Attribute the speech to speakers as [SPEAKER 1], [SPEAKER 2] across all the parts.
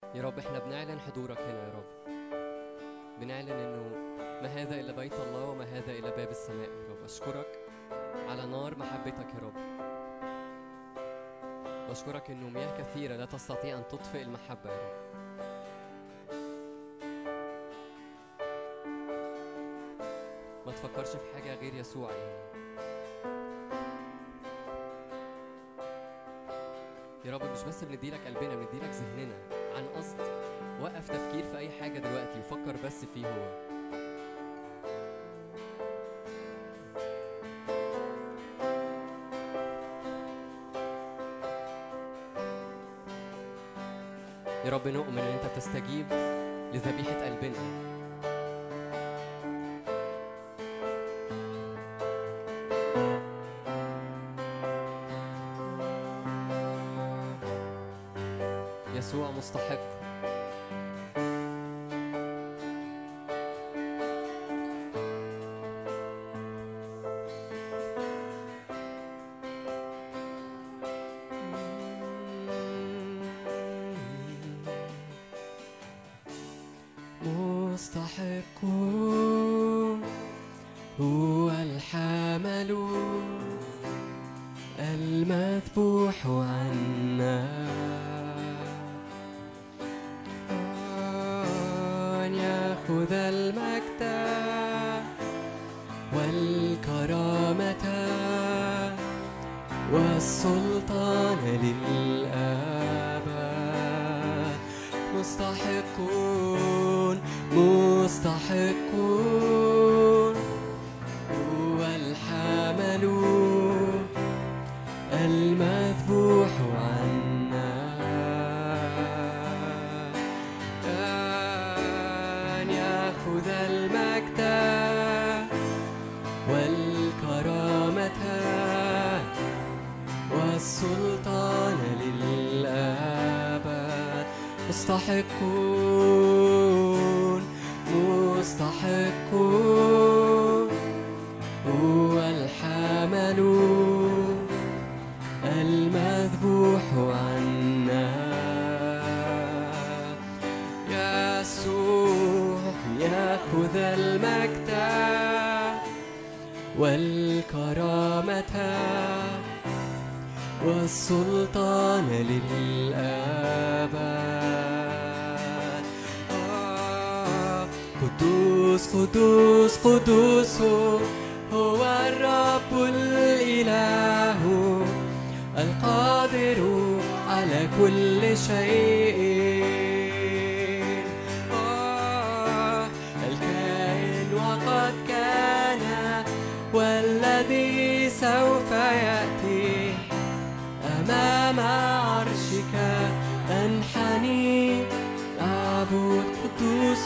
[SPEAKER 1] يا رب احنا بنعلن حضورك هنا يا رب. بنعلن انه ما هذا الا بيت الله وما هذا الا باب السماء يا رب. اشكرك على نار محبتك يا رب. بشكرك انه مياه كثيرة لا تستطيع ان تطفئ المحبة يا رب. ما تفكرش في حاجة غير يسوع يا رب. مش بس بنديلك قلبنا، بنديلك ذهننا عن قصد. وقف تفكير في اي حاجة دلوقتي وفكر بس فيه هو. يا رب نؤمن ان انت بتستجيب لذبيحة قلبنا. يسوع مستحق. مستحق هو الحامل المذبوح عنا، أن يأخذ المجد والكرامة والسلطان للأبد. مستحقون مستحقون هو الحامل المذبوح عنا، أن يأخذ المجد والكرامة والسلطان للأبد. مستحقون مستحقون هو الحامل المذبوح عنا، يسوع يأخذ المجد والكرامة والسلطان للأبد. قدوس قدوس قدوس هو الرب الإله القادر على كل شيء، الكائن وقد كان والذي سوف يأتي. أمام عرشك أنحني أعبد. قدوس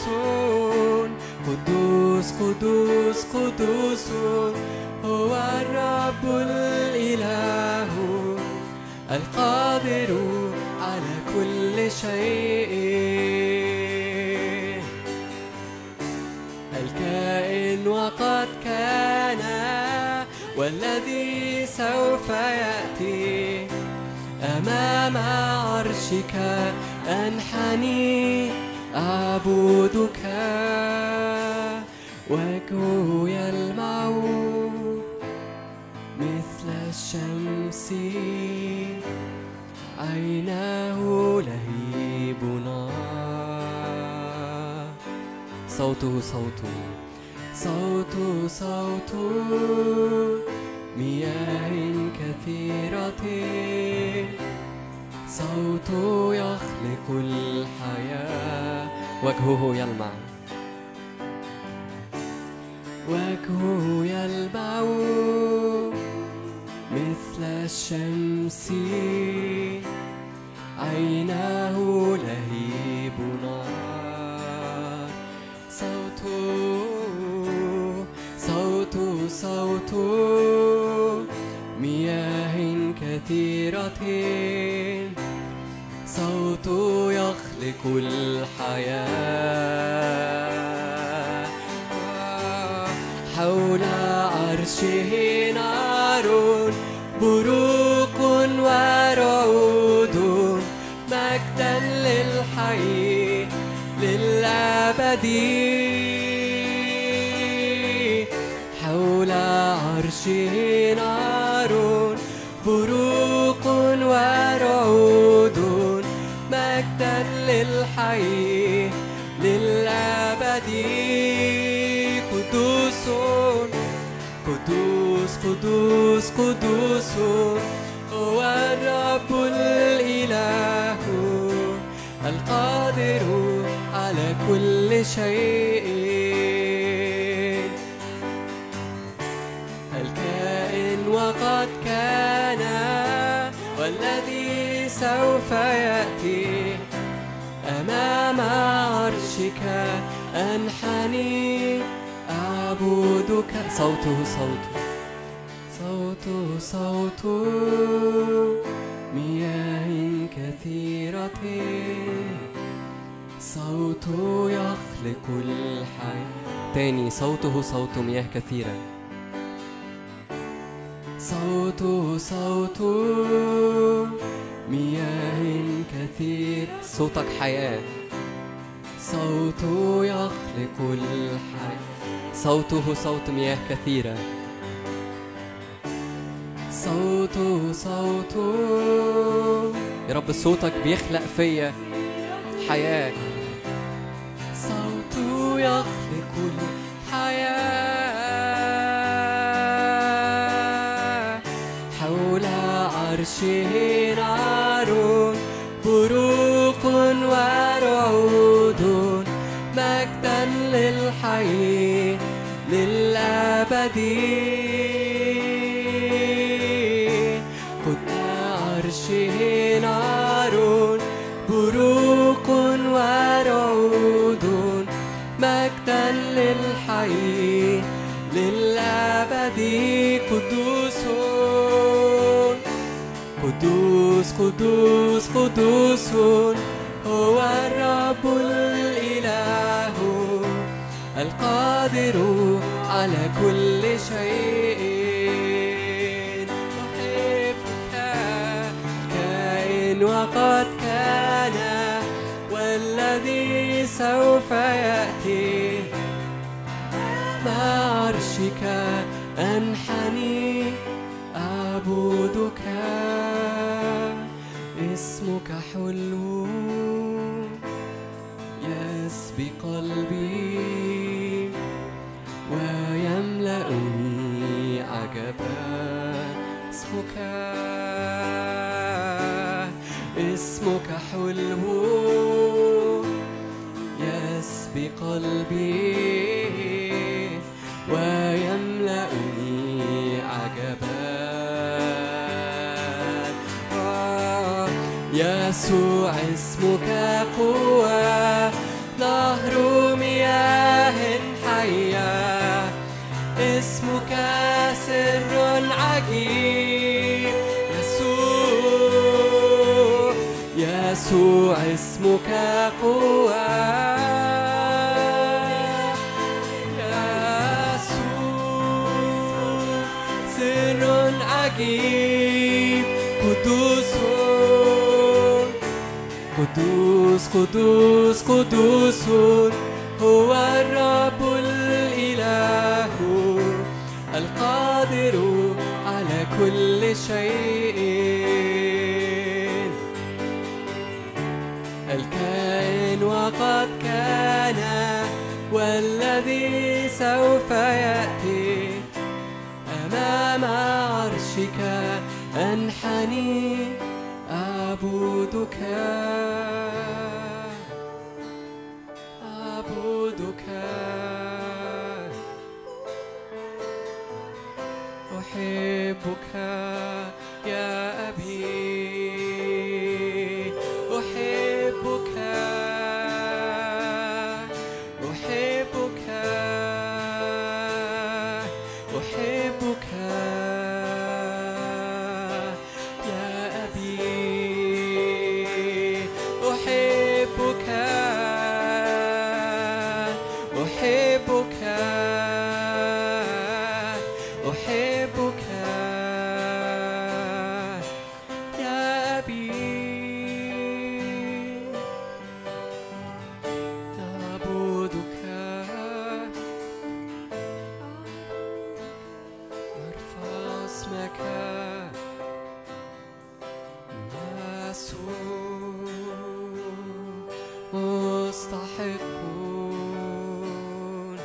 [SPEAKER 1] قدوس قدوس قدوس هو الرب الإله القادر على كل شيء، الكائن وقد كان والذي سوف يأتي. أمام عرشك أنحني أعبدك، وجهه يلمع مثل الشمس، عيناه لهيب نار. صوته صوت مياه كثيرة، صوت يخلق الحياة. وجهه يلمع مثل الشمس، عيناه لهيب نار. صوت مياه كثيرة، صوت يخلق الحياة. حول عرشه نار، بروق ورعود، مجدا للحي للأبد. حول عرشه نار، بروق ورعود، مجدا للحي للأبد. قدوس قدوس قدوس قدوس هو الرب الإله القادر على كل شيء، الكائن وقد كان والذي سوف يأتي. أمام عرشك أنحني أعبدك. صوته مياه كثيرة، صوته يخلق الحي. تاني صوته صوت مياه كثيرة. صوت مياه كثير. صوتك حياة. صوته يخلق الحي. صوته صوت مياه كثيرة. صوته يا رب صوتك بيخلق فيا حياة. صوته يخلق الحياة. حول عرشه نار، بروق ورعود، مجدا للحي للأبد. قد عرشه نار، بروق ورعود، مجدا للحي للأبد. قدوس قدوس قدوس قدوس هو الرب الإله القادر على كل شيء. أحبك كائن وقد كان والذي سوف يأتي. مع عرشك أنحني أعبدك. اسمك حلو يسبي قلبي ويملأني عجبا. اسمك حلو يسبي قلبي ويملأني عجبا. يسوع اسمك قوة، نهر مياه حية. اسمك سر عجيب. يسوع اسمك قوة. يسوع سر عجيب. قدوس قدوس قدوس قدوس هو الرب الإله القادر على كل شيء، الكائن وقد كان والذي سوف يأتي. أمام عرشك أنحني أعبدك. أحبك يا أبي. أحبك يا أبي. مستحقون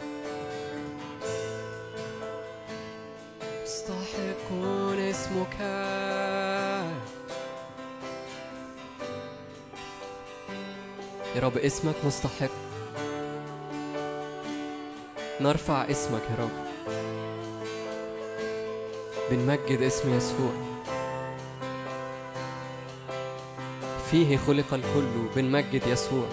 [SPEAKER 1] مستحقون اسمك يا رب، اسمك مستحق. نرفع اسمك يا رب، بنمجد اسم يسوع، فيه خلق الكل، بنمجد يسوع.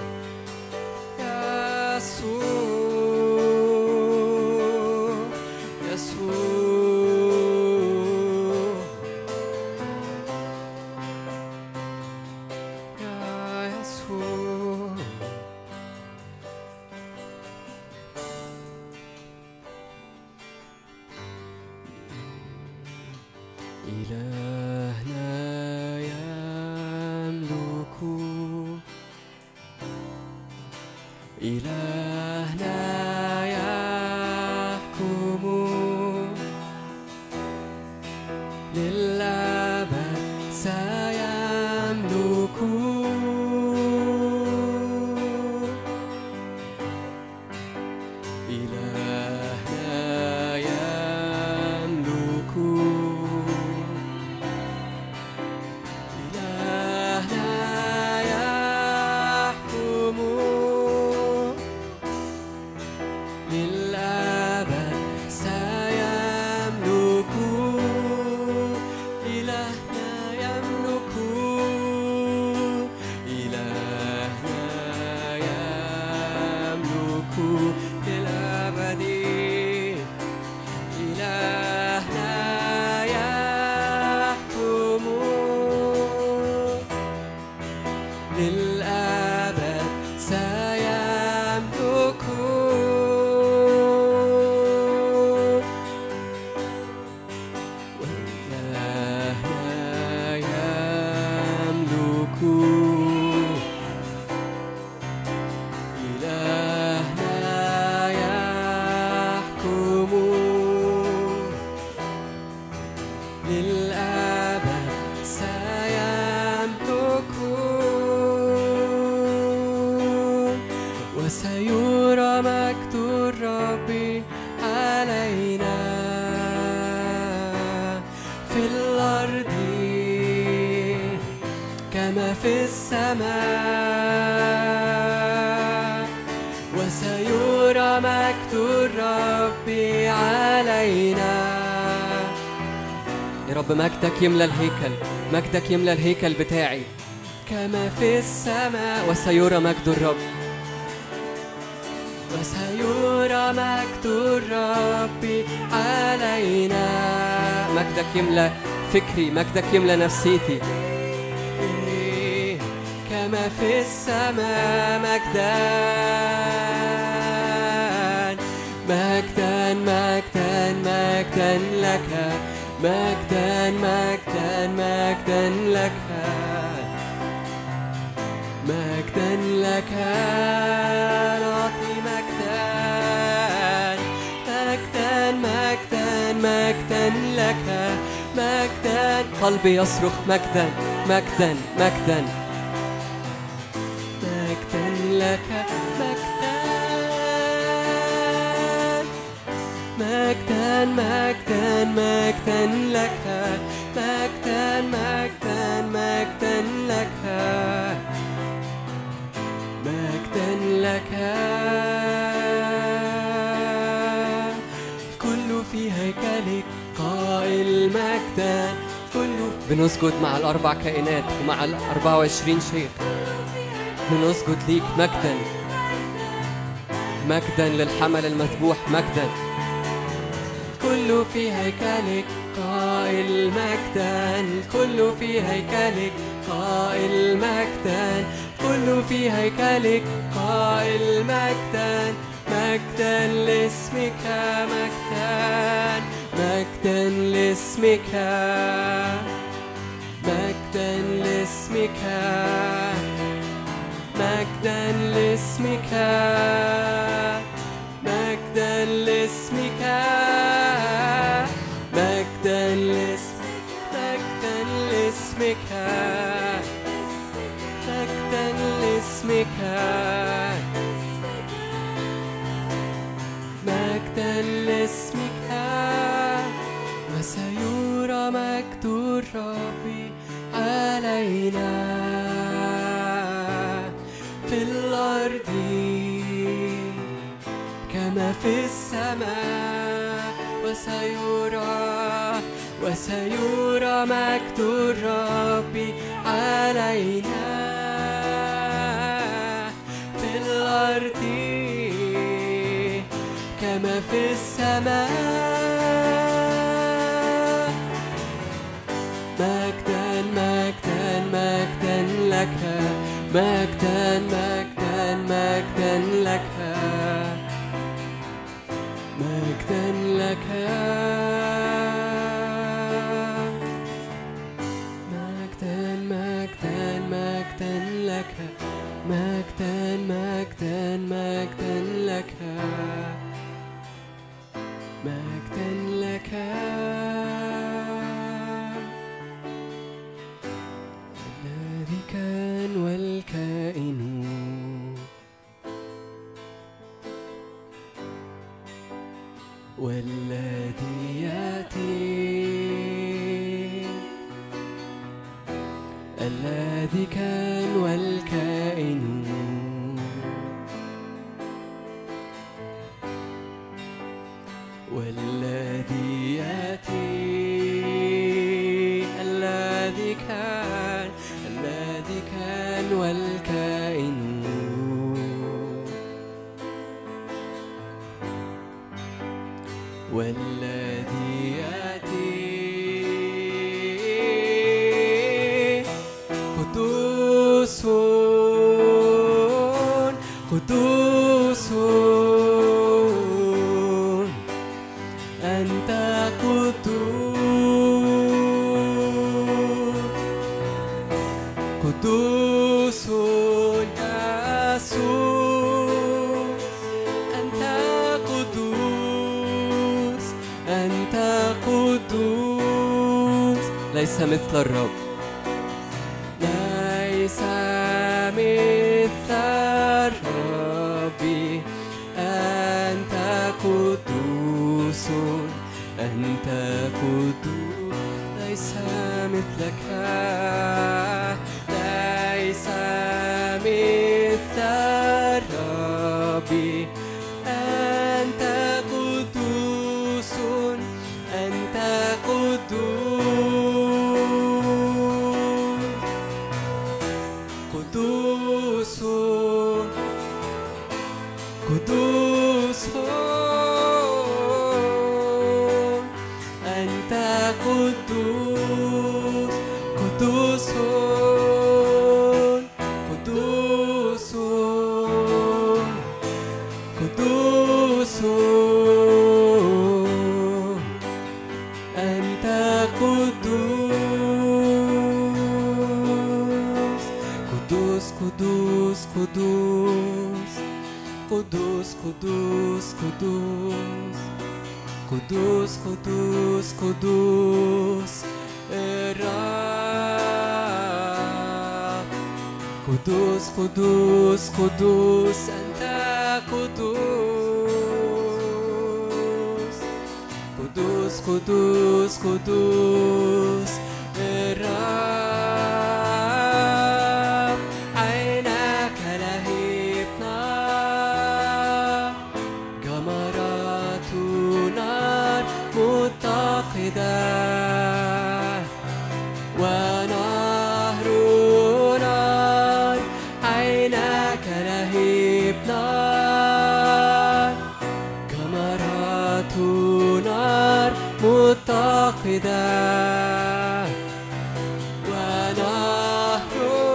[SPEAKER 1] مجدك يملى الهيكل، مجدك يملى الهيكل بتاعي كما في السماء. وسيرى مجد الرب، وسيرى مجد الرب علينا. مجدك يملى فكري، مجدك يملى نفسيتي كما في السماء. مجدا مجدا مجدا مجدا لك، مجدا مجدا مجدا لك، مجدا لك نعطي مجدا مجدا مجدا مجدا لك، مجدا. قلبي يصرخ مجدا مجدا مجدا مجدا لك، مجدا مجدا مجدا لك، مجدا مجدا مجدا لك، مجدا لك. الكل في هيكلك قائل مجدا. كله بنسجد مع الأربع كائنات ومع 24 شيخ، بنسجد ليك مجدا مجدا للحمل المذبوح، مجدا. كل في هيكلك قائل مجدا، كل في هيكلك قائل مجدا، كل في هيكلك قائل مجدا، مجدا لاسمك، مجدا مجدا لاسمك، مجدا لاسمك، مجدا لاسمك، مجدا لاسمك، مجدا لاسمك، مجدا لاسمك. في الأرض كما في السماء، وسيرى مجد الرب علينا في الأرض كما في السماء. مجدا مجدا مجدا لك، مجدا مجدا مجدا لك، مجدا لك، مجدا مجدا مجدا لك، مجدا مجدا مجدا لك، مجدا لك. الذي كان والكائن والذي يأتي، الذي كان والكائن والذي يأتي، الذي كان والكائن والذي يأتي. قدوس قدوس أنت قدوس، قدوس يسوع أنت قدوس، أنت قدوس. ليس مثل الرب، ليس مثل الرب، أنت قدوس، أنت قدوس. ليس مثلك، ليس مثل الرب، أنت قدوس، أنت قدوس، قدوس قدوس أنت قدوس، قدوس قدوس قدوس أنت قدوس، قدوس قدوس قدوس قدوس قدوس قدوس قدوس قدوس الرب. قدوس قدوس قدوس أنت قدوس، قدوس قدوس قدوس الرب. عينك لهيب نار، جمرات نار متقدة، ونهر نار. عينك لهيب نار، جمرات نار متقدة، ونهر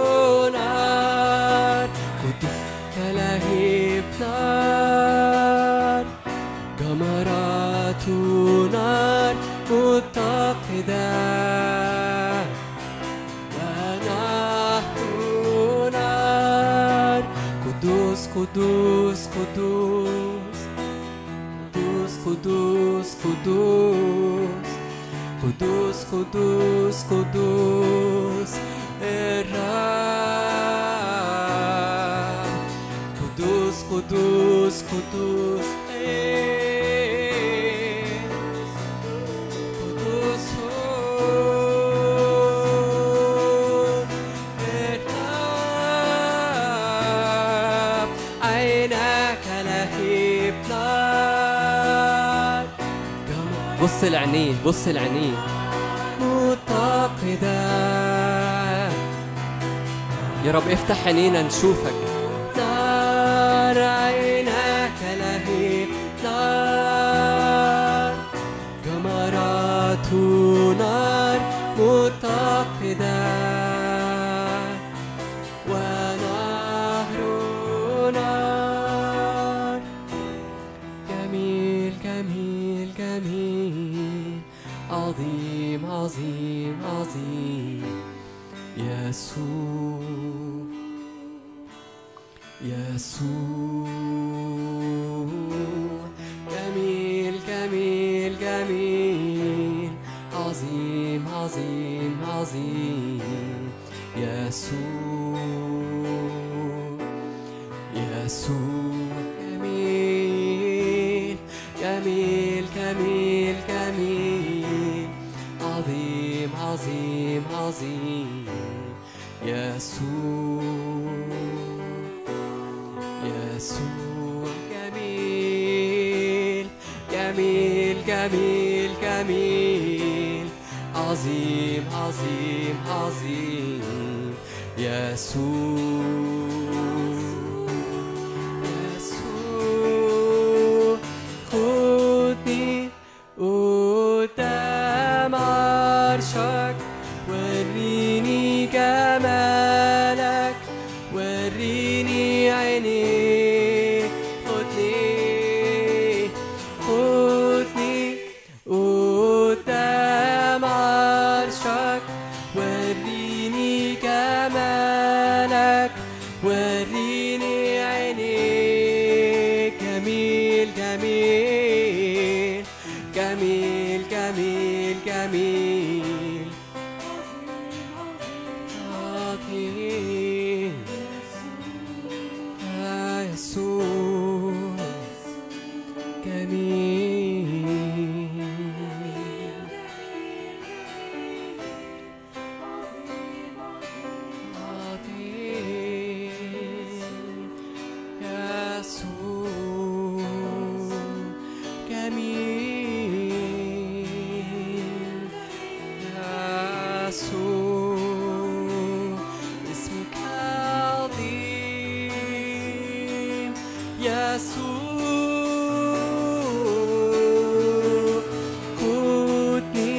[SPEAKER 1] نار. قدوسك لهيب نار، جمرات نار متقدة، ونهر نار. قدوس قدوس قدوس قدوس قدوس قدوس قدوس قدوس الرب. قدوس قدوس قدوس قدوس بص لعينيه، بص لعينيه. متقدا يا رب افتح عينينا نشوفك. نار عيناك لهيب نار، جمرات نار متقدا ونهر نار. جميل جميل جميل، عظيم عظيم عظيم يسوع يسوع. جميل جميل جميل، عظيم عظيم عظيم يسوع يسوع. جميل جميل جميل جميل، عظيم عظيم عظيم يسوع يسوع. جميل جميل جميل جميل، عظيم عظيم عظيم يسوع يسوع. خدني قدام عرشك، وريني جمالك، وريني عينيك. خدني خدني قدام عرشك، وريني جمالك، وريني عينيك. جميل جميل جميل جميل جميل، عظيم يسوع. جميل عظيم يسوع. جميل يسوع، اسمك عظيم يسوع. خدني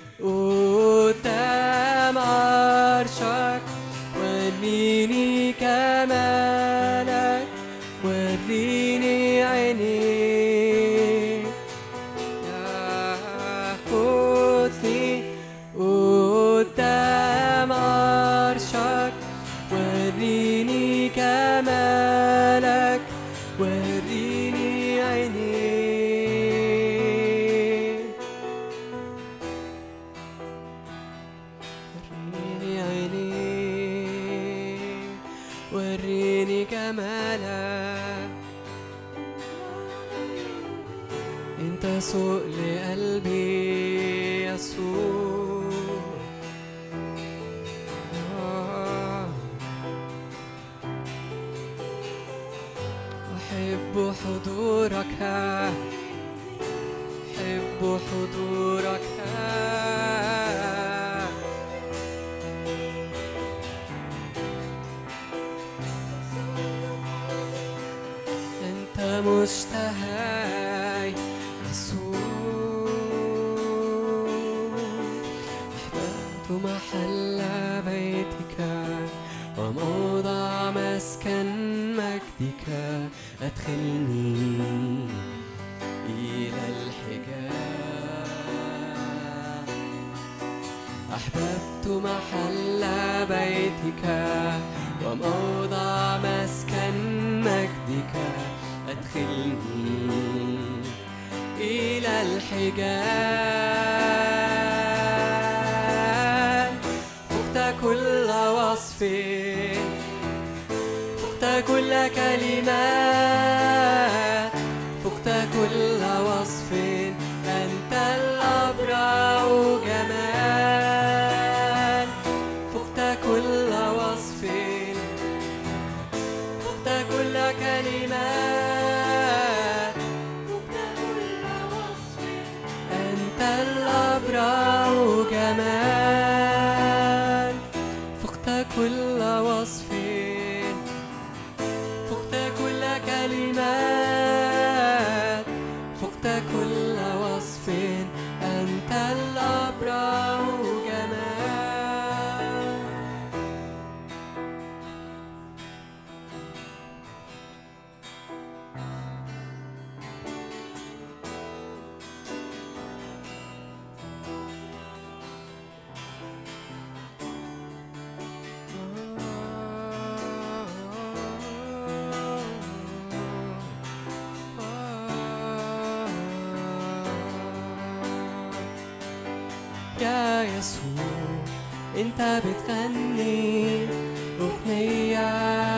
[SPEAKER 1] قدام عرشك، وريني كمالك، وريني عينيك. خدني قدام عرشك، وريني كمالك، وريني عينيك. وريني عينيك، وريني كمالك. انت سوق لقلبي يسوع. أحب حضورك، أحب حضورك. أنت مشتهي يسوع. أحببت محل بيتك وموضع مسكن مجدك. أدخلني إلى الحجاب. أحببت محل بيتك وموضع مسكن مجدك. أدخلني إلى الحجاب. فقت كل وصف، فقت كل كلمة، فقت كل وصف. أنت الأبرع جمال. فقت كل وصف، فقت كل كلمة، فقت كل وصف. أنت الكلمات، فقت كل وصف، أنت الأبرع جمال. يا يسوع انت بتغني اغنية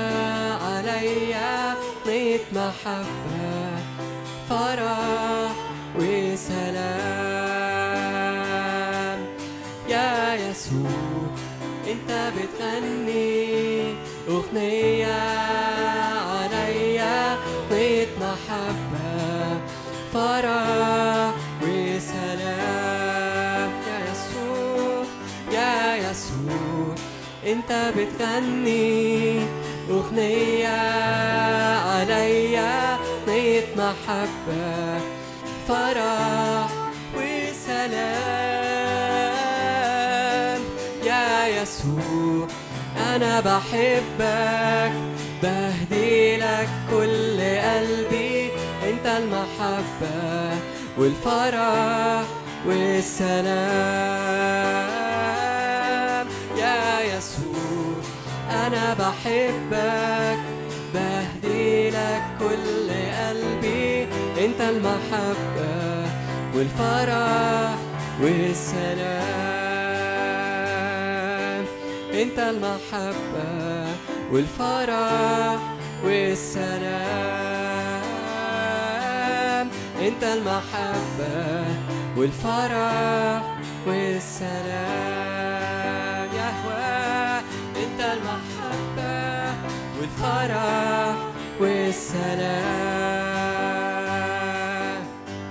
[SPEAKER 1] عليا، اغنية محبة فرح وسلام. يا يسوع انت بتغني اغنية عليا، اغنية محبة فرح وسلام. يا يسوع انت بتغني اغنية عليا، اغنية محبة فرح وسلام. يا يسوع انا بحبك، بهدي لك كل قلبي، انت المحبة والفرح والسلام. يا يسوع أنا بحبك، بهدي لك كل قلبي، أنت المحبة والفرح والسلام. أنت المحبة والفرح والسلام. أنت المحبة والفرح والسلام. يهوه أنت المحبة والفرح والسلام.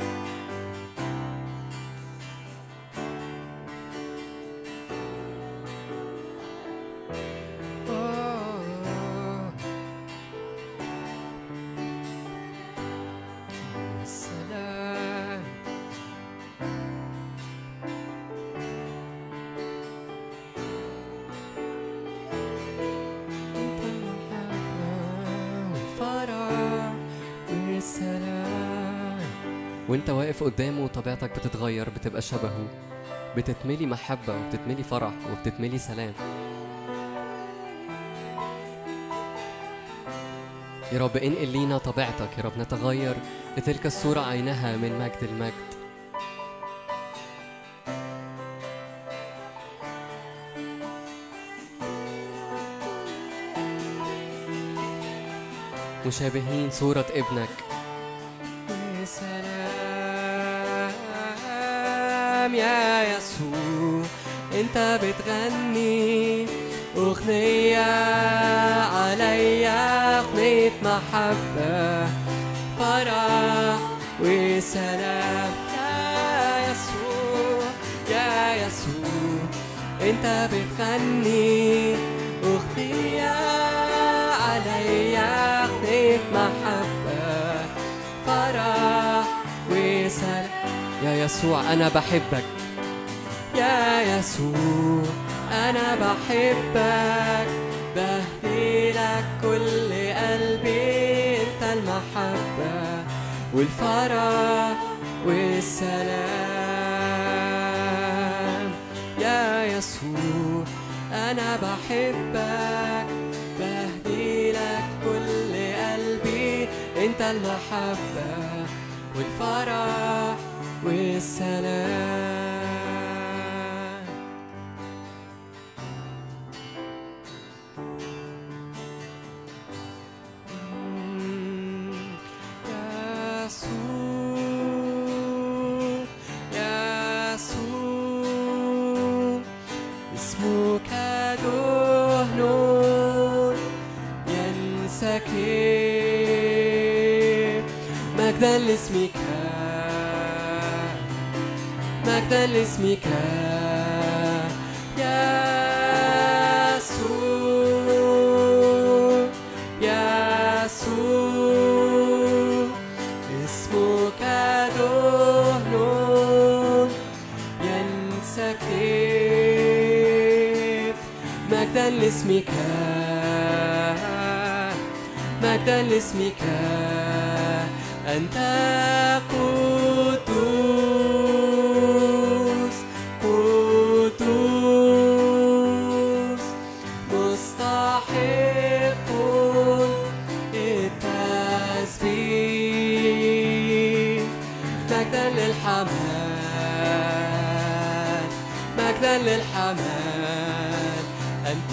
[SPEAKER 1] وانت واقف قدامه طبيعتك بتتغير، بتبقى شبهه، بتتملي محبة وبتتملي فرح وبتتملي سلام. يا رب انقل لينا طبيعتك، يا رب نتغير لتلك الصورة عينها من مجد المجد. مشابهين صورة ابنك. سلام يا يسوع انت بتغني اغنية عليا، اغنية محبة فرح وسلام. يا يسوع يا يسوع انت بتغني اغنية عليا، اغنية محبة فرح وسلام. يا يسوع أنا بحبك، يا يسوع أنا بحبك، بهدي لك كل قلبي، أنت المحبة والفرح والسلام. يا يسوع أنا بحبك، بهدي لك كل قلبي، أنت المحبة والفرح والسلام. يسوع يسوع اسمك دهن ينسكب، مجدا لاسمك مجدا لاسمك يسوع يسوع لاسمك مجدا لاسمك أنت قدوس قدوس مستحق التسبيح مجدا للحمال مجدا للحمال أنت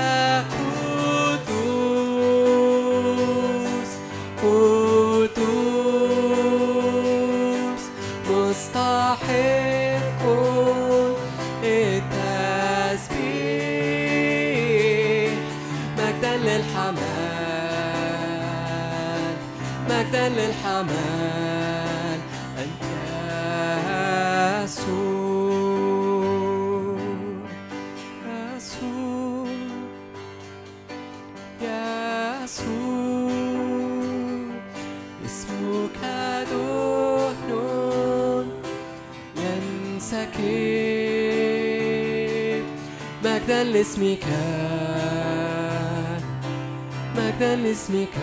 [SPEAKER 1] قدوس قدوس مستحق التسبيح مجدا للحمال مجدا للحمال أنت يسوع يسوع يسوع اسمك دهن ينسكب مجدا لاسمك مجدا لاسمك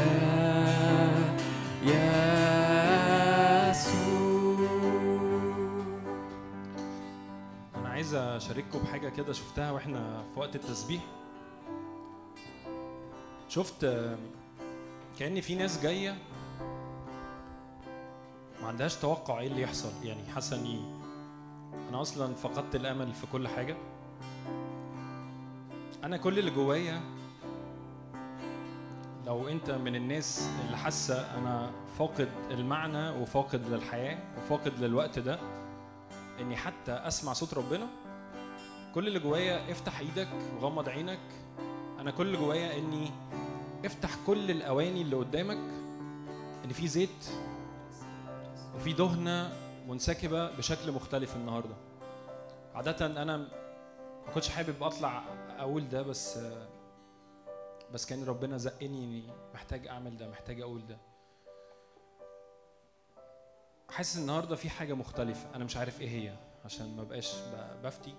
[SPEAKER 2] أنا عايز أشارككم بحاجة كده شفتها وإحنا في وقت التسبيح. شفت كأن في ناس جاية ما عندهاش توقع إيه اللي يحصل، يعني حاسة إني أنا أصلاً فقدت الأمل في كل حاجة. أنا كل اللي جوايا، لو أنت من الناس اللي حاسة أنا فاقد المعنى وفاقد للحياة وفاقد للوقت ده إني حتى أسمع صوت ربنا، كل اللي جوايا افتح إيدك وغمض عينك. أنا كل اللي جوايا إني افتح كل الأواني اللي قدامك، إن في زيت وفي دهنة منسكبة بشكل مختلف النهاردة. عادة أنا ما كنتش حابب أطلع أقول ده، بس كان ربنا زقني إني محتاج أعمل ده، محتاج أقول ده. حاسس النهاردة في حاجة مختلفة، أنا مش عارف إيه هي عشان ما بقاش بفتي،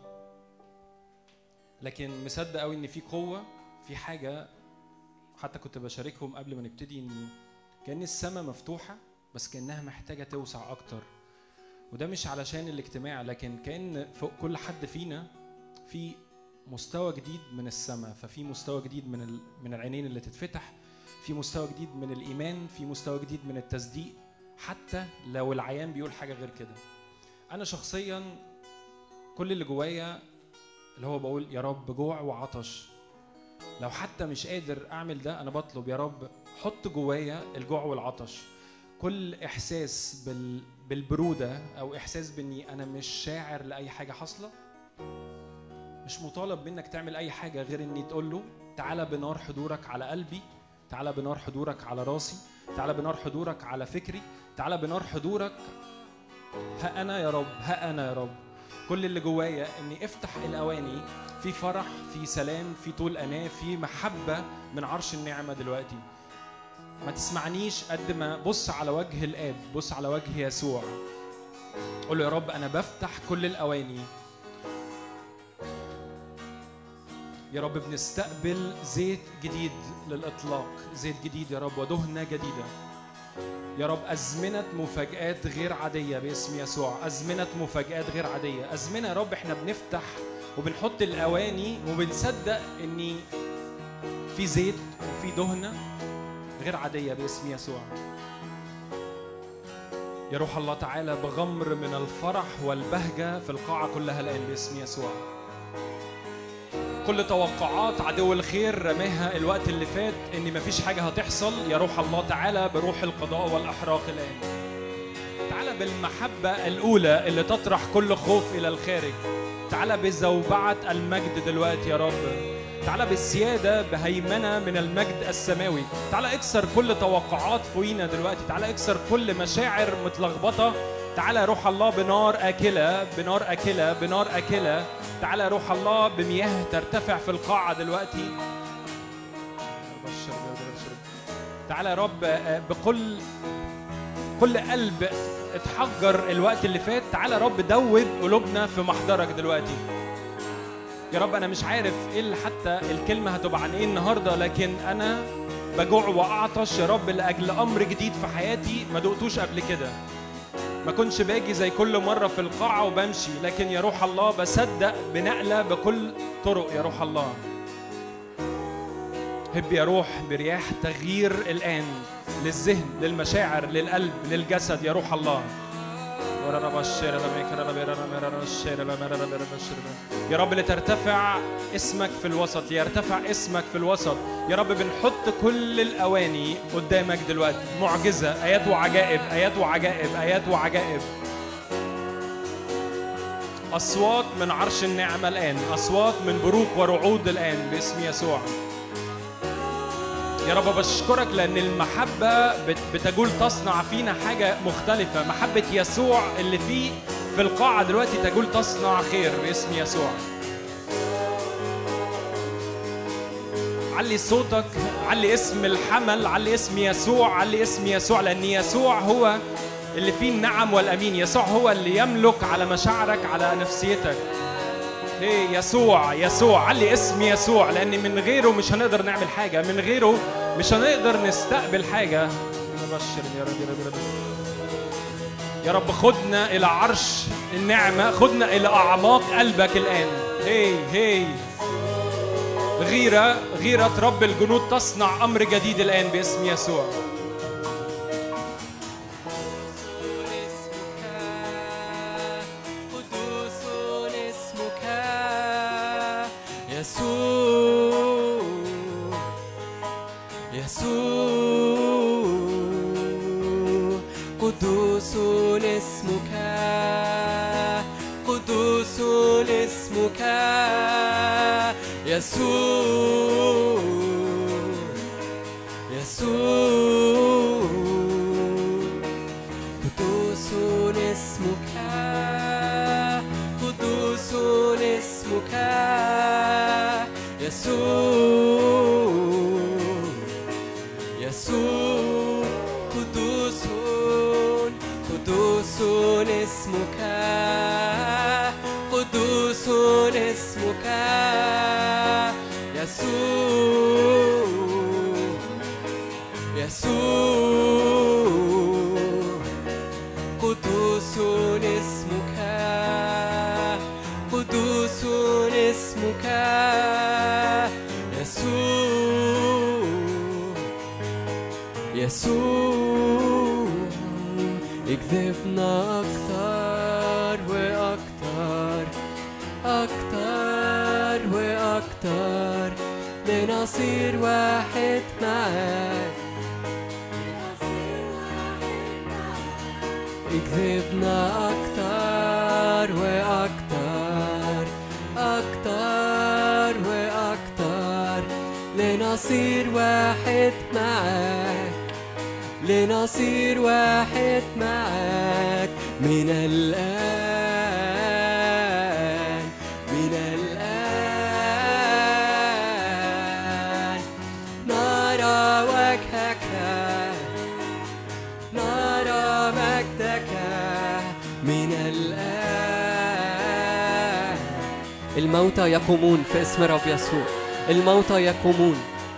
[SPEAKER 2] لكن مصدق قوي إن في قوة، في حاجة. حتى كنت بشاركهم قبل ما نبتدي إن كأن السماء مفتوحة بس كأنها محتاجة توسع أكتر. وده مش علشان الاجتماع، لكن كأن فوق كل حد فينا في مستوى جديد من السماء. ففي مستوى جديد من العينين اللي تتفتح، في مستوى جديد من الإيمان، في مستوى جديد من التصديق، حتى لو العيان بيقول حاجة غير كده. أنا شخصياً كل اللي جوايا اللي هو بقول يا رب جوع وعطش. لو حتى مش قادر أعمل ده، أنا بطلب يا رب حط جوايا الجوع والعطش. كل إحساس بالبرودة أو إحساس بإني أنا مش شاعر لأي حاجة حصلة، مش مطالب منك تعمل أي حاجة غير إني تقول له تعالى بنار حضورك على قلبي، تعالى بنار حضورك على راسي، تعالى بنار حضورك على فكري، تعالى بنار حضورك. ها أنا يا رب، ها أنا يا رب. كل اللي جوايا إني افتح الأواني في فرح، في سلام، في طول أناة، في محبة من عرش النعمة دلوقتي. ما تسمعنيش قد ما بص على وجه الآب، بص على وجه يسوع، قول له يا رب أنا بفتح كل الأواني. يا رب بنستقبل زيت جديد للإطلاق، زيت جديد يا رب ودهنة جديدة. يا رب أزمنة مفاجآت غير عادية باسم يسوع، أزمنة مفاجآت غير عادية، أزمنة يا رب إحنا بنفتح وبنحط الأواني وبنصدق إني في زيت وفي دهنة غير عادية باسم يسوع. يا روح الله تعالى بغمر من الفرح والبهجة في القاعة كلها الآن باسم يسوع. كل توقعات عدو الخير رماها الوقت اللي فات إن مفيش حاجة هتحصل، يا روح الله تعالى بروح القضاء والأحراق الآن. تعالى بالمحبة الأولى اللي تطرح كل خوف إلى الخارج. تعالى بزوبعة المجد دلوقتي يا رب. تعالى بالسيادة بهيمنة من المجد السماوي. تعالى اكسر كل توقعات فوقينا دلوقتي. تعالى اكسر كل مشاعر متلخبطة. تعالى روح الله بنار آكلة، بنار آكلة، بنار آكلة. تعالى روح الله بمياه ترتفع في القاعة دلوقتي. تعالى يا رب بكل قلب اتحجر الوقت اللي فات. تعالى يا رب دوب قلوبنا في محضرك دلوقتي. يا رب أنا مش عارف إيه اللي حتى الكلمة هتبقى عن إيه النهاردة، لكن أنا بجوع وأعطش يا رب لأجل أمر جديد في حياتي ما دقتوش قبل كده. ما كنتش باجي زي كل مرة في القاعة وبمشي، لكن يا روح الله بصدق بنقلة بكل طرق يا روح الله. هب يا روح برياح تغيير الآن للذهن، للمشاعر، للقلب، للجسد يا روح الله. يا رب لترتفع اسمك في الوسط، ليرتفع اسمك في الوسط يا رب. بنحط كل الأواني قدامك دلوقتي، معجزة، آيات وعجائب، آيات وعجائب، آيات وعجائب. أصوات من عرش النعمة الآن، أصوات من بروق ورعود الآن باسم يسوع. يا رب بشكرك لأن المحبة بتجول تصنع فينا حاجة مختلفة. محبة يسوع اللي في القاعة دلوقتي تجول تصنع خير باسم يسوع. علي صوتك، علي اسم الحمل، علي اسم يسوع، علي اسم يسوع، لأن يسوع هو اللي فيه النعم والأمين. يسوع هو اللي يملك على مشاعرك، على نفسيتك. ايه يسوع، يسوع، علي اسم يسوع، لأن من غيره مش هنقدر نعمل حاجة، من غيره مش هنقدر نستقبل حاجة. نبشر يا رب. يا رب خدنا إلى عرش النعمة، خدنا إلى أعماق قلبك الآن. هي غيرة رب الجنود تصنع أمر جديد الآن باسم يسوع.
[SPEAKER 1] قدوس اسمك، قدوس اسمك يسوع، يسوع. قدوس اسمك، قدوس اسمك يسوع، يسوع. قدوس، قدوس اسمك، قدوس اسمك يسوع، يسوع. قدوس اسمك، قدوس اسمك يسوع، يسوع. اكذبنا أكتر وأكتر، أكتر وأكتر لنصير واحد معاك. اكذبنا أكتر وأكتر، أكتر وأكتر لنصير واحد معاك، لنصير واحد معاك من الآن، من الآن. نرى وجهك، نرى مجدك من الآن. الموتى يقومون في اسم رب يسوع، الموتى يقومون.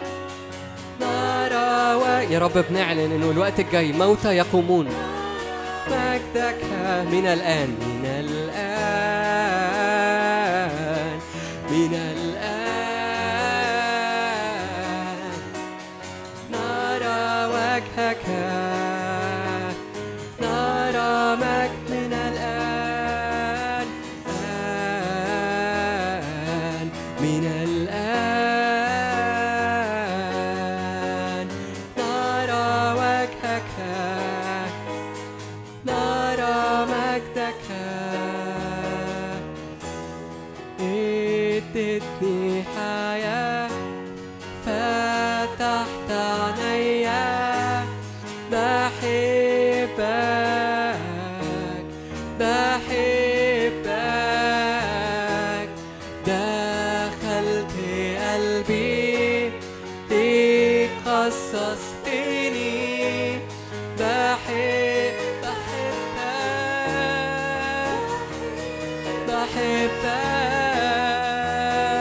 [SPEAKER 1] يا رب بنعلن انه الوقت الجاي موتى يقومون. مجدك من الآن، من الآن، من الآن. نرى وجهك، نرى مجد من الآن، من الآن. نرى وجهك، نرى مجدك. ادتني حياة، فتحت عينيا، بحبك، بحبك. دخلت قلبي، تخصصتني، بحبك، بحبك.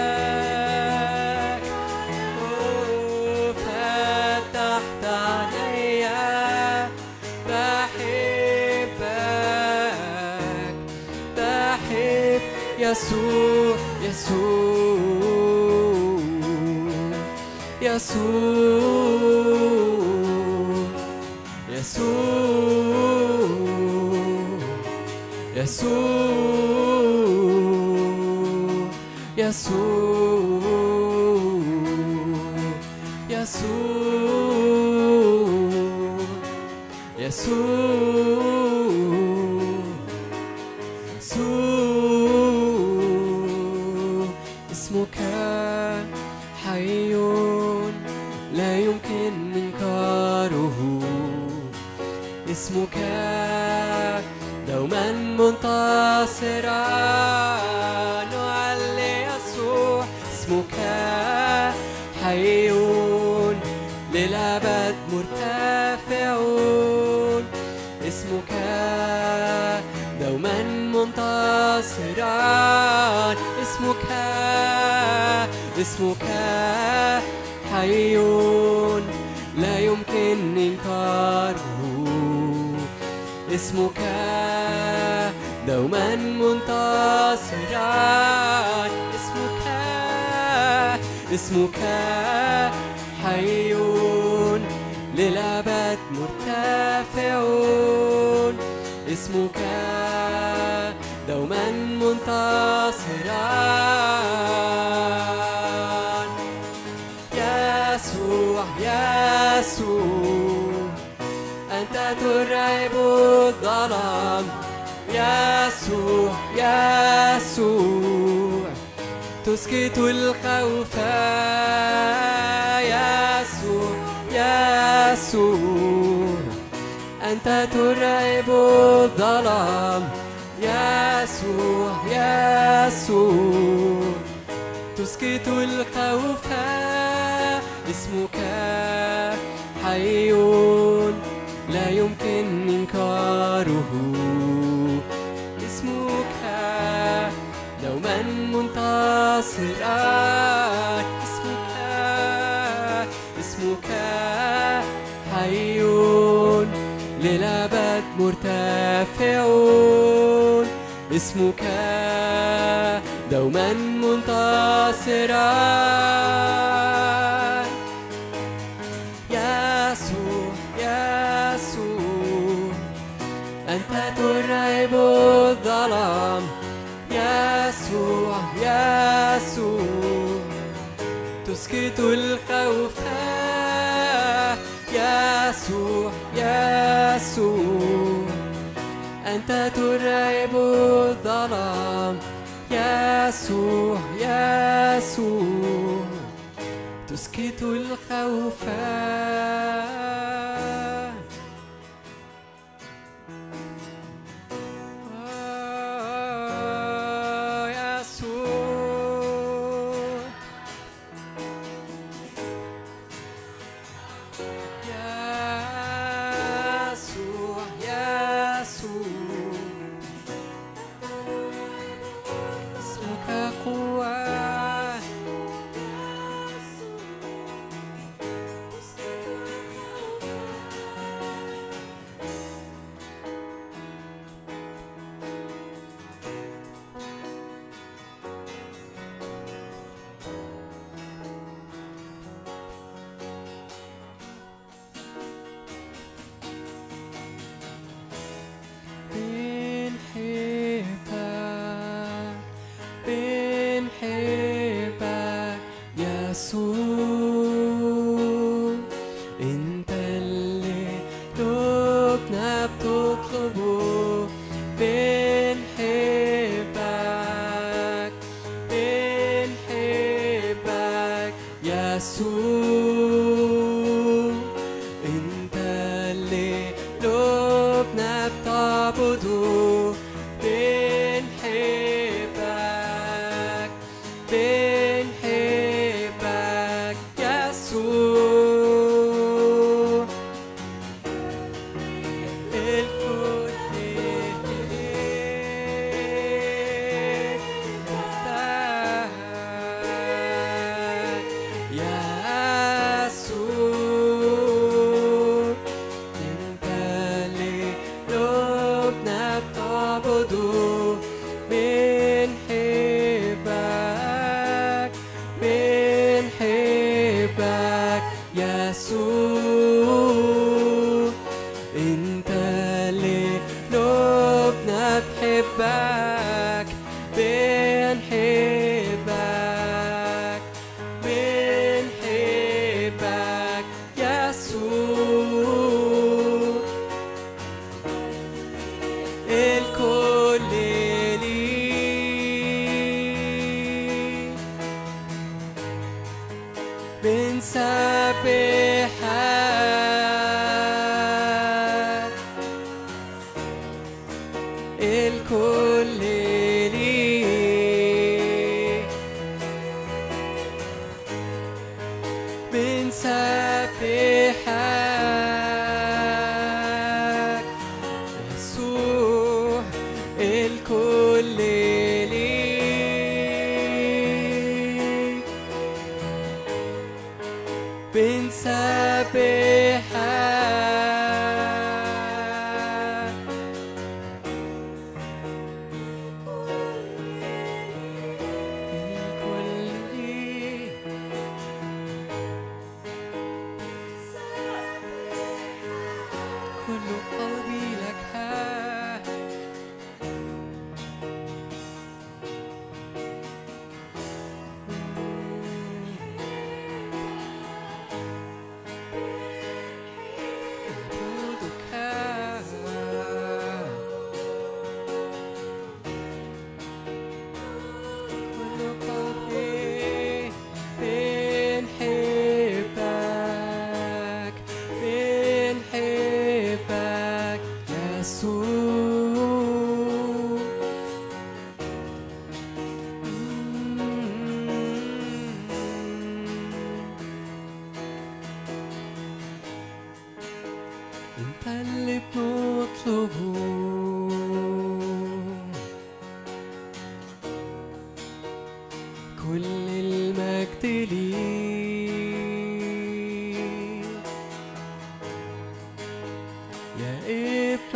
[SPEAKER 1] يسوع يسوع يسوع يسوع يسوع يسوع يسوع اسمك حي لا يمكن إنكاره اسمك دوما منتصرا نعلي يسوع اسمك حي للأبد مرتفع اسمك دوما منتصرا اسمك حي لا يمكن إنكاره اسمك دوما منتصرا اسمك حي للأبد مرتفع اسمك دوما منتصرا يسوع يسوع أنت ترعب الظلام يسوع يسوع تسكت الخوف يسوع يسوع أنت ترعب الظلام يسوع يسوع تسكت الخوف اسمك حي لا يمكن إنكاره اسمك دوما منتصرا اسمك حي للأبد مرتفع اسمك دوما منتصرا يسوع يسوع أنت ترعب الظلام يسوع يسوع تسكت الخوف يسوع يسوع أنت ترعب الظلام يسوع يسوع تسكت الخوف تعبد من حين الكل ليك بنسبحك يسوع الكل ليك بنسبحك كل قلبي لك كل قلبي بنحبك بنحبك يسوع انت اللي بنطلبه كل المجد ليك يا ابن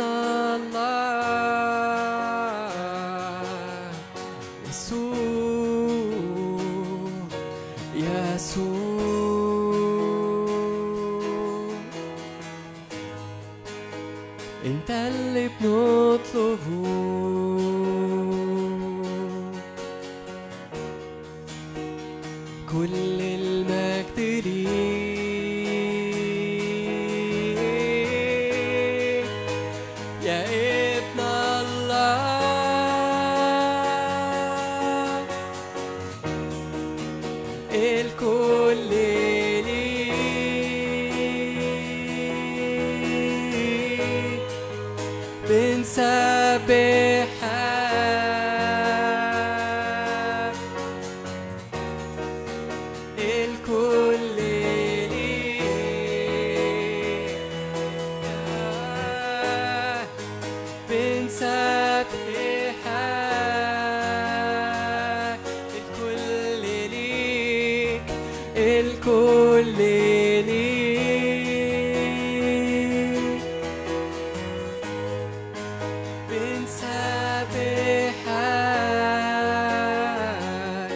[SPEAKER 1] الله يسوع يسوع انت اللي بنطلبه كل المجد ليك يا ابن الله الكل ليك بنسبحك الكل ليك بنسبحك الكل ليك الكل ليك بنسبحك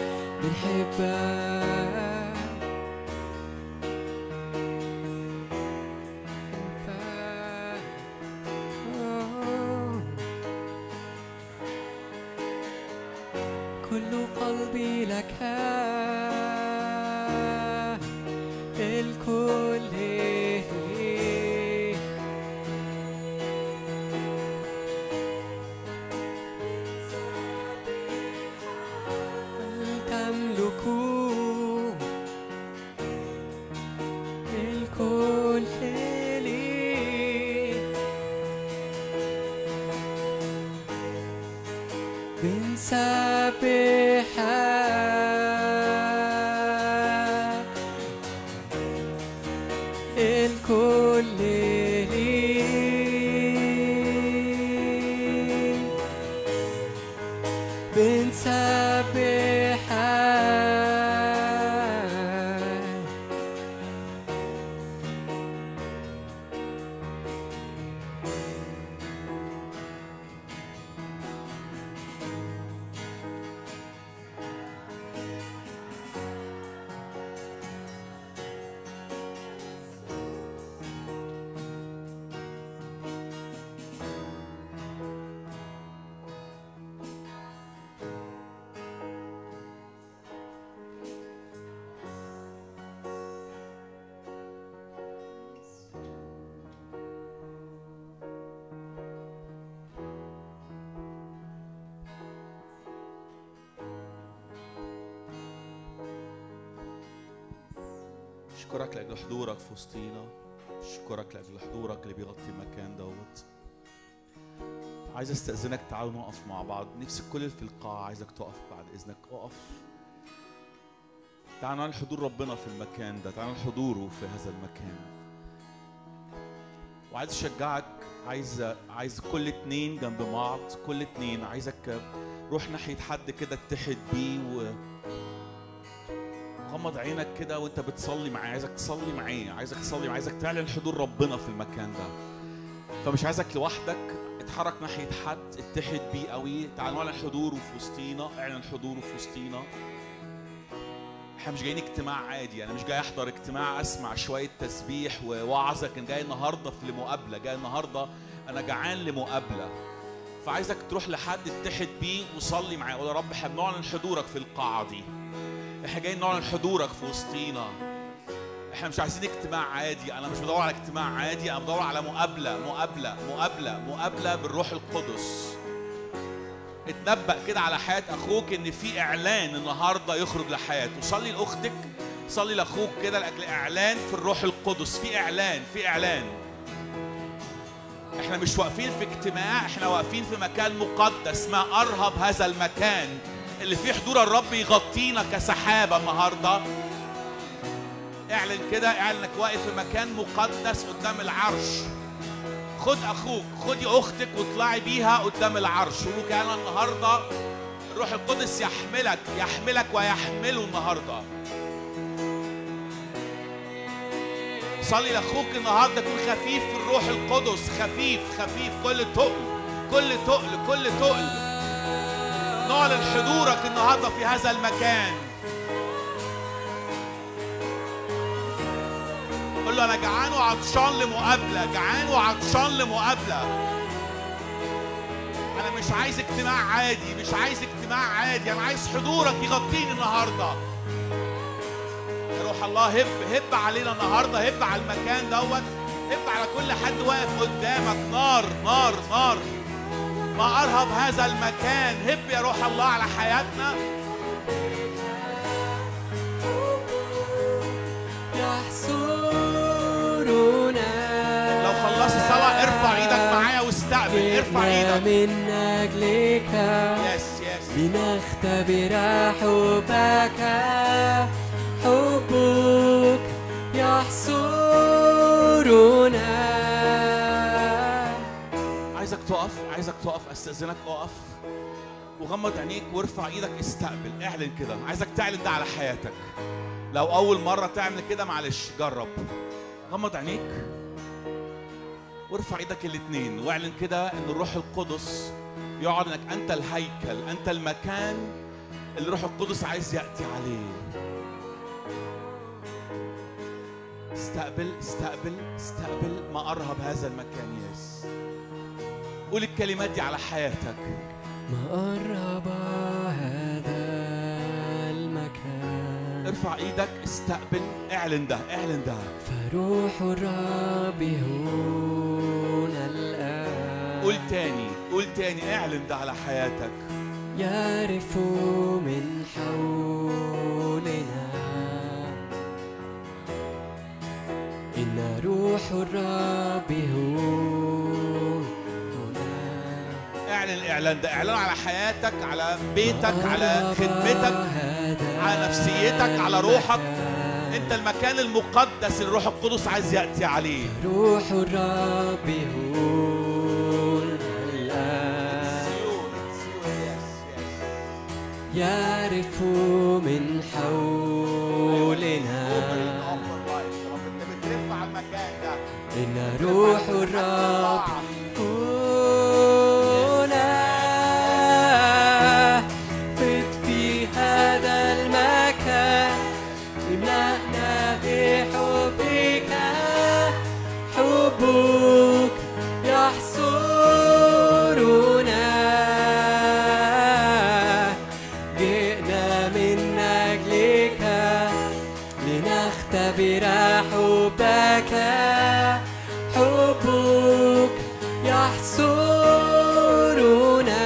[SPEAKER 1] بنحبك كل قلبي لك الكل تملك الكل ليك بنسبحك الكل ليك بنسبحك
[SPEAKER 3] أشكرك لأجل حضورك في وسطينا. أشكرك لأجل حضورك اللي بيغطي المكان دوت. عايز استأذنك تعالوا نقف مع بعض. نفسي كل اللي في القاعة عايزك تقف بعد إذنك. أقف. تعالوا نعلن حضور ربنا في المكان ده، تعالوا نعلن حضوره في هذا المكان. وعايز أشجعك، عايز كل اتنين جنب بعض، كل اتنين عايزك روح ناحية حد كده اتحد بيه غمض عينك كده وانت بتصلي معاه. عايزك تصلي معاه، عايزك تعلن حضور ربنا في المكان ده. فمش عايزك لوحدك، اتحرك ناحية حد اتحد بيه قوي. تعالوا نعلن حضوره في وسطينا، اعلن حضوره في وسطينا. احنا مش جايين اجتماع عادي، انا مش جاي احضر اجتماع اسمع شوية تسبيح ووعظة. كان جاي النهارده في لمقابلة، جاي النهارده انا جعان لمقابلة. فعايزك تروح لحد اتحد بيه وصلي معاه، قول يا رب احنا بنعلن حضورك في القاعة دي، احنا جايين نعلن حضورك في وسطينا. احنا مش عايزين اجتماع عادي، انا مش بدور على اجتماع عادي، انا بدور على مقابلة بالروح القدس. اتنبأ كده على حياة اخوك ان في اعلان النهارده يخرج لحياته. صلي لاختك، صلي لاخوك كده لاجل اعلان في الروح القدس. في اعلان. احنا مش واقفين في اجتماع، احنا واقفين في مكان مقدس. ما ارهب هذا المكان اللي فيه حضور الرب يغطينا كسحابة النهارده. اعلن كده، اعلن انك واقف في مكان مقدس قدام العرش. خد اخوك، خدي اختك واطلعي بيها قدام العرش. قولوا كده النهارده الروح القدس يحملك ويحمله النهارده. صلي لاخوك النهارده يكون خفيف في الروح القدس، خفيف كل تقل. نعلن حضورك النهارده في هذا المكان. قل له انا جعان وعطشان لمقابله. انا مش عايز اجتماع عادي، انا عايز حضورك يغطيني النهارده. يا روح الله هب علينا النهارده، هب على المكان دوت، هب على كل حد واقف قدامك. نار ما ارهب هذا المكان. هب يا روح الله على حياتنا. لو خلصت الصلاة ارفع ايدك معايا واستقبل. ارفع ايدك.
[SPEAKER 1] من أجلك لنختبر حبك يحصرنا.
[SPEAKER 3] عايزك تقف استأذنك. اقف وغمض عينيك وارفع ايدك. استقبل، اعلن كده. عايزك تعلن ده على حياتك. لو أول مرة تعمل كده معلش جرب. غمض عينيك وارفع ايدك الاتنين واعلن كده ان الروح القدس يقعد انك انت الهيكل، انت المكان اللي الروح القدس عايز يأتي عليه. استقبل ما أرهب هذا المكان. يس قول الكلمات دي على حياتك.
[SPEAKER 1] ما أرهب هذا المكان.
[SPEAKER 3] ارفع ايدك، استقبل، اعلن ده.
[SPEAKER 1] فروح الرب هنا الآن.
[SPEAKER 3] قول تاني اعلن ده على حياتك.
[SPEAKER 1] يعرف من حولنا إن روح الرب هنا.
[SPEAKER 3] اعلن الاعلان ده، اعلان على حياتك، على بيتك، على خدمتك، على نفسيتك، على روحك. انت المكان المقدس اللي الروح القدس عايز يأتي عليه.
[SPEAKER 1] روح الرب هنا الآن. يعرف من حولنا إن روح الرب هنا. فت في هذا المكان، املأنا بحبك. حبك يحصرنا. جئنا من أجلك لنختبر حبك. حبك يحصرنا.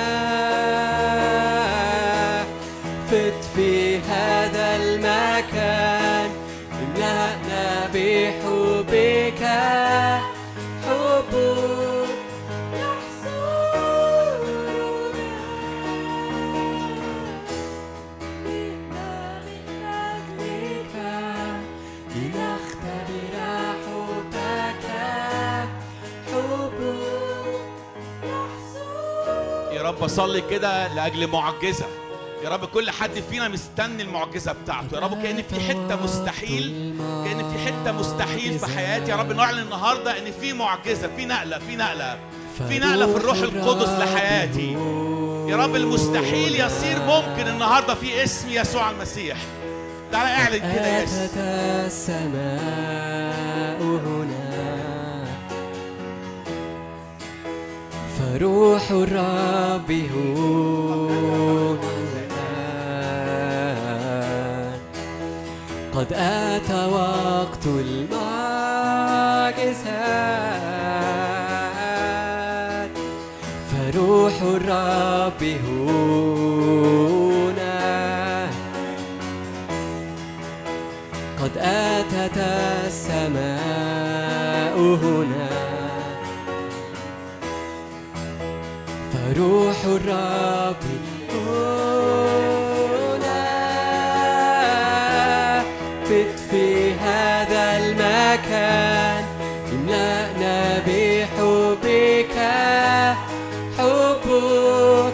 [SPEAKER 1] فت في هذا المكان، املأنا بحبك. حبك يحصرنا.
[SPEAKER 3] رب أصلي كده لأجل معجزة. يا رب كل حد فينا مستني المعجزة بتاعته. يا رب كأن في حتة مستحيل، كأن في حتة مستحيل في حياتي. يا رب نعلن النهاردة إن في معجزة، في نقلة، في نقلة، في نقلة في الروح القدس لحياتي. يا رب المستحيل يصير ممكن النهاردة في اسم يسوع المسيح. تعالى اعلن كده يا اسم.
[SPEAKER 1] السماء هنا فروح الرب هنا قد أتى وقت المعجزات فروح الرب هنا قد أتت السماء هنا فروح الرب هنا فت في هذا المكان املأنا بحبك حبك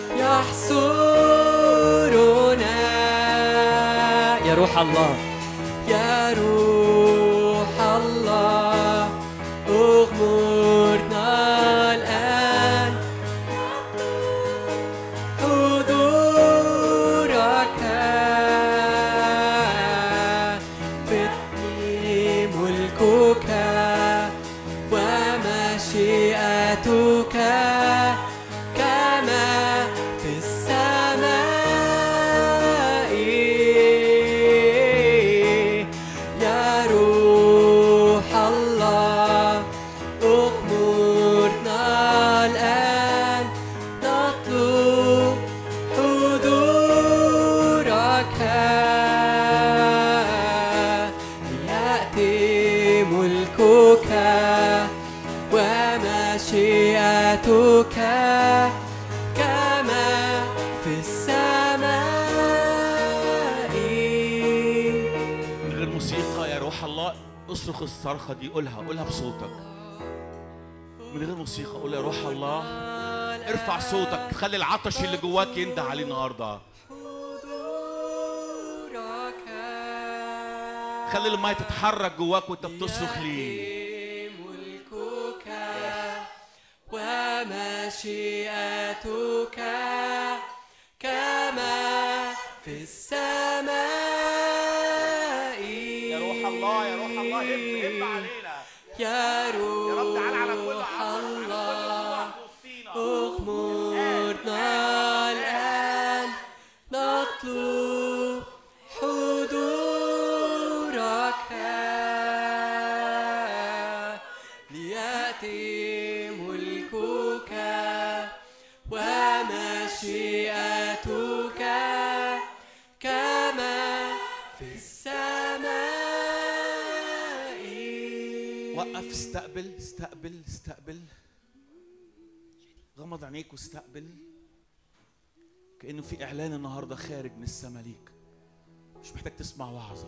[SPEAKER 1] يحصرنا يا روح الله يا روح الله اغمرنا الآن حضورك فتني ملكك ومشيئتك كما في السماء يا روح الله اغمرنا الآن نطلب حضورك ليأتي ملكك ومشيئتك كما في السماء.
[SPEAKER 3] من غير موسيقى يا روح الله اصرخ الصرخة دي، قولها بصوتك من غير موسيقى. قول يا روح الله، ارفع صوتك، خلي العطش اللي جواك ينده عليه النهارده. خلي الماء تتحرك جواك وانت بتصرخ ليه.
[SPEAKER 1] ملكك ومشيئتك كما في السماء.
[SPEAKER 3] يا روح الله يا روح الله هب علينا
[SPEAKER 1] يا روح
[SPEAKER 3] رب. تعال على كل
[SPEAKER 1] الله اغمرنا الآن نطلب حضورك ليأتي ملكك ومشيئتك كما في السماء.
[SPEAKER 3] وقف، استقبل. غمض عينيك واستقبل. كأنه في إعلان النهاردة خارج من السما ليك. مش محتاج تسمع وعظة.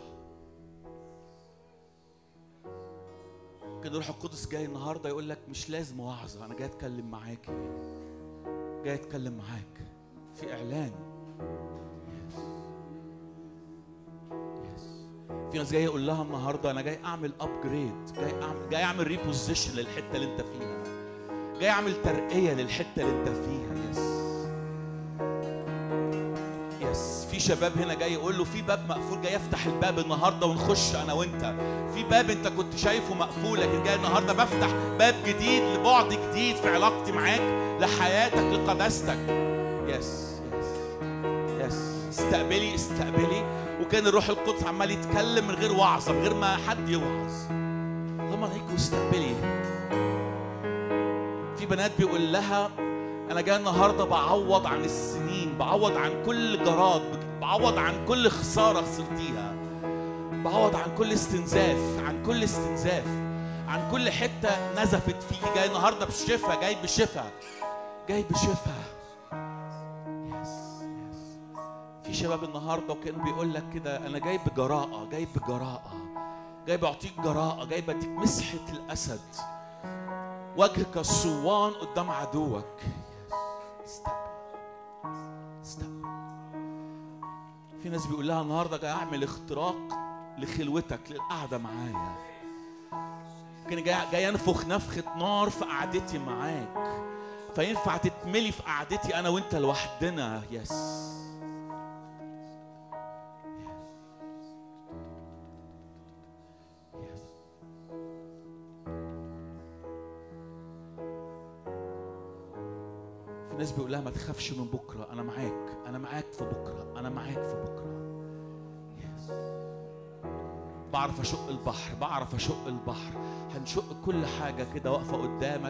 [SPEAKER 3] كان روح القدس جاي النهاردة يقول لك مش لازم وعظة، أنا جاي أتكلم معاك، جاي أتكلم معاك في إعلان. في ناس جاي يقول لها النهارده انا جاي اعمل ابجريد، جاي اعمل ريبوزيشن للحته اللي انت فيها، جاي اعمل ترقيه للحته اللي انت فيها. يس في شباب هنا جاي يقول له في باب مقفول، جاي افتح الباب النهارده ونخش انا وانت. في باب انت كنت شايفه مقفول، لكن جاي النهارده بفتح باب جديد لبعد جديد في علاقتي معاك، لحياتك، لقداستك. يس استقبلي. وكان الروح القدس عمال يتكلم من غير وعظة، من غير ما حد يوعظ. غمض عينيك واستقبلي. في بنات بيقول لها أنا جاي النهاردة بعوض عن السنين، بعوض عن كل جراد، بعوض عن كل خسارة خسرتيها، بعوض عن كل استنزاف، عن كل حتة نزفت فيكي. جاي النهاردة بالشفاء، جاي بشفاء. في شباب النهارده وكانوا بيقول لك كده انا جاي بجراءه، جاي بعطيك جراءه، جاي بديك مسحه الاسد، وجهك الصوان قدام عدوك. في ناس بيقول لها النهارده جاي اعمل اختراق لخلوتك، للقعده معايا. كان جاي انفخ نفخه نار في قعدتي معاك، فينفع تتملي في قعدتي انا وانت لوحدنا. يس في ناس بيقول لها ما تخافش من بكره، انا معاك، انا معاك في بكره، انا معاك في بكره. يس بعرف اشق البحر، بعرف اشق البحر. هنشق كل حاجه كده واقفه قدامك.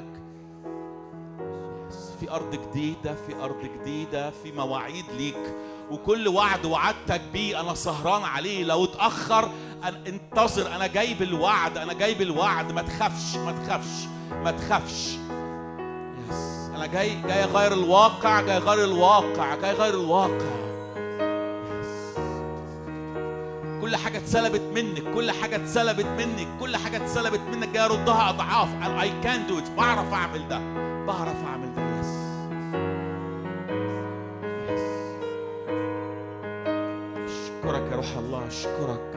[SPEAKER 3] في أرض جديدة، في أرض جديدة، في مواعيد ليك، وكل وعد وعدتك بيه أنا سهران عليه. لو اتأخر انتظر، أنا جايب الوعد، أنا جايب الوعد. ما تخافش، ما تخافش، ما تخافش. يس أنا جاي أغير الواقع، جاي أغير الواقع، جاي أغير الواقع. كل حاجة اتسلبت منك، كل حاجة اتسلبت منك، كل حاجة اتسلبت منك جاي أردها أضعاف. I can do it. بعرف أعمل ده، بعرف أعمل ده. أشكرك يا روح الله، أشكرك.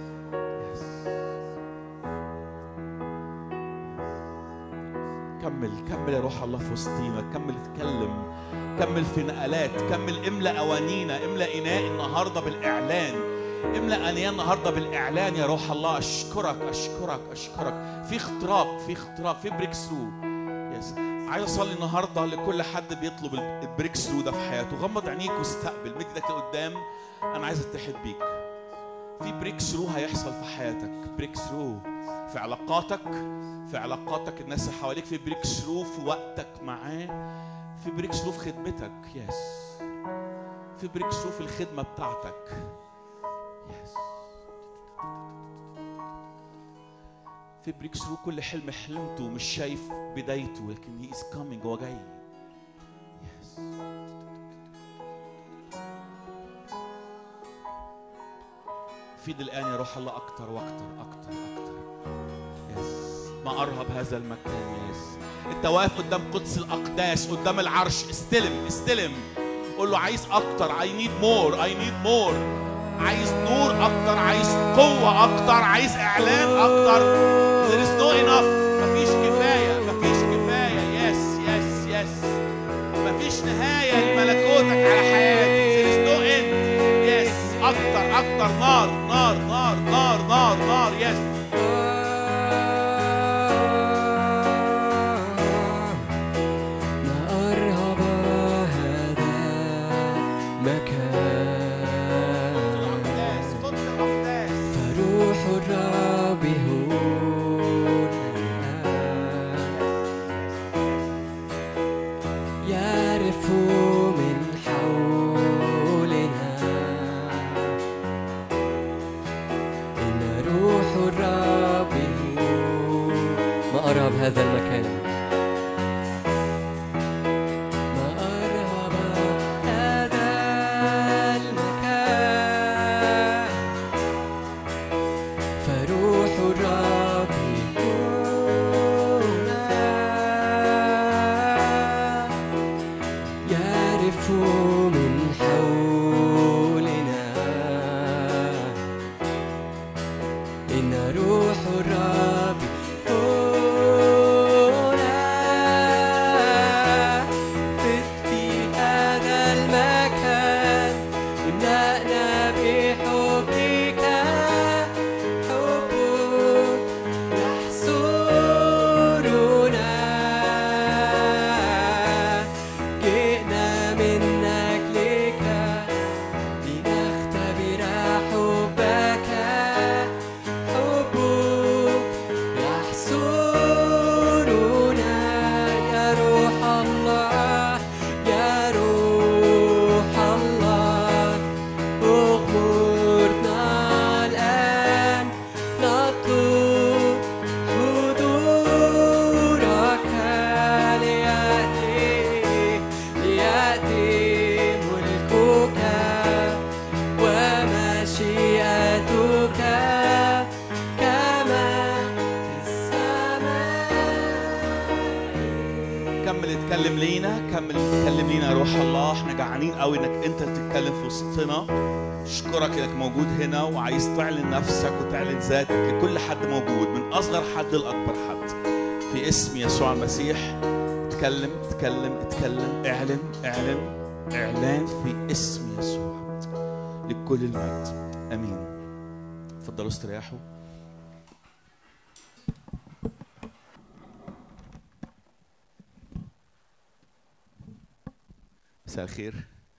[SPEAKER 3] كمل يا روح الله في وسطينا، كمل اتكلم، كمل في نقلات، كمل املأ أوانينا، املأ إناء النهارده بالإعلان، املأ أنيان النهارده بالإعلان يا روح الله. أشكرك أشكرك أشكرك. في اختراق، في اختراق، في بريك ثرو. يس عايز أصلي النهارده لكل حد بيطلب البريك ثرو ده في حياته. غمض عينيك واستقبل، مد ايدك لقدام. أنا عايز أتحد بيك. في بريك ثرو هيحصل في حياتك، بريك ثرو في علاقاتك، في علاقاتك الناس اللي حواليك، في بريك ثرو في وقتك معاه، في بريك ثرو في خدمتك. يس في بريك ثرو في الخدمة بتاعتك. يس في بريك ثرو كل حلم حلمته مش شايف بدايته، لكن هي is coming، هو جاي. يس فيد الآن يا روح الله أكتر وأكتر أكتر أكتر. يس ما أرهب هذا المكان. يس أنت واقف قدام قدس الأقداس، قدام العرش. استلم استلم، قول له عايز أكتر. I need more, I need more. عايز نور أكتر، عايز قوة أكتر، عايز إعلان أكتر. There is no enough. مفيش كفاية، مفيش كفاية. يس يس يس مفيش نهاية لملكوتك على حياتك. There is no end. يس أكتر أكتر. نار نار نار نار نار نار. يس
[SPEAKER 1] ما أرهب هذا مكان، فروح الرب هنا
[SPEAKER 3] كمل اتكلم لينا، كمل اتكلم لينا يا روح الله. احنا جعانين قوي انك انت تتكلم في وسطنا. اشكرك انك موجود هنا وعايز تعلن نفسك وتعلن ذاتك لكل حد موجود، من اصغر حد لاكبر حد، في اسم يسوع المسيح. اتكلم اتكلم اتكلم، اعلن اعلن اعلان في اسم يسوع لكل المجد. امين. اتفضلوا استريحوا. مساء الخير.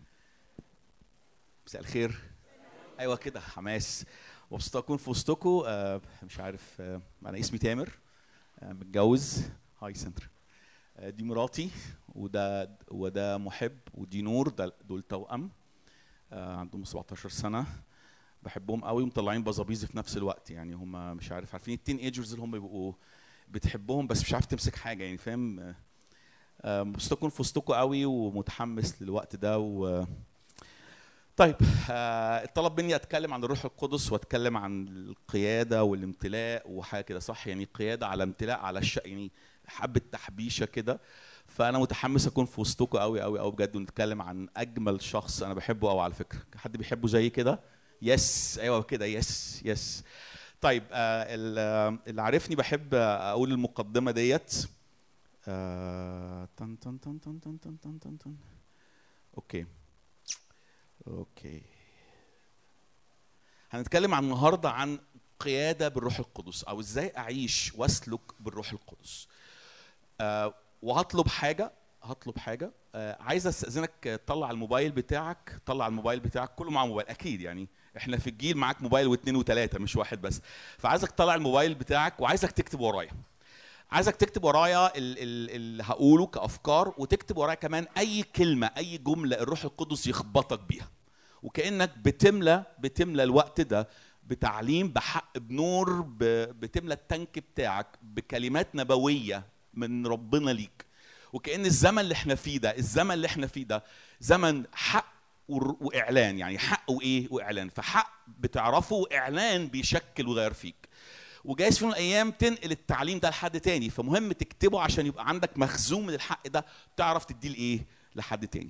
[SPEAKER 3] مساء الخير. ايوه كده حماس. مبسوط اكون في وسطكم. مش عارف، انا اسمي تامر، متجوز. هاي سنتر. دي مراتي وده محب، ودي نور. دول توأم، عندهم 17 سنه. بحبهم قوي ومطلعين بزابيزي في نفس الوقت. يعني هم مش عارف، عارفين التين ايجرز اللي هم بيبقوا بتحبهم بس مش عارف تمسك حاجه، يعني فاهم. مبسوط اكون في وسطكم قوي ومتحمس للوقت ده. طيب، اتطلب مني اتكلم عن الروح القدس واتكلم عن القياده والامتلاء وحاجه كده، صح؟ يعني قياده على امتلاء على يعني حبه تحبيشه كده. فانا متحمس اكون في وسطكم قوي قوي قوي بجد، ونتكلم عن اجمل شخص انا بحبه قوي. على فكره حد بيحبه زي كده؟ يس، ايوه كده، يس يس. طيب، اللي عارفني بحب اقول المقدمه ديت. تن تن تن تن تن تن تن تن تن. اوكي. هنتكلم عن النهارده عن قياده بالروح القدس، او ازاي اعيش واسلك بالروح القدس. وهطلب حاجه. عايز استاذنك طلع الموبايل بتاعك. كله معاه موبايل اكيد، يعني احنا في الجيل معاك موبايل واثنين وثلاثه مش واحد بس. فعايزك تطلع الموبايل بتاعك وعايزك تكتب ورايا. اللي هقوله كافكار، وتكتب ورايا كمان اي كلمه اي جمله الروح القدس يخبطك بيها، وكانك بتملى الوقت ده بتعليم، بحق، بنور، بتملى التانك بتاعك بكلمات نبويه من ربنا ليك. وكأن الزمن اللي احنا فيه ده زمن حق واعلان، يعني حق واعلان. فحق بتعرفه، واعلان بيشكل ويغير فيك. وجايز في يوم من الايام تنقل التعليم ده لحد تاني، فمهم تكتبه عشان يبقى عندك مخزون من الحق ده تعرف تديه لحد تاني.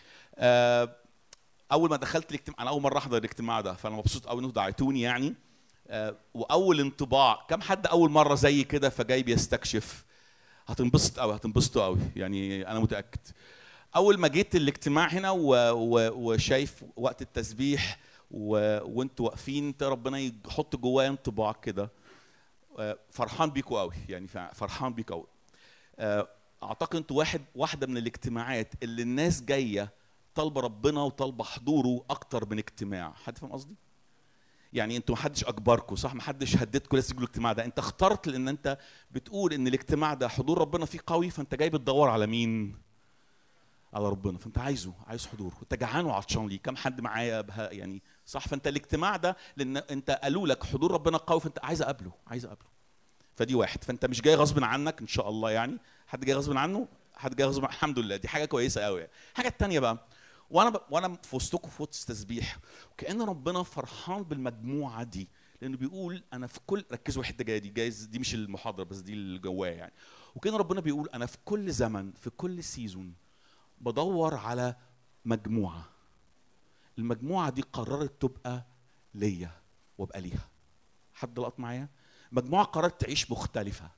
[SPEAKER 3] اول ما دخلت الاجتماع، انا اول مره احضر الاجتماع ده، فانا مبسوط قوي انه دعيتوني يعني. واول انطباع، كم حد اول مره زي كده فجاي بيستكشف؟ هتنبسطوا قوي يعني، انا متاكد. اول ما جيت الاجتماع هنا وشايف وقت التسبيح وانتوا واقفين، ربنا يحط جوايا انطباع كده. فرحان بيكوا قوي، يعني فرحان بيكوا قوي. اعتقد انتوا واحده من الاجتماعات اللي الناس جايه طالبه ربنا وطالبه حضوره اكتر من اجتماع. حد فاهم قصدي؟ يعني انتوا محدش اجبركم، صح؟ محدش هددكم لازم تيجوا الاجتماع ده. انت اخترت لان انت بتقول ان الاجتماع ده حضور ربنا فيه قوي، فانت جاي بتدور على مين؟ على ربنا. فانت عايز حضور، وانت جعان وعطشان ليه. كم حد معايا يعني صح؟ فانت الاجتماع ده لان انت قالوا لك حضور ربنا قوي، فانت عايز اقابله. فدي واحد. فانت مش جاي غصب عنك ان شاء الله. يعني حد جاي غصب عنه؟ الحمد لله، دي حاجه كويسه قوي يعني. الحاجه الثانيه بقى، وانا في وسطكم في وسط تسبيح، وكأن ربنا فرحان بالمجموعه دي، لانه بيقول انا في كل، ركزوا الحته الجايه دي، جايز دي مش المحاضره بس دي اللي جوايا يعني. وكأن ربنا بيقول انا في كل زمن، في كل سيزون بدور على مجموعه. المجموعه دي قررت تبقى ليا وابقى ليها. حد لقط معايا؟ مجموعه قررت تعيش مختلفه.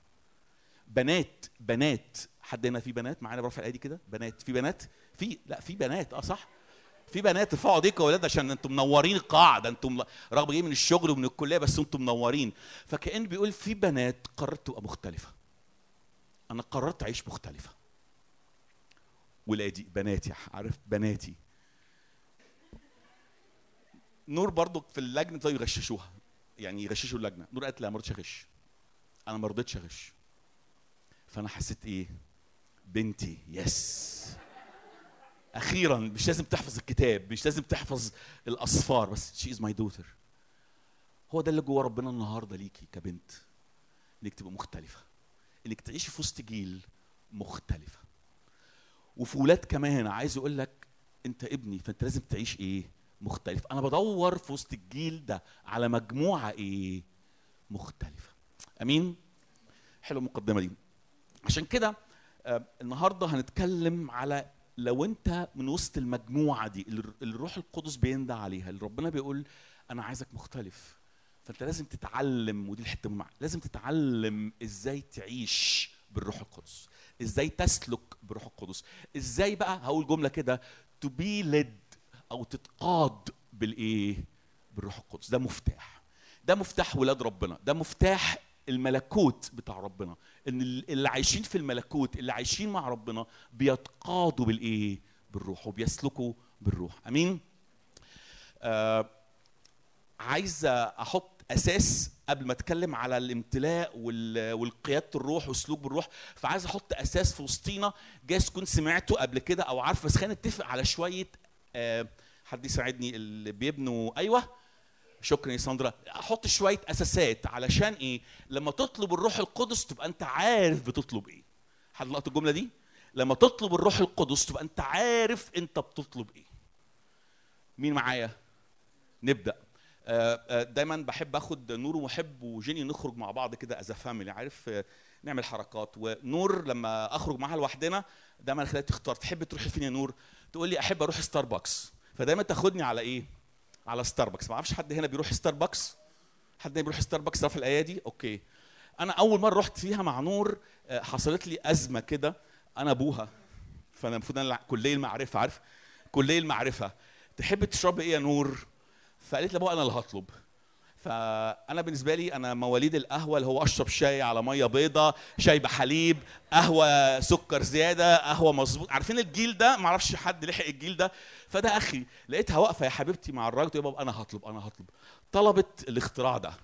[SPEAKER 3] بنات. حد هنا في بنات معانا؟ برفع الايدي كده. بنات، في بنات، في بنات. صح، في بنات. ارفعوا ايديكم يا ولاد عشان انتم منورين القاعه ده. انتم رغم جايين من الشغل ومن الكليه بس انتم منورين. فكأن بيقول في بنات قررت تبقى مختلفه. انا قررت اعيش مختلفه. ولادي بناتي، عارف بناتي. نور برضو في اللجنه طيب يغششوها، يعني يغششوا اللجنه. نور قالت لا ما رضيتش اغش. انا ما رضيتش اغش. فانا حسيت ايه؟ بنتي. يس، اخيرا مش لازم تحفظ الكتاب، مش لازم تحفظ الاصفار، بس شي از ماي دوتر. هو ده اللي جوه ربنا النهارده ليكي كبنت، انك تبقى مختلفه، انك تعيشي في وسط جيل مختلفه. وفي ولاد كمان عايز اقول لك انت ابني، فانت لازم تعيش مختلف. انا بدور في وسط الجيل ده على مجموعه مختلفه. امين. حلو المقدمه دي. عشان كده النهارده هنتكلم على لو انت من وسط المجموعه دي اللي الروح القدس بيندى عليها، اللي ربنا بيقول انا عايزك مختلف، فانت لازم تتعلم، ودي الحته المهمه، لازم تتعلم ازاي تعيش بالروح القدس، ازاي تسلك بالروح القدس، ازاي بقى هقول جمله كده to be led او تتقاد بالايه؟ بالروح القدس. ده مفتاح، ده مفتاح ولاد ربنا، ده مفتاح الملكوت بتاع ربنا، ان اللي عايشين في الملكوت، اللي عايشين مع ربنا بيتقادوا بالايه؟ بالروح، وبيسلكوا بالروح. امين. عايز احط اساس قبل ما اتكلم على الامتلاء والقياده الروح وسلوك بالروح، فعايز احط اساس في وسطينا جايز تكون سمعته قبل كده او عارف، بس خلينا نتفق على شويه. حد يساعدني اللي بيبنوا؟ ايوه شكرا يا ساندرا. احط شويه اساسات علشان ايه؟ لما تطلب الروح القدس تبقى انت عارف بتطلب ايه. حد لقط الجمله دي؟ لما تطلب الروح القدس تبقى انت عارف انت بتطلب ايه. مين معايا؟ نبدا. دايما بحب اخد نور ومحب وجيني نخرج مع بعض كده از فاميلي، عارف، نعمل حركات. ونور لما اخرج معاها لوحدنا دايما خليها تختار تحب تروحي فين يا نور؟ تقول لي احب اروح ستاربكس، فدايما تاخدني على ايه؟ على ستاربكس. ما اعرفش حد هنا بيروح ستاربكس؟ حد هنا بيروح ستاربكس في الايادي؟ اوكي. انا اول مره رحت فيها مع نور حصلت لي ازمه كده، انا ابوها، فانا المفروض انا كليه المعرفه، عارف كليه المعرفه، تحب تشرب ايه يا نور؟ فقالت لي ابوها انا اللي هطلب. فانا بالنسبه لي انا مواليد القهوه، اللي هو اشرب شاي على ميه بيضه، شاي بحليب، قهوه سكر زياده، قهوه مظبوط، عارفين الجيل ده؟ ما اعرفش حد لحق الجيل ده. فده اخي، لقيتها واقفه يا حبيبتي مع الراجل، يا بابا انا هطلب انا هطلب. طلبت الاختراع ده،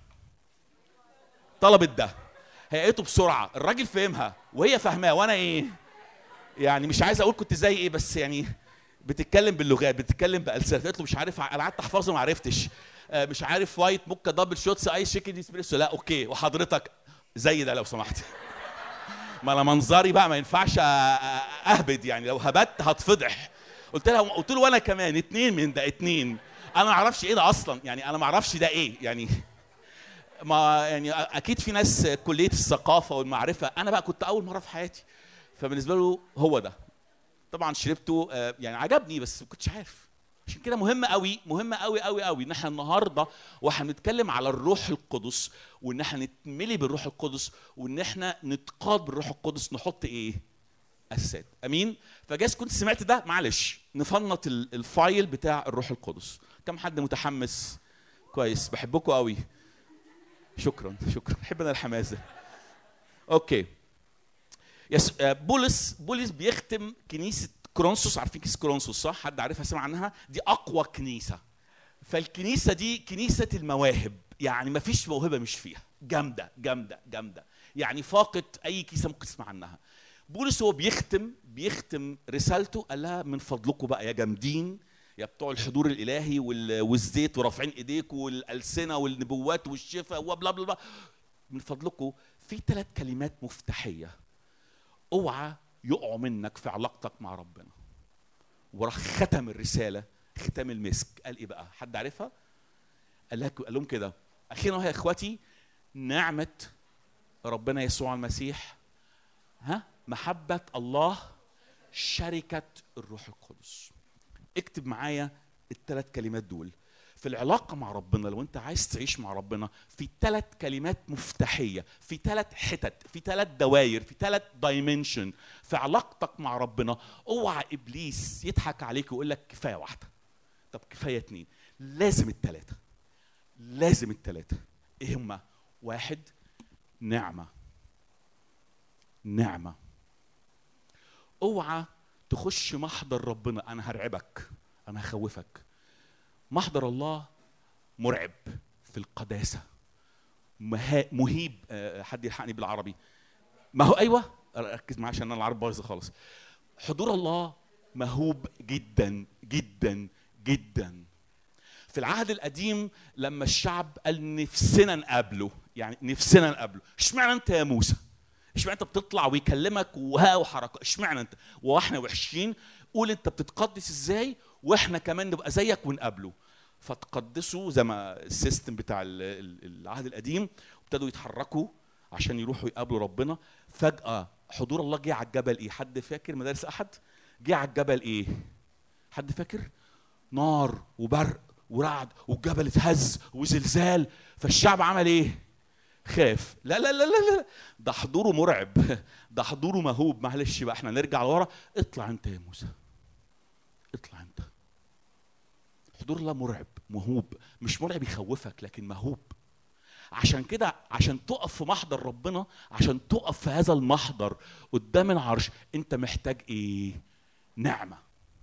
[SPEAKER 3] طلبت ده، هيئته بسرعه، الراجل فهمها وهي فاهماه، وانا ايه يعني مش عايز اقول كنت زي ايه، بس يعني بتتكلم باللغات، بتتكلم بالسنه. قلت له مش عارف، انا قعدت احفظه ما عرفتش، مش عارف وايت موكا دبل شوتس اي شيكن اسبريسو، لا اوكي، وحضرتك زي ده لو سمحت. ما انا منظري بقى ما ينفعش اهبد، يعني لو هبت هتفضح. قلت له وانا كمان اتنين من ده، اتنين. انا ما اعرفش ايه ده اصلا، يعني انا ما اعرفش ده ايه يعني. ما يعني اكيد في ناس كليه الثقافه والمعرفه، انا بقى كنت اول مره في حياتي، فبالنسبه له هو ده. طبعا شربته، يعني عجبني بس ما كنتش عارف. عشان كده مهم قوي، مهم قوي قوي قوي ان احنا النهارده واحنا بنتكلم على الروح القدس، وان احنا نتملي بالروح القدس، وان احنا نتقاد بالروح القدس، نحط ايه؟ اساسات. امين. فجايز كنت سمعت ده، معلش نفنط الفايل بتاع الروح القدس. كم حد متحمس؟ كويس، بحبكم قوي. شكرا شكرا، بحب انا الحماس ده. اوكي. يس. بولس بيختم كنيسه كورنثوس. عارفين كنيسه كورنثوس صح؟ حد عارفها سمع عنها؟ دي اقوى كنيسه. فالكنيسه دي كنيسه المواهب، يعني ما فيش موهبه مش فيها، جامده جامده جامده، يعني فاقت اي كنيسه ممكن تسمع عنها. بولس هو بيختم رسالته، قال لها من فضلكم بقى يا جامدين، يا بتوع الحضور الالهي والزيت ورافعين ايديكم والالسنه والنبوات والشفاء وبلا بلا بلا، من فضلكم في 3 كلمات مفتاحيه اوعى يقعوا منك في علاقتك مع ربنا. وراح ختم الرساله ختام المسك. قال ايه بقى؟ حد عارفها؟ قال لهم كده اخيرا يا اخواتي، نعمه ربنا يسوع المسيح، محبه الله، شركه الروح القدس. اكتب معايا ال3 كلمات دول. في العلاقه مع ربنا، لو انت عايز تعيش مع ربنا، في 3 كلمات مفتاحيه، في 3 حتت، في 3 دواير، في 3 دايمنشن في علاقتك مع ربنا. اوعى ابليس يضحك عليك ويقول لك كفايه واحده، طب كفايه 2. لازم ال3، لازم ال3. ايه هما؟ 1 نعمه. نعمه. اوعى تخش محضر ربنا، انا هرعبك، انا هخوفك. محضر الله مرعب في القداسه، مهيب. حد يلحقني بالعربي؟ ما هو ايوه، ركز معايا عشان انا العربي بايظه خالص. حضور الله مهوب جدا جدا جدا. في العهد القديم لما الشعب قال نفسنا نقابله، يعني نفسنا نقابله، اشمعنى انت يا موسى؟ اشمعنى انت بتطلع ويكلمك وحركه؟ اشمعنى انت واحنا وحشين؟ قول انت بتتقدس ازاي واحنا كمان نبقى زيك ونقابله. فتقدسوا زي ما السيستم بتاع العهد القديم، وابتدوا يتحركوا عشان يروحوا يقابلوا ربنا. فجأة حضور الله جه على الجبل ايه؟ حد فاكر مدارس احد؟ جه على الجبل ايه؟ حد فاكر؟ نار وبرق ورعد والجبل اتهز وزلزال، فالشعب عمل ايه؟ خاف. لا لا لا لا لا، ده حضوره مرعب، ده حضوره مهوب. معلش بقى احنا نرجع لورا. اطلع انت يا موسى، اطلع انت. حضور الله مرعب مهوب، مش مرعب يخوفك لكن مهوب. عشان كده عشان تقف في محضر ربنا، عشان تقف في هذا المحضر قدام العرش، انت محتاج ايه؟ نعمة.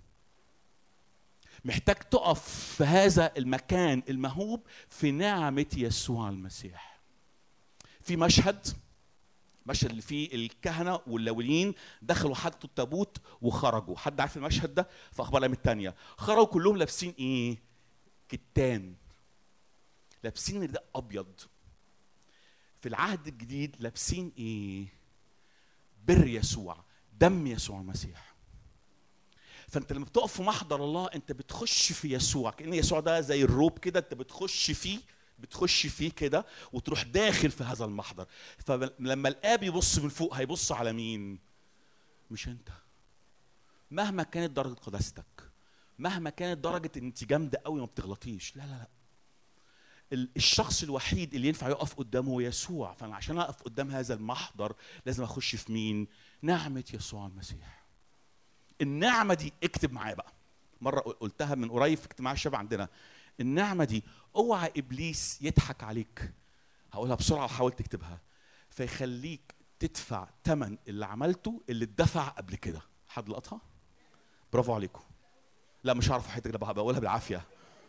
[SPEAKER 3] محتاج تقف في هذا المكان المهوب في نعمة يسوع المسيح. في مشهد اللي فيه الكهنة واللاويين دخلوا حطوا التابوت وخرجوا. حد عارف المشهد ده؟ في أخبار الأيام الثانية. خرجوا كلهم لابسين ايه؟ كتان، لابسين رداء أبيض. في العهد الجديد لابسين ايه؟ بر يسوع، دم يسوع المسيح. فانت لما بتقف في محضر الله انت بتخش في يسوع، كأن يسوع ده زي الروب كده، انت بتخش فيه كده وتروح داخل في هذا المحضر. فلما الآب يبص من فوق هيبص على مين؟ مش انت. مهما كانت درجة قداستك، مهما كانت درجة ان انت جامدة قوي ما بتغلطيش، لا لا لا. الشخص الوحيد اللي ينفع يقف قدامه هو يسوع. فانا عشان اقف قدام هذا المحضر لازم اخش في مين؟ نعمة يسوع المسيح. النعمة دي اكتب معايا بقى، مرة قلتها من قريب في اجتماع الشباب عندنا. النعمة دي اوعى ابليس يضحك عليك، هقولها بسرعة وحاول تكتبها، فيخليك تدفع ثمن اللي عملته اللي اتدفع قبل كده. حد لقطها؟ برافو عليكم. لا مش هعرف حياتك، بقولها بالعافية.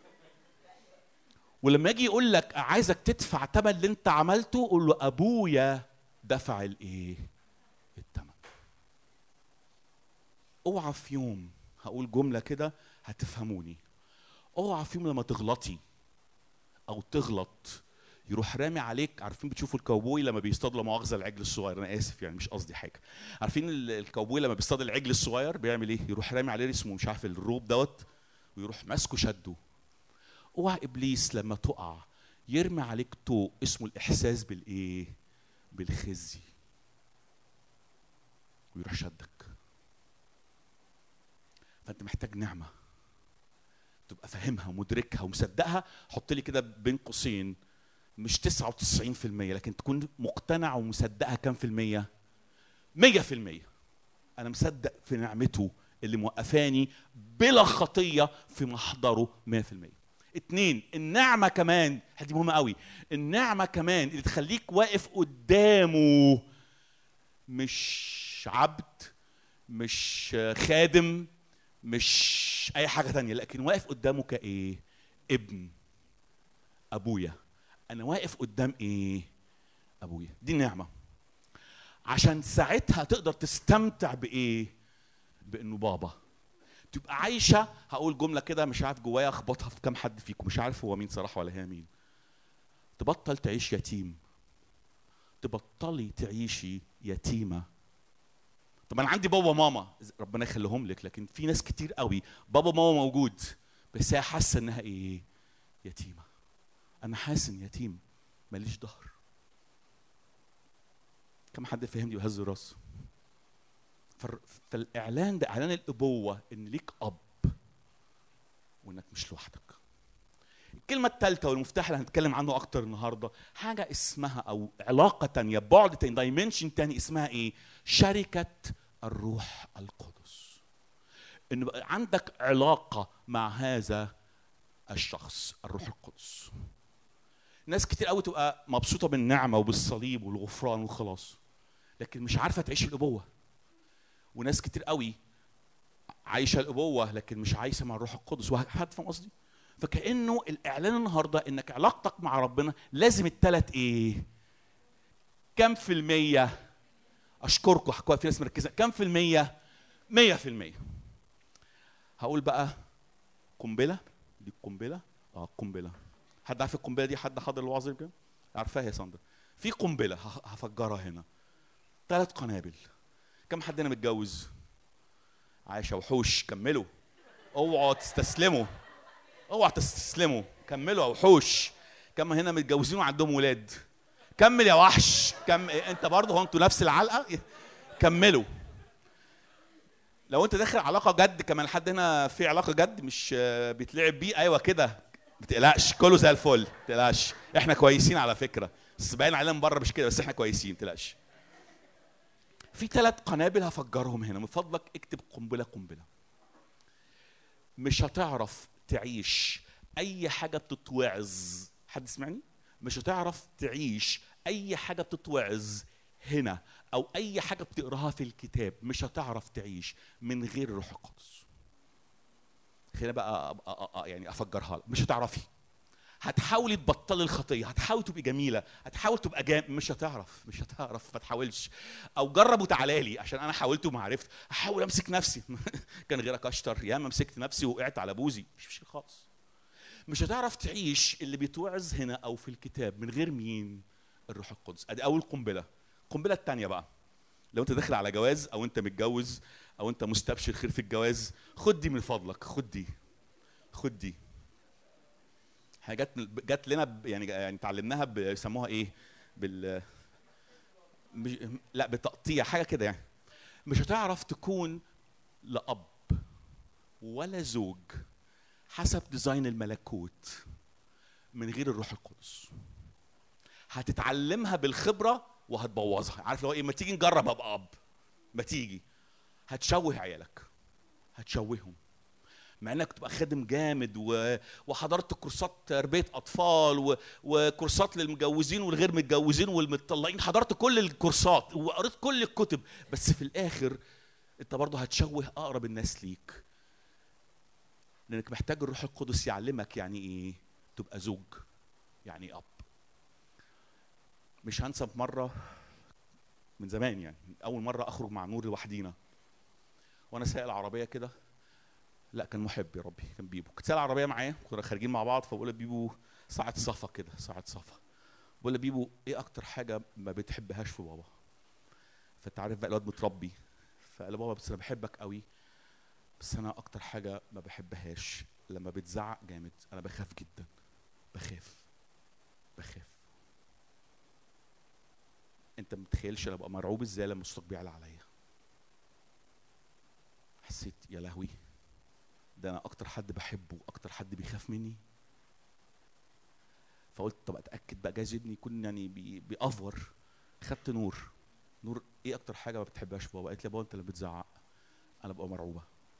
[SPEAKER 3] ولما يجي يقول لك عايزك تدفع ثمن اللي انت عملته، قول له ابويا دفع الايه؟ الثمن. اوعى في يوم، هقول جملة كده هتفهموني، اوعى في يوم لما تغلطي او تغلط يروح رامي عليك. عارفين بتشوفوا الكاوبوي لما بيصطاد لا مؤاخذه العجل الصغير، انا اسف يعني مش قصدي حاجه، عارفين الكاوبوي لما بيصطاد العجل الصغير بيعمل ايه؟ يروح رامي عليه اسمه مش عارف الروب دوت ويروح ماسكه شده. اوعى ابليس لما تقع يرمي عليك طوق اسمه الاحساس بالايه؟ بالخزي، ويروح شدك. فانت محتاج نعمه تبقى فاهمها ومدركها ومصدقها. حط لي كده بين قوسين مش 99% لكن تكون مقتنع ومصدقها كام في المية؟ 100%. انا مصدق في نعمته اللي موقفاني بلا خطيه في محضره 100%. 2، النعمه كمان، دي مهمه قوي، النعمه كمان اللي تخليك واقف قدامه مش عبد، مش خادم، مش اي حاجه تانية، لكن واقف قدامه كايه؟ ابن. ابويا، انا واقف قدام ايه؟ ابويا. دي نعمه. عشان ساعتها تقدر تستمتع بايه؟ بانه بابا. تبقى عايشه، هقول جمله كده مش عارف جوايا اخبطها في كام حد فيكم، مش عارف هو مين صراحه ولا هي مين. تبطل تعيش يتيم، تبطلي تعيشي يتيمه. طب انا عندي بابا وماما ربنا يخليهم لك، لكن في ناس كتير قوي بابا وماما موجود بس هي حاسه انها ايه؟ يتيمه. انا حاسس اني يتيم ماليش ظهر. كم حد فهمني وهز راسه؟ فالاعلان ده اعلان الابوه، ان ليك اب وانك مش لوحدك. الكلمه الثالثه والمفتاح اللي هنتكلم عنه اكتر النهارده حاجه اسمها او علاقه ثانيه، بعد ثاني، دايمنشن ثاني، اسمها ايه؟ شركه الروح القدس. ان يبقى عندك علاقه مع هذا الشخص الروح القدس. ناس كتير قوي تبقى مبسوطه بالنعمه وبالصليب والغفران والخلاص لكن مش عارفه تعيش الابوه. وناس كتير قوي عايشه الابوه لكن مش عايشه مع الروح القدس. حد فاهم قصدي؟ فكأنه الاعلان النهارده انك علاقتك مع ربنا لازم الثلاث ايه؟ كم في المية؟ اشكركم حكوا في ناس مركزه. كم في المية؟ 100%. هقول بقى قنبله. دي القنبله. قنبله. حد عارف القنبله دي؟ حد حاضر الوعظ كده؟ عارفاها يا ساندرا؟ في قنبله هفجرها هنا. 3 قنابل. كم حد هنا متجوز؟ عايشه وحوش. كملوا. اوعوا تستسلموا. اوعوا تستسلموا. كملوا يا وحوش. كم هنا متجوزين وعندهم ولاد؟ كمل يا وحش. انت برضه هو انتوا نفس العلقه؟ كملوا. لو انت داخل علاقه جد كمان، حد هنا في علاقه جد مش بيتلعب بيه؟ ايوه كده، ما تقلقش، كله زي الفل، ما تقلقش، احنا كويسين على فكره، بس باين علينا من بره مش كده، بس احنا كويسين، ما تقلقش. في 3 قنابل هفجرهم هنا، من فضلك اكتب قنبله قنبله. مش هتعرف تعيش اي حاجه بتتوعظ، حد سمعني؟ مش هتعرف تعيش اي حاجه بتتوعظ هنا او اي حاجه بتقراها في الكتاب، مش هتعرف تعيش من غير الروح القدس. خلينا بقى يعني افجرها لك، مش هتعرفي. هتحاولي تبطلي الخطيه، هتحاولي تبقي جميله، هتحاول تبقى مش هتعرف، مش هتعرف، ما تحاولش. او جرب وتعالى لي، عشان انا حاولت وما عرفت. احاول امسك نفسي كان غيرك اشطر، ياما مسكت نفسي وقعت على بوزي، مش خالص. مش هتعرف تعيش اللي بيتوعظ هنا او في الكتاب من غير مين؟ الروح القدس. ادي اول قنبله. القنبله الثانيه بقى، لو انت داخل على جواز او انت متجوز او انت مستبشر خير في الجواز، خد دي من فضلك، خد دي، خد دي. حاجات جت لنا يعني اتعلمناها بيسموها ايه؟ لا بتقطيع حاجه كده يعني. مش هتعرف تكون لا اب ولا زوج حسب ديزاين الملكوت من غير الروح القدس. هتتعلمها بالخبره وهتبوظها. عارف لو ايه؟ ما تيجي نجرب ابقى اب، ما تيجي هتشوه عيالك، هتشوههم. مع انك تبقى خادم جامد وحضرت كورسات تربيه اطفال وكورسات للمتجوزين والغير متجوزين والمتطلقين، حضرت كل الكورسات وقريت كل الكتب، بس في الاخر انت برضه هتشوه اقرب الناس ليك، لانك محتاج الروح القدس يعلمك يعني ايه تبقى زوج، يعني اب. مش هنسى مره من زمان، يعني اول مره اخرج مع نور لوحدينا وانا سايق العربيه كده، لا كان محب يا ربي، كان بيبو، كنت سايق العربيه معاه، كنا خارجين مع بعض، فبقول لبيبو ساعه صفا كده، ساعه صفا، بقول لبيبو ايه اكتر حاجه ما بتحبهاش في بابا؟ فانت عارف بقى الواد متربي، فقال له بابا بس انا بحبك قوي، بس انا اكتر حاجه ما بحبهاش لما بتزعق جامد، انا بخاف جدا، بخاف. انت متخيلش انا ببقى مرعوب ازاي لما صوتك بيعلى عليا؟ حسيت يا لهوي، ده انا اكتر حد بحبه واكتر حد بيخاف مني. فقلت طب اتاكد بقى، جايز ابني يكون يعني بيأفور. خدت نور ايه اكتر حاجه ما بتحبهاش بابا؟ قالت لي بابا انت اللي بتزعق، انا ببقى مرعوبه.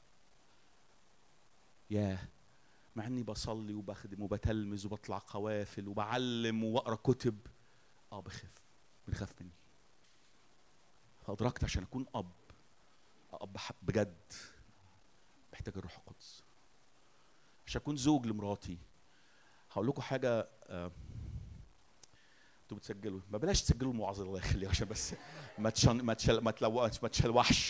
[SPEAKER 3] ياه، مع اني بصلي وبخدم وبتلمذ وبطلع قوافل وبعلم وبقرا كتب، بنخاف مني. فادركت عشان اكون اب بجد محتاج الروح القدس. عشان اكون زوج لمراتي، هقول لكم حاجه، انتوا بتسجلوا، ما بلاش تسجلوا المواعظ، الله يخليك، عشان بس ما تشلوحش.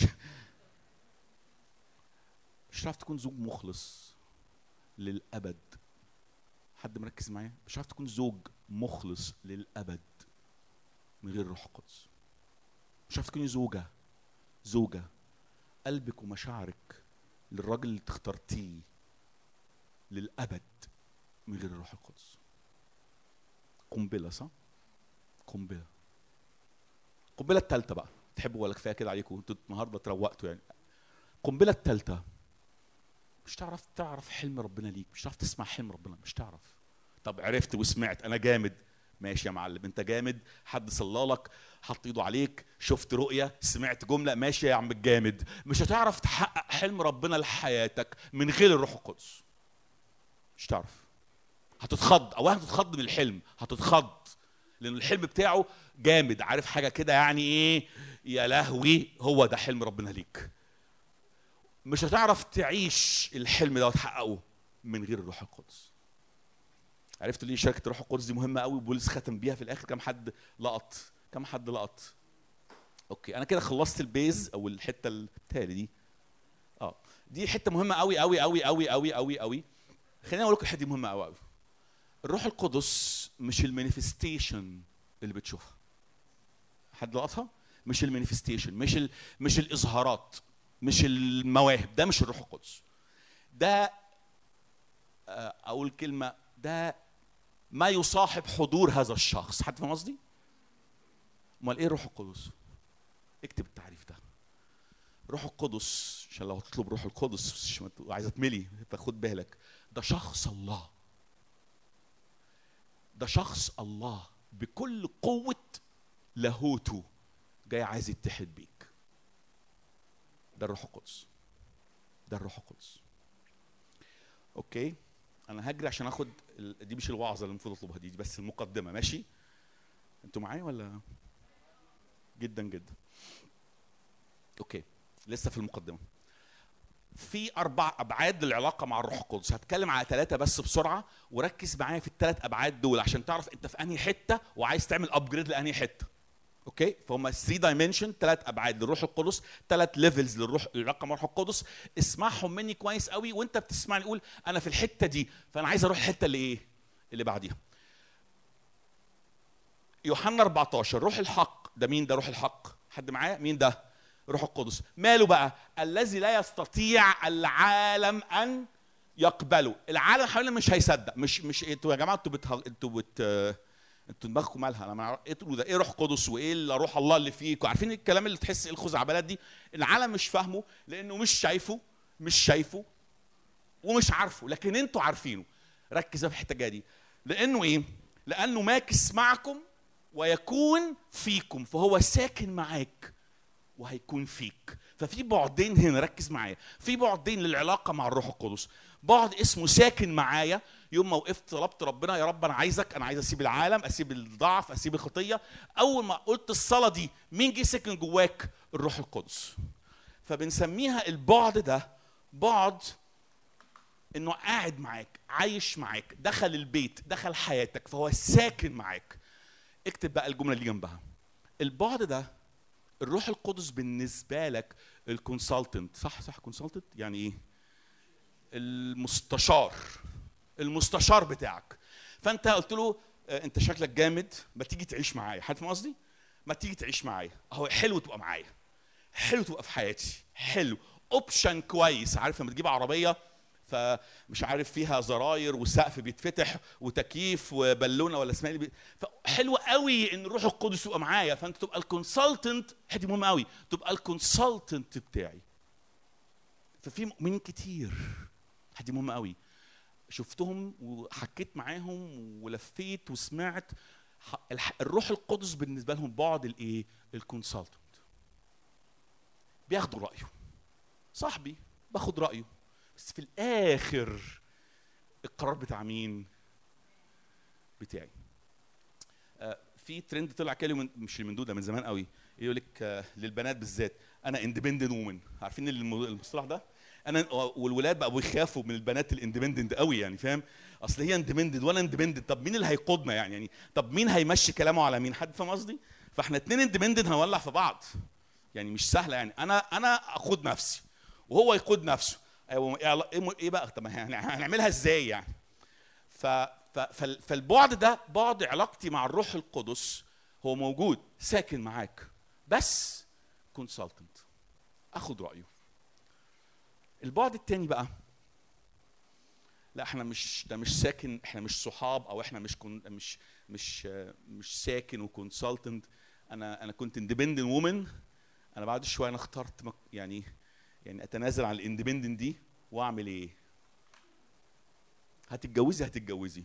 [SPEAKER 3] مش هتعرف تكون زوج مخلص للابد. حد مركز معايا؟ مش هتعرف تكون زوج مخلص للابد من غير الروح القدس. مش هتعرف تكوني زوجه قلبك ومشاعرك للراجل اللي اخترتيه للابد من غير الروح القدس. قنبله، صح؟ قنبله الثالثه بقى، تحبوا ولا كفايه كده عليكم؟ انتوا النهارده تروقتوا يعني. القنبله الثالثه، مش تعرف حلم ربنا ليك، مش تعرف تسمع حلم ربنا، مش تعرف. طب عرفت وسمعت، انا جامد، ماشي يا معلم، انت جامد، حد صلالك، حط ايده عليك، شفت رؤيه، سمعت جمله، ماشي يا عم الجامد. مش هتعرف تحقق حلم ربنا لحياتك من غير الروح القدس. مش تعرف، هتتخض، اولا هتتخض من الحلم، هتتخض لان الحلم بتاعه جامد، عارف حاجه كده يعني ايه، يا لهوي هو ده حلم ربنا ليك. مش هتعرف تعيش الحلم ده وتحققه من غير الروح القدس. عرفت ليه شركه الروح القدس دي مهمه قوي؟ بولس ختم بيها في الاخر. كم حد لقط؟ اوكي، انا كده خلصت البيز او الحته التالي دي. دي حته مهمه قوي قوي قوي قوي قوي قوي قوي. خليني اقول لكم الحته دي مهمه قوي قوي. الروح القدس مش المانيفستيشن اللي بتشوفها. حد لقطها؟ مش المانيفستيشن، مش الاظهارات، مش المواهب، ده مش الروح القدس. ده اقول كلمه، ده ما يصاحب حضور هذا الشخص. حد فاهم قصدي؟ امال ايه الروح القدس؟ اكتب التعريف ده. روح القدس، عشان لو هتطلب روح القدس عايزه تملي فخد بالك، ده شخص الله. ده شخص الله بكل قوة لاهوته جاي عايز يتحد بيك. ده الروح القدس. ده الروح القدس. اوكي؟ انا هجري عشان اخد دي مش الوعظة اللي المفروض اطلبها، دي بس المقدمة. ماشي؟ انتوا معايا ولا؟ جدا جدا. اوكي، لسه في المقدمة. في 4 أبعاد للعلاقة مع الروح القدس، هتكلم على 3 بس بسرعة، وركز معايا في ال3 أبعاد دول عشان تعرف أنت في أنهي حتة وعايز تعمل أبجريد لأنهي حتة. أوكي؟ فهم 3 دايمنشن، 3 أبعاد للروح القدس، 3 ليفلز للعلاقة مع الروح القدس. اسمعهم مني كويس قوي، وأنت بتسمعني قول أنا في الحتة دي، فأنا عايز أروح الحتة اللي إيه؟ اللي بعديها. يوحنا 14 روح الحق، ده مين ده روح الحق؟ حد معايا؟ مين ده؟ روح القدس. ماله بقى؟ الذي لا يستطيع العالم ان يقبله. العالم حوالينا مش هيصدق. مش انتوا يا جماعه انتوا دماغكم مالها؟ انا ما ايه تقولوا ده؟ ايه روح قدس وايه روح الله اللي فيكم؟ عارفين الكلام اللي تحس الخزعبلات دي؟ العالم مش فاهمه لانه مش شايفه ومش عارفه، لكن انتوا عارفينه. ركز في الحته دي. لانه ايه؟ لانه ماكس معكم ويكون فيكم، فهو ساكن معاك وهيكون فيك. ففي بعدين هنا، ركز معايا، في بعدين للعلاقه مع الروح القدس. بعد اسمه ساكن معايا. يوم ما وقفت طلبت ربنا يا رب انا عايزك، انا عايز اسيب العالم، اسيب الضعف، اسيب الخطيه. اول ما قلت الصلاه دي مين جه ساكن جواك؟ الروح القدس. فبنسميها البعد ده بعد انه قاعد معاك، عايش معاك، دخل البيت، دخل حياتك، فهو ساكن معاك. اكتب بقى الجمله اللي جنبها. البعد ده الروح القدس بالنسبه لك الكونسلتنت. صح كونسلتنت يعني ايه؟ المستشار بتاعك. فانت قلت له انت شكلك جامد، ما تيجي تعيش معايا. حد فاهم قصدي؟ ما تيجي تعيش معايا، اهو حلو تبقى معايا، حلو تبقى في حياتي، حلو اوبشن كويس. عارف لما تجيب عربيه فمش عارف فيها زراير وسقف بيتفتح وتكييف وبالونه ولا اسمها ايه، فحلو قوي ان الروح القدس يبقى معايا. فانت تبقى الكونسلتنت، حته مهمه قوي، تبقى الكونسلتنت بتاعي. ففي مؤمنين كتير، حته مهمه قوي، شفتهم وحكيت معاهم ولفيت وسمعت، الروح القدس بالنسبه لهم بعد الايه؟ الكونسلتنت. بياخدوا رايه، صاحبي باخد رايه، بس في الاخر القرار بتاع مين؟ بتاعي. في ترند طلع كلمه مش من دوده، من زمان قوي، يقول لك للبنات بالذات انا اندبندنت وومن. عارفين المصطلح ده؟ انا والولاد بقوا بيخافوا من البنات الاندبندنت قوي، يعني فاهم؟ اصل هي اندبندنت وانا اندبندنت، طب مين اللي هيقودنا يعني طب مين هيمشي كلامه على مين؟ حد فاهم قصدي؟ فاحنا اتنين اندبندنت هنولع في بعض، يعني مش سهله. يعني انا اقود نفسي وهو يقود نفسه. ايه بقى؟ طب هنعملها ازاي يعني؟ فالبعد ده بعد علاقتي مع الروح القدس، هو موجود ساكن معاك، بس كونسلتنت، اخد رايه. البعد التاني بقى، لا احنا مش ساكن، احنا مش صحاب، او احنا مش ساكن وكونسلتنت. انا كنت اندبندنت وومن، انا بعد شويه انا اخترت يعني اتنازل عن الاندبندنت دي واعمل ايه؟ هتتجوزي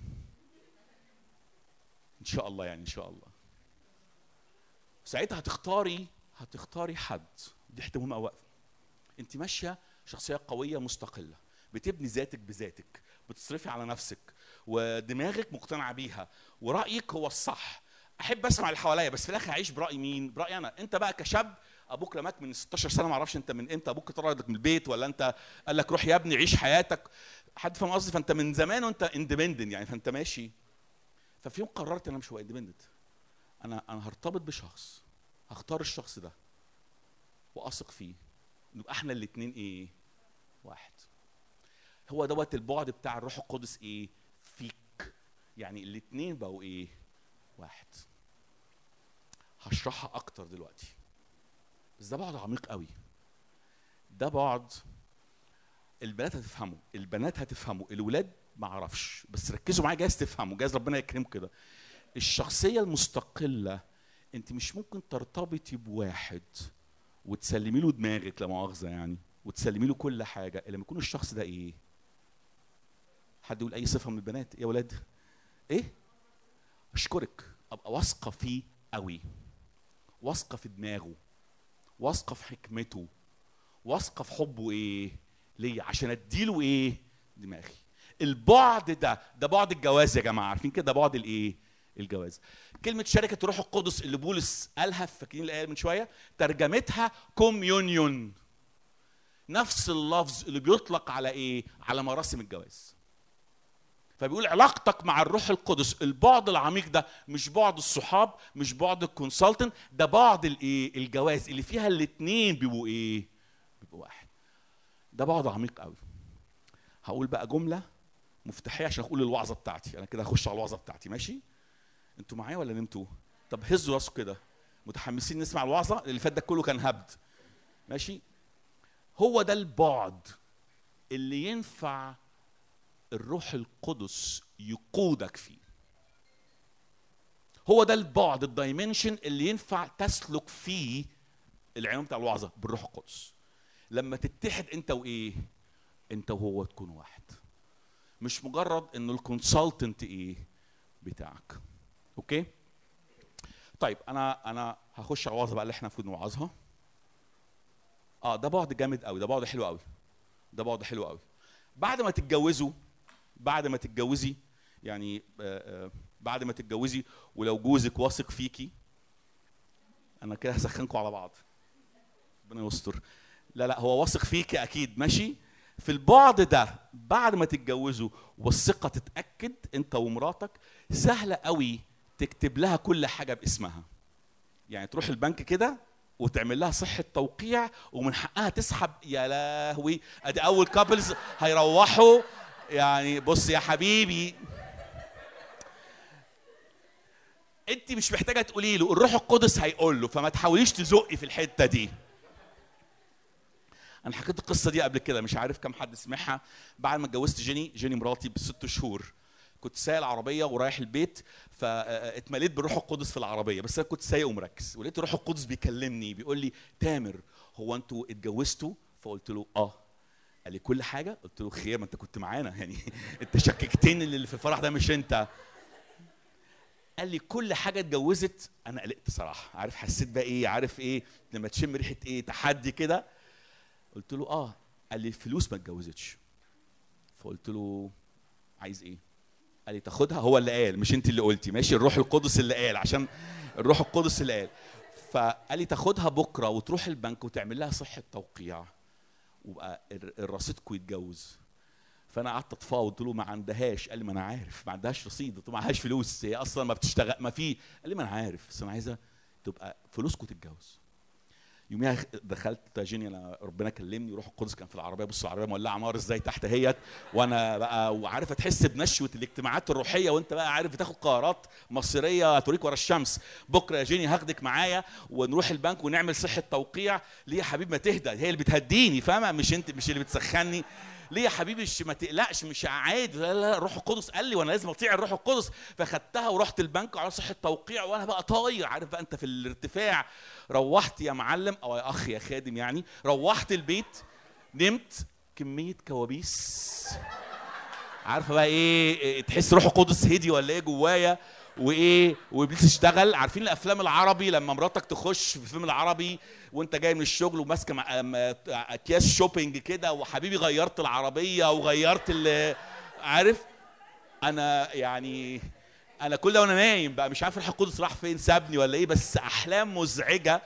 [SPEAKER 3] ان شاء الله، يعني ان شاء الله. ساعتها هتختاري حد، دي حته مهمه قوي. انت ماشيه شخصيه قويه مستقله، بتبني ذاتك بذاتك، بتصرفي على نفسك، ودماغك مقتنعه بيها، ورايك هو الصح. احب اسمع اللي حواليا، بس في الاخر اعيش براي مين؟ برايي انا. انت بقى كشاب ابوك رماك من 16 سنه، ما اعرفش انت من امتى ابوك طردك من البيت، ولا انت قال لك روح يا ابني عيش حياتك. حد فاهم قصدي؟ فانت من زمان وانت اندبندنت، يعني فانت ماشي. ففي يوم قررت انا مش هو اندبندنت، انا هرتبط بشخص، هختار الشخص ده واثق فيه، نبقى احنا الاثنين ايه؟ واحد. هو دوت البعد بتاع الروح القدس ايه؟ فيك. يعني الاثنين بقوا ايه؟ واحد. هشرحها اكتر دلوقتي، بس ده بعد عميق قوي. ده بعد البنات هتفهموا، الولاد ما اعرفش، بس ركزوا معايا، جايز تفهموا، جايز ربنا يكرمكم كده. الشخصيه المستقله، انت مش ممكن ترتبطي بواحد وتسلمي له دماغك لا مؤاخذه يعني، وتسلمي له كل حاجه، لما يكون الشخص ده ايه؟ حد يقول اي صفه من البنات يا ولاد؟ ايه؟ اشكرك، ابقى واثقه فيه قوي، واثقه في دماغه، واثقه في حكمته، واثقه في حبه ايه ليا، عشان اديله ايه؟ دماغي. البعد ده بعد الجواز يا جماعه، عارفين كده؟ بعد الايه؟ الجواز. كلمه شركه الروح القدس اللي بولس قالها، فاكرين الايه من شويه؟ ترجمتها كوميونيون، نفس اللفظ اللي بيطلق على ايه؟ على مراسم الجواز. فبيقول علاقتك مع الروح القدس، البعد العميق ده مش بعد الصحاب، مش بعد الكونسلتنت، ده بعد الايه؟ الجواز، اللي فيها الاثنين بيبقوا ايه؟ بيبقوا واحد. ده بعد عميق قوي. هقول بقى جمله مفتاحيه عشان اقول الوعظه بتاعتي، انا كده هخش على الوعظه بتاعتي، ماشي؟ انتوا معايا ولا نمتوا؟ طب هزوا راسكم كده، متحمسين نسمع الوعظه؟ اللي فات ده كله كان هبد، ماشي؟ هو ده البعد اللي ينفع الروح القدس يقودك فيه. هو ده البعد، الدايمنشن اللي ينفع تسلك فيه. العنوان بتاع الوعظه بالروح القدس، لما تتحد انت وايه؟ انت وهو تكونوا واحد، مش مجرد انه الكونسلتنت ايه بتاعك. اوكي؟ طيب انا هخش على الوعظه بقى اللي احنا المفروض نوعظها. ده بعد جامد قوي، ده بعد حلو قوي، ده بعد حلو قوي. بعد ما تتجوزوا، بعد ما تتجوزي يعني بعد ما تتجوزي ولو جوزك واثق فيكي، انا كده هسخنكم على بعض، ربنا يستر. لا هو واثق فيكي اكيد، ماشي؟ في البعد ده بعد ما تتجوزوا والثقه تتاكد انت ومراتك، سهله قوي تكتب لها كل حاجه باسمها. يعني تروح البنك كده وتعمل لها صحه توقيع، ومن حقها تسحب. يا لهوي، ادي اول كابلز هيروحوا. يعني بص يا حبيبي، انت مش محتاجه تقولي له، الروح القدس هيقول له، فما تحاوليش تزقي في الحته دي. انا حكيت القصه دي قبل كده، مش عارف كم حد سمعها. بعد ما اتجوزت جيني مراتي ب6 شهور، كنت سايق العربيه ورايح البيت، فاتمليت بالروح القدس في العربيه، بس انا كنت سايق ومركز، ولقيت الروح القدس بيكلمني بيقول لي تامر هو انتوا اتجوزتوا؟ فقلت له قال لي كل حاجه؟ قلت له خير، ما انت كنت معانا يعني انت شككتني اللي في الفرح ده مش انت. قال لي كل حاجه اتجوزت. انا قلقت صراحه، عارف حسيت بقى ايه؟ عارف ايه لما تشم ريحه ايه؟ تحدي كده. قلت له قال لي الفلوس ما اتجوزتش. فقلت له عايز ايه؟ قال لي تاخدها. هو اللي قال، مش انت اللي قلتي، ماشي؟ الروح القدس اللي قال، عشان الروح القدس اللي قال. فقال لي تاخدها بكره وتروح البنك وتعمل لها صحه توقيع، وبقى رصيدكم يتجوز. فانا قعدت اتفاوض، قلت له ما عندهاش. قال لي ما انا عارف ما عندهاش رصيد، قلت له ما معهاش فلوس، هي اصلا ما بتشتغل ما في. قال لي ما انا عارف، بس انا عايزه تبقى فلوسكم تتجوز. يوميها دخلت جيني، انا ربنا كلمني، وروح القدس كان في العربيه، بص العربيه مولعه نار ازاي تحت اهيت، وانا بقى وعارفه تحس بنشوه الاجتماعات الروحيه، وانت بقى عارف بتاخد قرارات مصيريه توريك ورا الشمس. بكره يا جيني هاخدك معايا ونروح البنك ونعمل صحه توقيع. ليه يا حبيبي؟ ما تهدى، هي اللي بتهديني، فاهمه؟ مش انت، مش اللي بتسخني. ليه يا حبيبي؟ ما تقلقش، مش عادي. لا الروح القدس قال لي، وانا لازم اطيع الروح القدس. فخدتها ورحت البنك على صحه توقيع، وانا بقى طاير، عارف بقى انت في الارتفاع. روحت يا معلم او يا اخ يا خادم يعني، روحت البيت نمت، كميه كوابيس، عارفه بقى ايه؟ تحس روح القدس هدي ولا ايه جوايا؟ وايه؟ وابليس اشتغل. عارفين الافلام العربي لما مراتك تخش في الفيلم العربي وانت جاي من الشغل وماسكه اكياس شوبينج كده، وحبيبي غيرت العربيه وغيرت عارف؟ انا يعني انا كل ده وانا نايم بقى مش عارف الروح القدس راح فين، سابني ولا ايه، بس احلام مزعجه.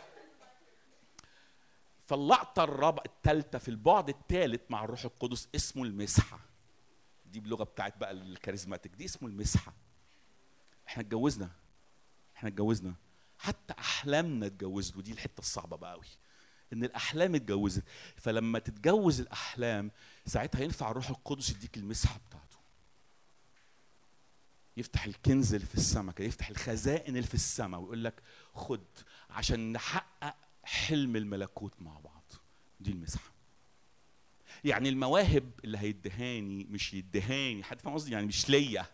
[SPEAKER 3] فاللقطه الثالثه في البعد الثالث مع الروح القدس اسمه المسحه. دي بلغه بتاعت بقى الكاريزماتيك، دي اسمه المسحه. احنا اتجوزنا حتى احلامنا اتجوزت، ودي الحته الصعبه بقى قوي، ان الاحلام اتجوزت. فلما تتجوز الاحلام ساعتها ينفع الروح القدس يديك المسحه بتاعته، يفتح الكنز اللي في السماء كده، يفتح الخزائن اللي في السماء ويقول لك خد، عشان نحقق حلم الملكوت مع بعض. دي المسحه. يعني المواهب اللي هيدهاني مش يدهاني، حد فاهم قصدي؟ يعني مش ليا،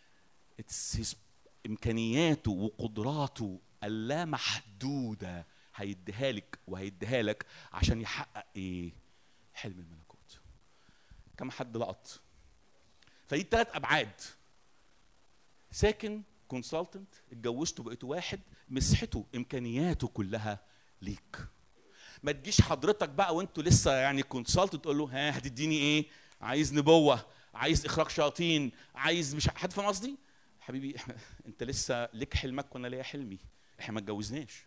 [SPEAKER 3] امكانياته وقدراته اللامحدوده هيديها لك وهيديها لك عشان يحقق ايه؟ حلم الملكوت. كم حد لقط؟ فدي 3 ابعاد. ساكن، كونسلتنت، اتجوزتوا بقيتوا واحد، مسحته امكانياته كلها ليك. ما تجيش حضرتك بقى وانتوا لسه يعني كونسلتنت تقول له ها هتديني ايه؟ عايز نبوه، عايز اخراج شياطين، عايز مش حد. فاهم قصدي؟ حبيبي انت لسه ليك حلمك وانا ليا حلمي. احنا ما اتجوزناش،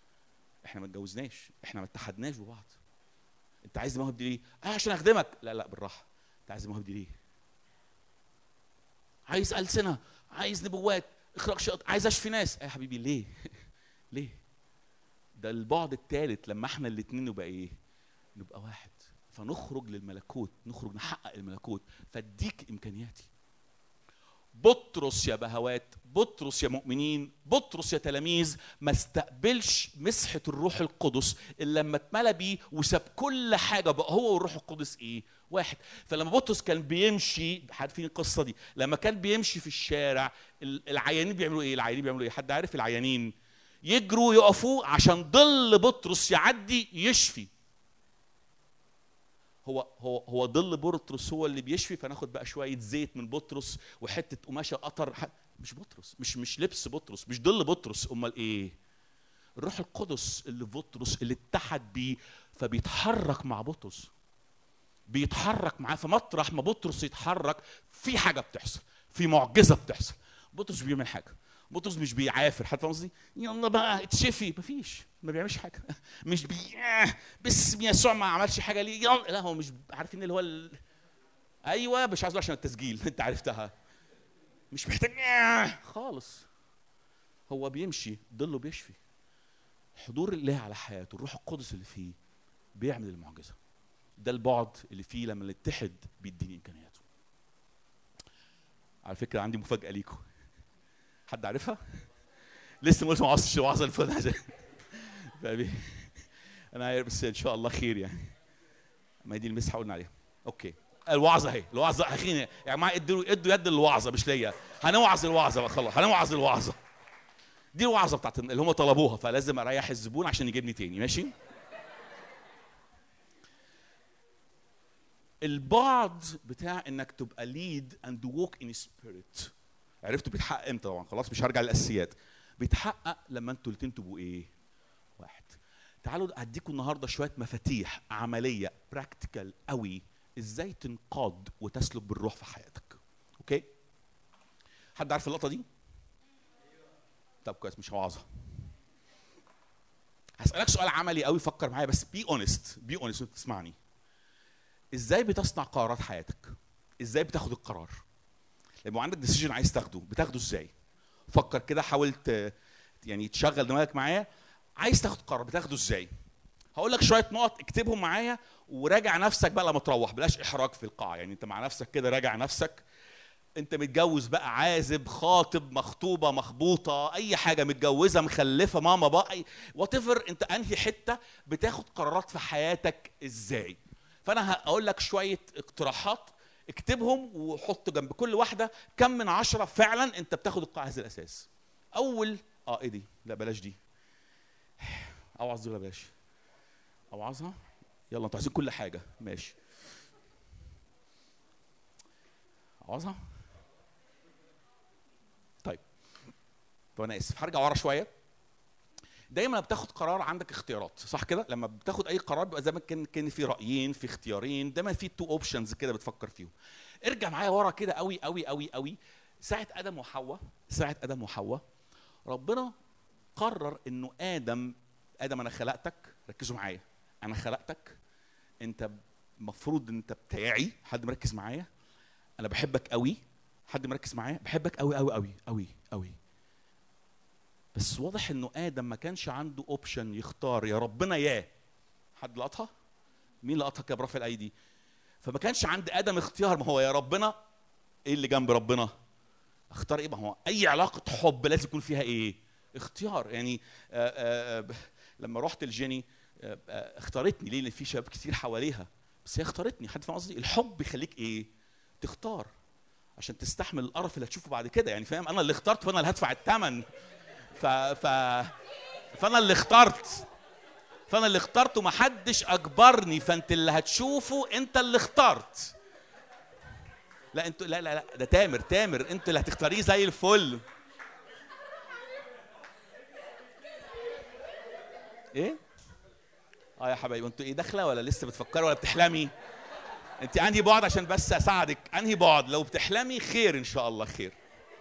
[SPEAKER 3] احنا ما اتحدناش ببعض. انت عايز المواهب دي ليه؟ عشان اخدمك. لا بالراحه، انت عايز المواهب دي ليه؟ عايز ألسنة، عايز نبوات، اخراج شياطين، عايز اشفي ناس. يا حبيبي ليه؟ ليه؟ ده البعد الثالث لما احنا الاثنين نبقى ايه؟ نبقى واحد، فنخرج للملكوت، نخرج نحقق الملكوت، فاديك امكانياتي. بطرس يا بهوات، بطرس يا مؤمنين، بطرس يا تلاميذ، ما استقبلش مسحة الروح القدس الا لما اتملى بيه وساب كل حاجة، بقى هو والروح القدس ايه؟ واحد. فلما بطرس كان بيمشي، عارفين القصة دي، لما كان بيمشي في الشارع العيانين بيعملوا ايه؟ العيانين بيعملوا ايه؟ حد عارف العيانين؟ يجروا يقفوا عشان ظل بطرس يعدي يشفي. هو ظل بطرس هو اللي بيشفي، فناخد بقى شويه زيت من بطرس وحته قماشه قطر. مش بطرس، مش لبس بطرس، مش ظل بطرس، امال ايه؟ الروح القدس اللي في بطرس اللي اتحد بيه، فبيتحرك مع بطرس، بيتحرك معاه. فمطرح ما بطرس يتحرك في حاجه بتحصل، في معجزه بتحصل. بطرس بيعمل حاجه، بطرس مش بيعافر. حد فاهم قصدي؟ يلا بقى اتشفي، مفيش، ما بيعملش حاجه. مش باسم يسوع ما عملش حاجه ليه، يلا. لا هو مش عارفين اللي هو ايوه مش عايز عشان التسجيل انت عرفتها، مش محتاج خالص. هو بيمشي ضله بيشفي. حضور الله على حياته، الروح القدس اللي فيه بيعمل المعجزه. ده البعد اللي فيه لما نتحد بيديني امكانياته. على فكره عندي مفاجاه ليكم. حد عارفها؟ لسه ما وصلتش الوعظه اللي فاتت انا عارف، بس ان شاء الله خير يعني. ما دي المسحه قلنا عليها. اوكي الوعظه اهي، الوعظه اخينا يا جماعه. ادوا يد للوعظه مش ليا. هنوعظ الوعظه بقى خلاص، هنوعظ الوعظه. دي الوعظه بتاعت اللي هم طلبوها، فلازم اريح الزبون عشان يجيبني تاني. ماشي؟ البعد بتاع انك تبقى ليد اند ووك ان سبيريت، عرفتوا بيتحقق امتى؟ طبعا خلاص مش هرجع للاساسيات. بيتحقق لما انتوا الاثنين تبقوا ايه؟ واحد. تعالوا اديكم النهارده شويه مفاتيح عمليه براكتيكال قوي ازاي تنقاد وتسلك بالروح في حياتك. اوكي؟ حد عارف اللقطه دي؟ طب كويس، مش هوعظها. هسألك سؤال عملي قوي، فكر معايا بس، بي اونست وانت تسمعني. ازاي بتصنع قرارات حياتك؟ ازاي بتاخد القرار؟ لما عندك ديسيجن عايز تاخده، بتاخده ازاي؟ فكر كده، حاول يعني تشغل دماغك معايا. عايز تاخد قرار بتاخده ازاي؟ هقول لك شويه نقط اكتبهم معايا وراجع نفسك بقى لما تروح، بلاش احراج في القاعه يعني. انت مع نفسك كده راجع نفسك. انت متجوز بقى، عازب، خاطب، مخطوبه، مخبوطه، اي حاجه، متجوزه، مخلفه، ماما بقى، وات ايفر، انت انهي حته بتاخد قرارات في حياتك ازاي؟ فانا هقول لك شويه اقتراحات، اكتبهم وحط جنب كل واحده كم من 10 فعلا انت بتاخد القاعده هذا الاساس. اول ايه دي؟ لا بلاش دي. اوعظ دي ولا بلاش؟ اوعظها؟ يلا انتوا عايزين كل حاجه، ماشي. اوعظها؟ طيب انا اسف، هرجع ورا شويه. دايما بتاخد قرار عندك اختيارات، صح كده؟ لما بتاخد اي قرار بيبقى زي ما كان في رايين، في اختيارين، دايما في 2 اوبشنز كده بتفكر فيهم. ارجع معايا ورا كده قوي قوي قوي قوي. ساعه ادم وحواء ربنا قرر انه ادم انا خلقتك، ركزوا معايا، انا خلقتك، انت المفروض انت بتاعي. حد مركز معايا؟ انا بحبك قوي. حد مركز معايا؟ بحبك قوي قوي قوي قوي قوي. بس واضح انه ادم ما كانش عنده اوبشن يختار، يا ربنا يا. حد لقطها؟ مين لقطها كده برافع الايدي؟ فما كانش عند ادم اختيار، ما هو يا ربنا ايه اللي جنب ربنا؟ اختار ايه؟ ما هو اي علاقه حب لازم يكون فيها ايه؟ اختيار يعني. لما رحت لجيني اختارتني ليه؟ لان في شباب كتير حواليها، بس هي اختارتني. حد فاهم قصدي؟ الحب بيخليك ايه؟ تختار عشان تستحمل القرف اللي هتشوفه بعد كده يعني. فاهم؟ انا اللي اخترت وانا اللي هدفع الثمن. فانا اللي اخترت. فانا اللي اخترته، محدش اجبرني، فانت اللي هتشوفه انت اللي اخترت. لا انتوا لا ده تامر انت اللي هتختاريه زي الفل. ايه؟ يا حبايبي انتوا ايه داخله ولا لسه بتفكروا ولا بتحلمي؟ انت انهي بعد عشان بس اساعدك؟ انهي بعد؟ لو بتحلمي خير ان شاء الله خير.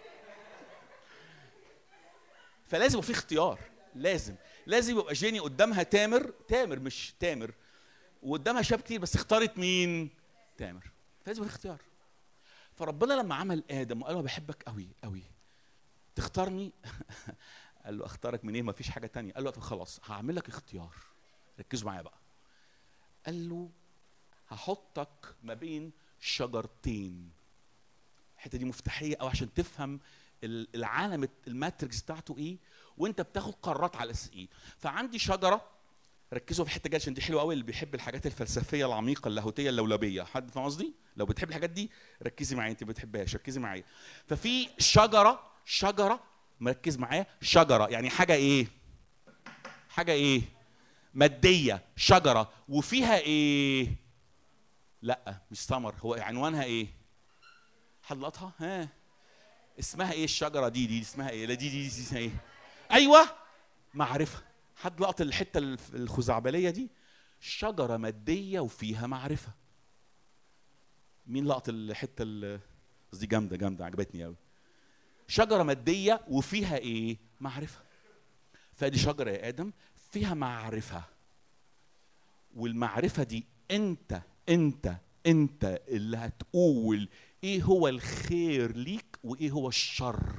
[SPEAKER 3] فلازم يبقى في اختيار، لازم يبقى جيني قدامها تامر مش تامر، وقدامها شاب كتير بس اختارت مين؟ تامر. فلازم يبقى في اختيار. فربنا لما عمل ادم وقال له بحبك قوي قوي، تختارني؟ قال له اختارك من ايه؟ ما فيش حاجه تانية. قال له طب خلاص هعمل لك اختيار، ركزوا معايا بقى. قال له هحطك ما بين شجرتين. الحته دي مفتاحيه قوي عشان تفهم العالم الماتريكس بتاعته ايه، وانت بتاخد قرارات على اساس ايه. فعندي شجره، ركزوا في الحته دي عشان دي حلوه قوي، اللي بيحب الحاجات الفلسفيه العميقه اللاهوتيه اللولبيه، حد فاهم قصدي؟ لو بتحب الحاجات دي ركزي معايا، انت ما بتحبهاش ركزي معايا. ففي شجره مركز معايا، شجره يعني حاجه ايه؟ حاجه ايه؟ ماديه، شجره وفيها ايه؟ لا مش ثمر. هو عنوانها ايه؟ حد لقطها؟ ها اسمها ايه الشجره دي اسمها ايه؟ لا دي اسمها ايه؟ ايوه معرفه. حد لقط الحته الخزعبليه دي؟ شجره ماديه وفيها معرفه. مين لقط الحته قصدي جامده عجبتني قوي. شجره ماديه وفيها ايه؟ معرفه. فدي شجره يا ادم فيها معرفه، والمعرفه دي انت اللي هتقول ايه هو الخير ليك وايه هو الشر.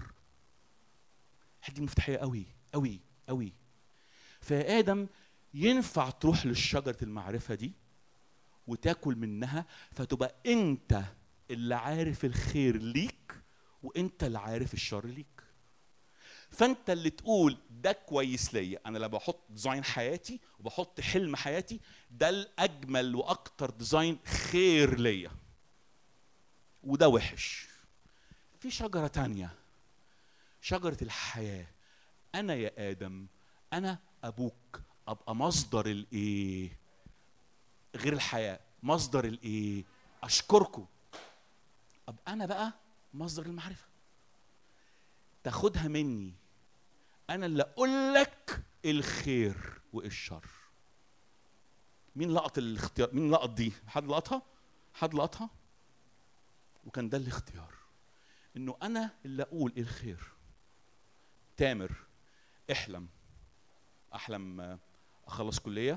[SPEAKER 3] دي مفتاحيه قوي قوي قوي. فيا ادم ينفع تروح للشجره المعرفه دي وتاكل منها، فتبقى انت اللي عارف الخير ليك وانت اللي عارف الشر ليك. فانت اللي تقول ده كويس ليا، انا لما بحط ديزاين حياتي وبحط حلم حياتي ده الاجمل واكتر ديزاين خير ليا، وده وحش. في شجره تانية، شجره الحياه. انا يا ادم انا ابوك ابقى مصدر الايه؟ غير الحياه، مصدر الايه؟ اشكركم. ابقى انا بقى مصدر المعرفه، تاخدها مني، انا اللي اقول لك الخير والشر. مين لقط الاختيار؟ مين لقط دي؟ حد لقطها؟ وكان ده الاختيار، انه انا اللي اقول الخير. تامر احلم اخلص كليه،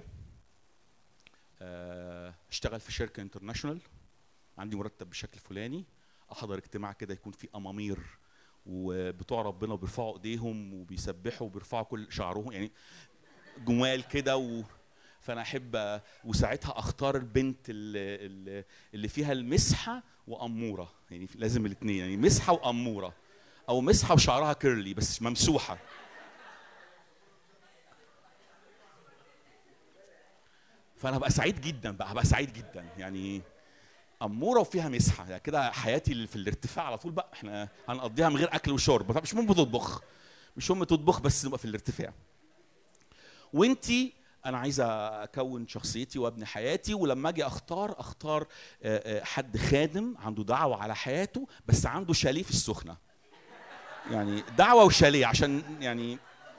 [SPEAKER 3] اشتغل في شركه انترناشونال، عندي مرتب بشكل فلاني، احضر اجتماع كده يكون فيه امامير وبتوع ربنا وبيرفعوا ايديهم وبيسبحوا وبيرفعوا كل شعرهم، يعني جمال كده فانا احب وساعتها اختار البنت اللي فيها المسحه واموره، يعني لازم الاثنين، يعني مسحه واموره، او مسحه وشعرها كيرلي بس ممسوحه. فانا هبقى سعيد جدا يعني اموره وفيها مسحه، يعني كده حياتي في الارتفاع على طول بقى. احنا هنقضيها من غير اكل وشرب، طب مش مهم تطبخ بس نبقى في الارتفاع. وانتي انا عايزه اكون شخصيتي وابني حياتي، ولما اجي اختار حد خادم عنده دعوه على حياته بس عنده شاليه في السخنه، يعني دعوه وشاليه عشان يعني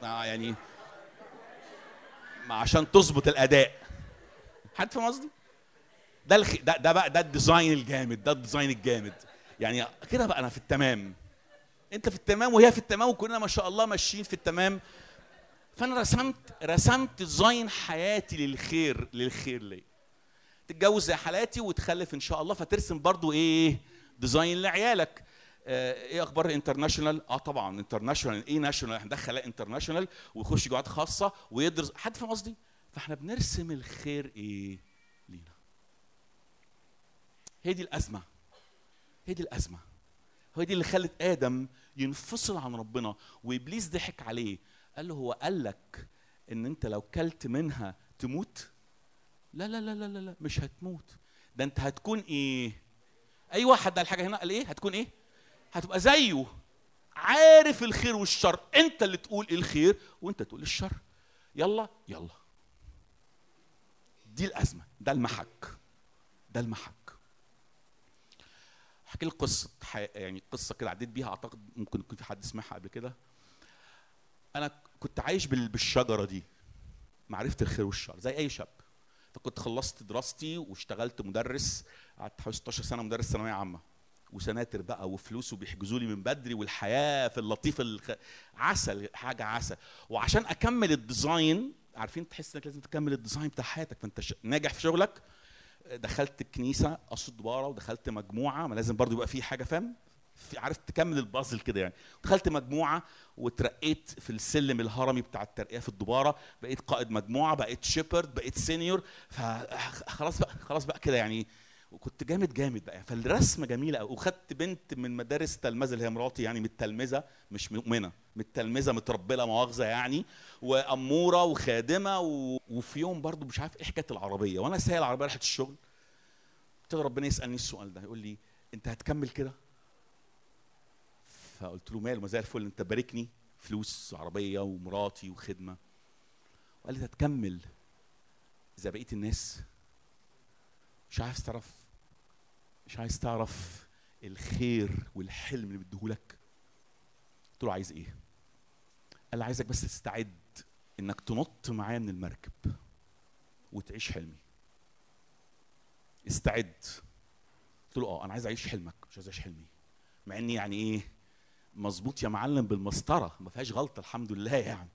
[SPEAKER 3] عشان تظبط الاداء. حد فاهم قصدي؟ ده بقى ده الديزاين الجامد، يعني كده بقى انا في التمام، انت في التمام وهي في التمام وكلنا ما شاء الله ماشيين في التمام. فانا رسمت ديزاين حياتي للخير ليا. تتجوز زي حالاتي وتخلف ان شاء الله، فترسم برضو ايه؟ ديزاين لعيالك. ايه اخبار الانترناشونال؟ طبعا انترناشونال، ايه ناشونال؟ هندخل انترناشونال ويخش جامعات خاصه ويدرس. حد فاهم قصدي؟ فاحنا بنرسم الخير ايه لينا. هي دي الازمه، هي دي اللي خلت ادم ينفصل عن ربنا، وابليس ضحك عليه قال له هو قال لك ان انت لو كلت منها تموت؟ لا لا لا لا لا مش هتموت، ده انت هتكون ايه؟ ايوه حد قال حاجه هنا، قال ايه؟ هتكون ايه؟ هتبقى زيه، عارف الخير والشر. انت اللي تقول الخير وانت تقول الشر. يلا دي الازمه، ده المحك، ده المحك. احكي لك قصه يعني قصه كده عديت بيها، اعتقد ممكن يكون في حد سمعها قبل كده. انا كنت عايش بالشجره دي، معرفه الخير والشر زي اي شاب. فكنت خلصت دراستي واشتغلت مدرس، قعدت حوالي 16 سنه مدرس ثانويه عامه، وسناتر بقى وفلوس وبيحجزوا لي من بدري، والحياه في اللطيف عسل، حاجه عسل. وعشان اكمل الديزاين، عارفين تحس انك لازم تكمل الديزاين بتاع حياتك، فانت ناجح في شغلك. دخلت الكنيسه قصر دباره، ودخلت مجموعه، ما لازم برضو يبقى في حاجه، فاهم، عارف تكمل البازل كده يعني. دخلت مجموعه وترقيت في السلم الهرمي بتاع الترقيه في الدباره، بقيت قائد مجموعه، بقيت شيبرد، بقيت سينيور، فخلاص بقى كده يعني. وكنت جامد بقى. فالرسمه جميله قوي. وخدت بنت من مدارس تلمذه اللي هي مراتي، يعني متلمذه مش مؤمنه، متلمذه متربله مؤاخذه يعني، واموره وخادمه. وفي يوم برضو مش عارف ايه حكايه العربيه، وانا سايق العربيه رايحه الشغل، ابتدى ربنا يسالني السؤال ده، يقول لي انت هتكمل كده؟ فقلت له ماله، ما زي الفل، انت باركني فلوس عربيه ومراتي وخدمه. وقال لي هتكمل زي بقيه الناس؟ مش عايز تعرف الخير والحلم اللي بديهولك؟ قلت له عايز ايه؟ قال لي عايزك بس تستعد انك تنط معايا من المركب وتعيش حلمي. استعد. قلت له انا عايز اعيش حلمك، مش عايز اعيش حلمي. مع اني يعني ايه، مظبوط يا معلم بالمسطره، ما فيهاش غلطه الحمد لله يعني.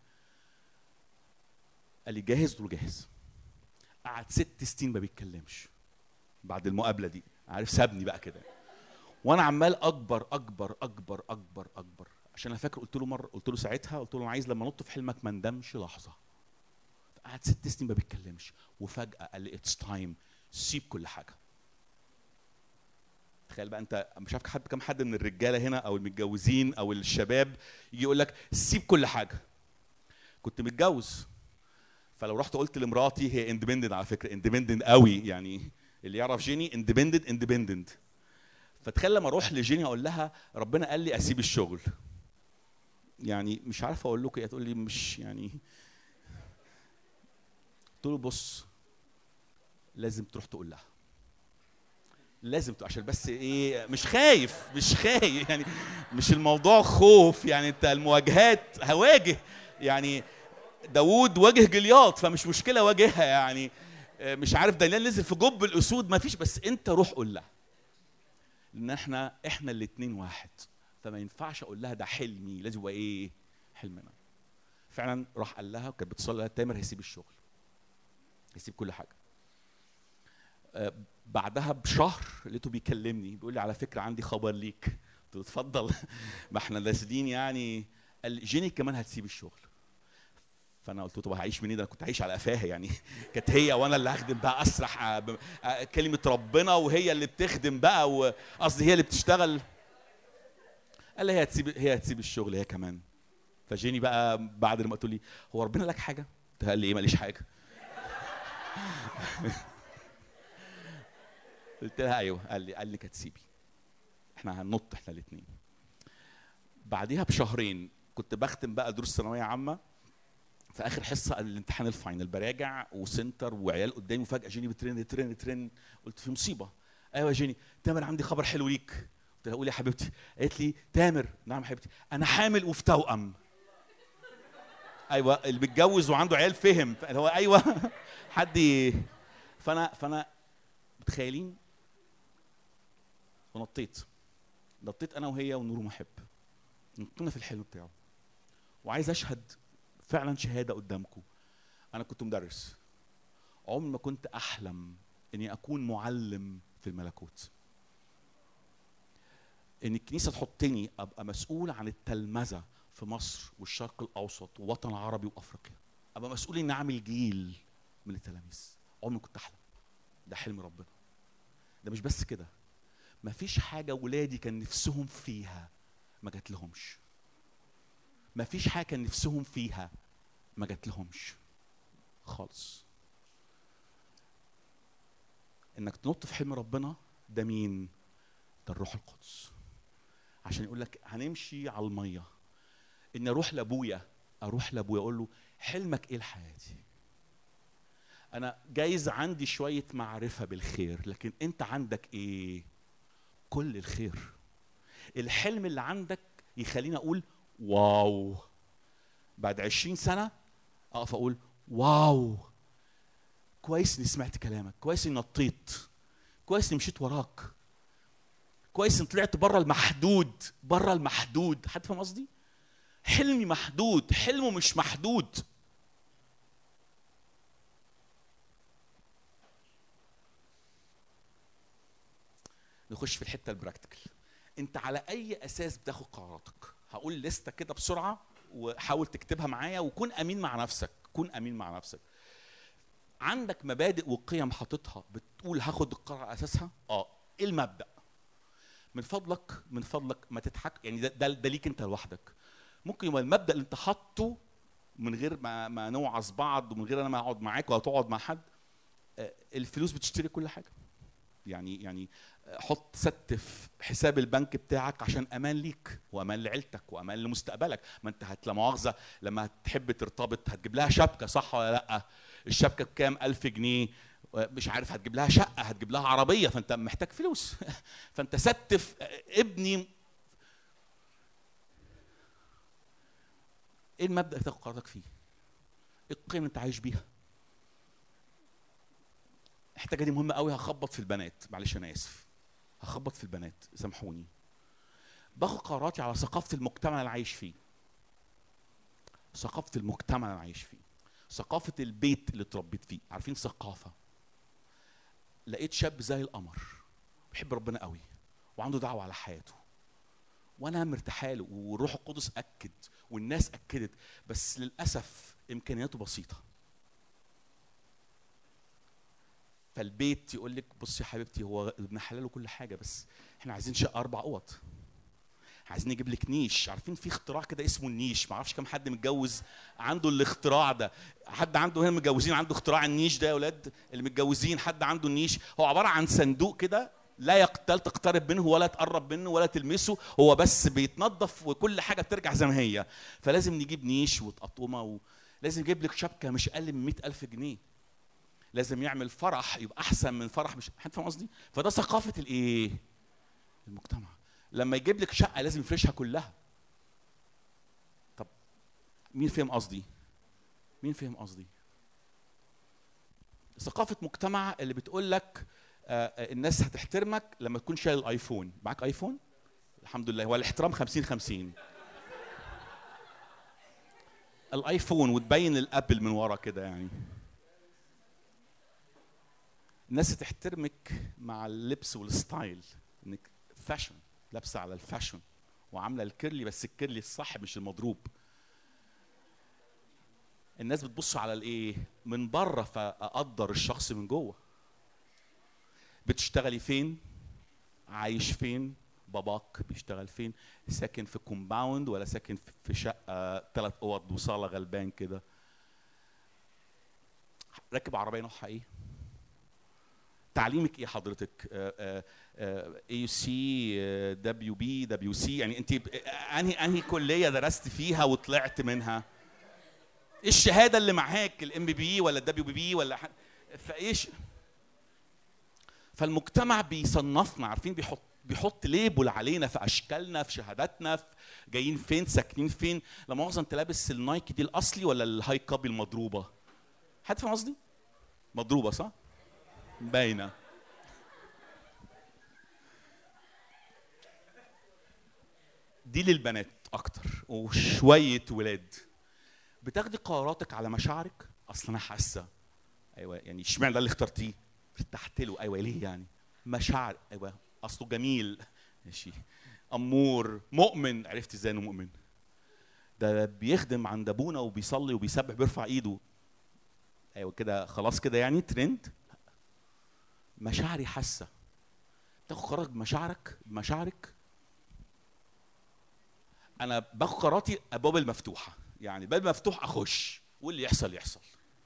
[SPEAKER 3] قال لي جاهز؟ قلت له جاهز. قعد 6 سنين ما بيتكلمش بعد المقابله دي، عارف، سابني بقى كده. وانا عمال اكبر اكبر اكبر اكبر اكبر، عشان انا فاكر قلت له مره، قلت له ساعتها، قلت له انا عايز لما انط في حلمك ما ندمش لحظه. قعد 6 سنين ما بيتكلمش، وفجاه قال لي اتس تايم، سيب كل حاجه. تخيل بقى انت، مش عارف كم حد من الرجاله هنا او المتجوزين او الشباب يجي يقول لك سيب كل حاجه. كنت متجوز، فلو رحت قلت لمراتي، هي اندبندنت على فكره، اندبندنت قوي يعني، اللي يعرف جيني اندبندنت. فتخيل لما اروح لجيني اقول لها ربنا قال لي اسيب الشغل، يعني مش عارف اقول لكم ايه، تقول لي مش يعني. قلت له بص، لازم تروح تقول لها، لازم عشان بس ايه، مش خايف يعني، مش الموضوع خوف يعني، انت المواجهات هواجه يعني. داوود واجه جلياط، فمش مشكله واجهها يعني. مش عارف دانيال نزل في جب الاسود، ما فيش، بس انت روح قول لها، لان احنا الاثنين واحد، فما ينفعش اقول لها ده حلمي، لازم يبقى ايه، حلمنا. فعلا راح قال لها، وكانت بتصلي، تامر هيسيب الشغل، هيسيب كل حاجه. بعدها بشهر لقيته بيكلمني، بيقول لي على فكره عندي خبر ليك. قلت له اتفضل. ما احنا نازلين يعني. قال لي جيني كمان هتسيب الشغل. فانا قلت له طب هعيش منين؟ ده انا كنت عايش على قفاها يعني. كانت هي وانا اللي هخدم بقى، اسرح كلمه ربنا، وهي اللي بتخدم بقى، وقصدي هي اللي بتشتغل. قال لي هي هتسيب الشغل هي كمان. فجيني بقى بعد ما قلت لي هو ربنا لك حاجه؟ قال لي ايه، ماليش حاجه. قلت لها ايوه. قال لي هتسيبي، احنا هننط احنا الاثنين. بعديها بشهرين كنت بختم بقى دروس ثانويه عامه، في اخر حصه الامتحان الفاينل، براجع وسنتر وعيال قدامي، وفجاه جيني بترن. قلت في مصيبه. ايوه يا جيني، تامر عندي خبر حلو ليك. قلت لها قولي يا حبيبتي. قالت لي تامر. نعم حبيبتي. انا حامل وفي توأم. ايوه، اللي بيتجوز وعنده عيال فهم، هو ايوه. حد فانا متخيلين، ونطيت انا وهي ونور محب، نطينا في الحلم بتاعه. وعايز اشهد فعلا شهاده قدامكم، انا كنت مدرس، عمري ما كنت احلم اني اكون معلم في الملكوت، ان الكنيسه تحطني ابقى مسؤول عن التلمذه في مصر والشرق الاوسط والوطن العربي وافريقيا، ابقى مسؤول اني اعمل جيل من التلاميذ. عمري ما كنت احلم، ده حلم ربنا. ده مش بس كده، مفيش حاجه ولادي كان نفسهم فيها ما جات لهمش، مفيش حاجه كان نفسهم فيها ما جات لهمش خالص. انك تنط في حلم ربنا ده مين؟ ده الروح القدس، عشان يقول لك هنمشي على الميه. اني اروح لابويا اقول له حلمك ايه لحياتي؟ انا جايز عندي شويه معرفه بالخير، لكن انت عندك ايه؟ كل الخير. الحلم اللي عندك يخليني اقول واو. بعد 20 سنه اقف اقول واو، كويس اني سمعت كلامك، كويس اني نطيت، كويس اني مشيت وراك، كويس اني طلعت بره المحدود. بره المحدود، حد فاهم قصدي؟ حلمي محدود، حلمه مش محدود. نخش في الحته البراكتيكال. انت على اي اساس بتاخد قراراتك؟ هقول لستة كده بسرعه وحاول تكتبها معايا، وكون امين مع نفسك. كون امين مع نفسك. عندك مبادئ وقيم حاططها بتقول هاخد القرار على اساسها؟ ايه المبدأ؟ من فضلك من فضلك ما تضحك، يعني ده ليك انت لوحدك. ممكن يبقى المبدأ اللي انت حاطه من غير ما نوعظ بعض ومن غير انا ما اقعد معاك ولا تقعد مع حد، الفلوس بتشتري كل حاجه. يعني حط ستف حساب البنك بتاعك عشان امان ليك وامان لعيلتك وامان لمستقبلك. ما انت لا مؤاخذه لما هتحب ترتبط هتجيب لها شبكه، صح ولا لا؟ الشبكه بكام؟ 1000 جنيه. مش عارف هتجيب لها شقه، هتجيب لها عربيه، فانت محتاج فلوس. فانت ستف. ابني ايه المبدأ اللي تاخد قرارك فيه؟ ايه القيم اللي انت عايش بيها؟ الحاجه دي مهمه قوي. هخبط في البنات، معلش انا اسف، هخبط في البنات سامحوني. باخد قراراتي على ثقافه المجتمع اللي عايش فيه. ثقافه المجتمع اللي عايش فيه، ثقافه البيت اللي اتربيت فيه. عارفين ثقافه؟ لقيت شاب زي القمر بيحب ربنا قوي وعنده دعوه على حياته وانا مرتاحه له والروح القدس اكد والناس اكدت، بس للاسف امكانياته بسيطه. فالبيت يقول لك بصي يا حبيبتي، هو ابن حلال وكل حاجه، بس احنا عايزين شقه 4 اوض، عايزين نجيب لك نيش. عارفين في اختراع كده اسمه النيش؟ ما اعرفش كم حد متجوز عنده الاختراع ده. حد عنده هنا متجوزين عنده اختراع النيش ده يا اولاد؟ اللي متجوزين حد عنده النيش؟ هو عباره عن صندوق كده لا تقترب منه ولا تقرب منه ولا تلمسه، هو بس بيتنظف وكل حاجه بترجع زي ما هي. فلازم نجيب نيش وتقطومه، ولازم نجيب لك شبكه مش اقل من 100,000 جنيه. لازم يعمل فرح يبقى احسن من فرح، مش حد فاهم قصدي؟ فده ثقافه الايه؟ المجتمع. لما يجيب لك شقه لازم يفرشها كلها. طب مين فهم قصدي؟ مين فهم قصدي؟ ثقافه مجتمع اللي بتقول لك الناس هتحترمك لما تكون شايل الايفون. معاك ايفون؟ الحمد لله. هو الاحترام 50-50. الايفون وتبين الابل من ورا كده يعني. الناس تحترمك مع اللبس والستايل، انك فاشن، لابسه على الفاشن وعامله الكيرلي، بس الكيرلي الصح مش المضروب. الناس بتبص على الايه؟ من بره، فاقدر الشخص من جوه. بتشتغلي فين؟ عايش فين؟ باباك بيشتغل فين؟ ساكن في كومباوند ولا ساكن في شقه 3 اوض وصاله غلبان كده؟ راكب عربيه نوعها ايه؟ تعليمك ايه حضرتك؟ AUC WB WC، يعني انت انهي كليه درست فيها وطلعت منها؟ ايه الشهاده اللي معاك؟ الMBB ولا الWBB ولا فايش؟ فالمجتمع بيصنفنا، عارفين؟ بيحط ليبل علينا في اشكالنا، في شهاداتنا، في جايين فين، ساكنين فين. لا مؤاخذه انت لابس النايكي دي الاصلي ولا الهاي كابي المضروبه؟ حد فاهم قصدي؟ مضروبه صح؟ باينه. دي للبنات اكتر وشويه ولاد. بتاخدي قراراتك على مشاعرك. اصل انا حاسه، ايوه يعني اشمعنى ده اللي اخترتيه؟ ارتحت له، ايوه ليه يعني؟ مشاعر، ايوه اصله جميل، ماشي، امور، مؤمن. عرفت ازاي انه مؤمن؟ ده بيخدم عند ابونا وبيصلي وبيسبح بيرفع ايده، ايوه كده خلاص كده يعني ترند. مشاعري حاسه. تاخد قرارك بمشاعرك. انا باخد قراراتي ابواب المفتوحه، يعني الباب مفتوح اخش واللي يحصل يحصل.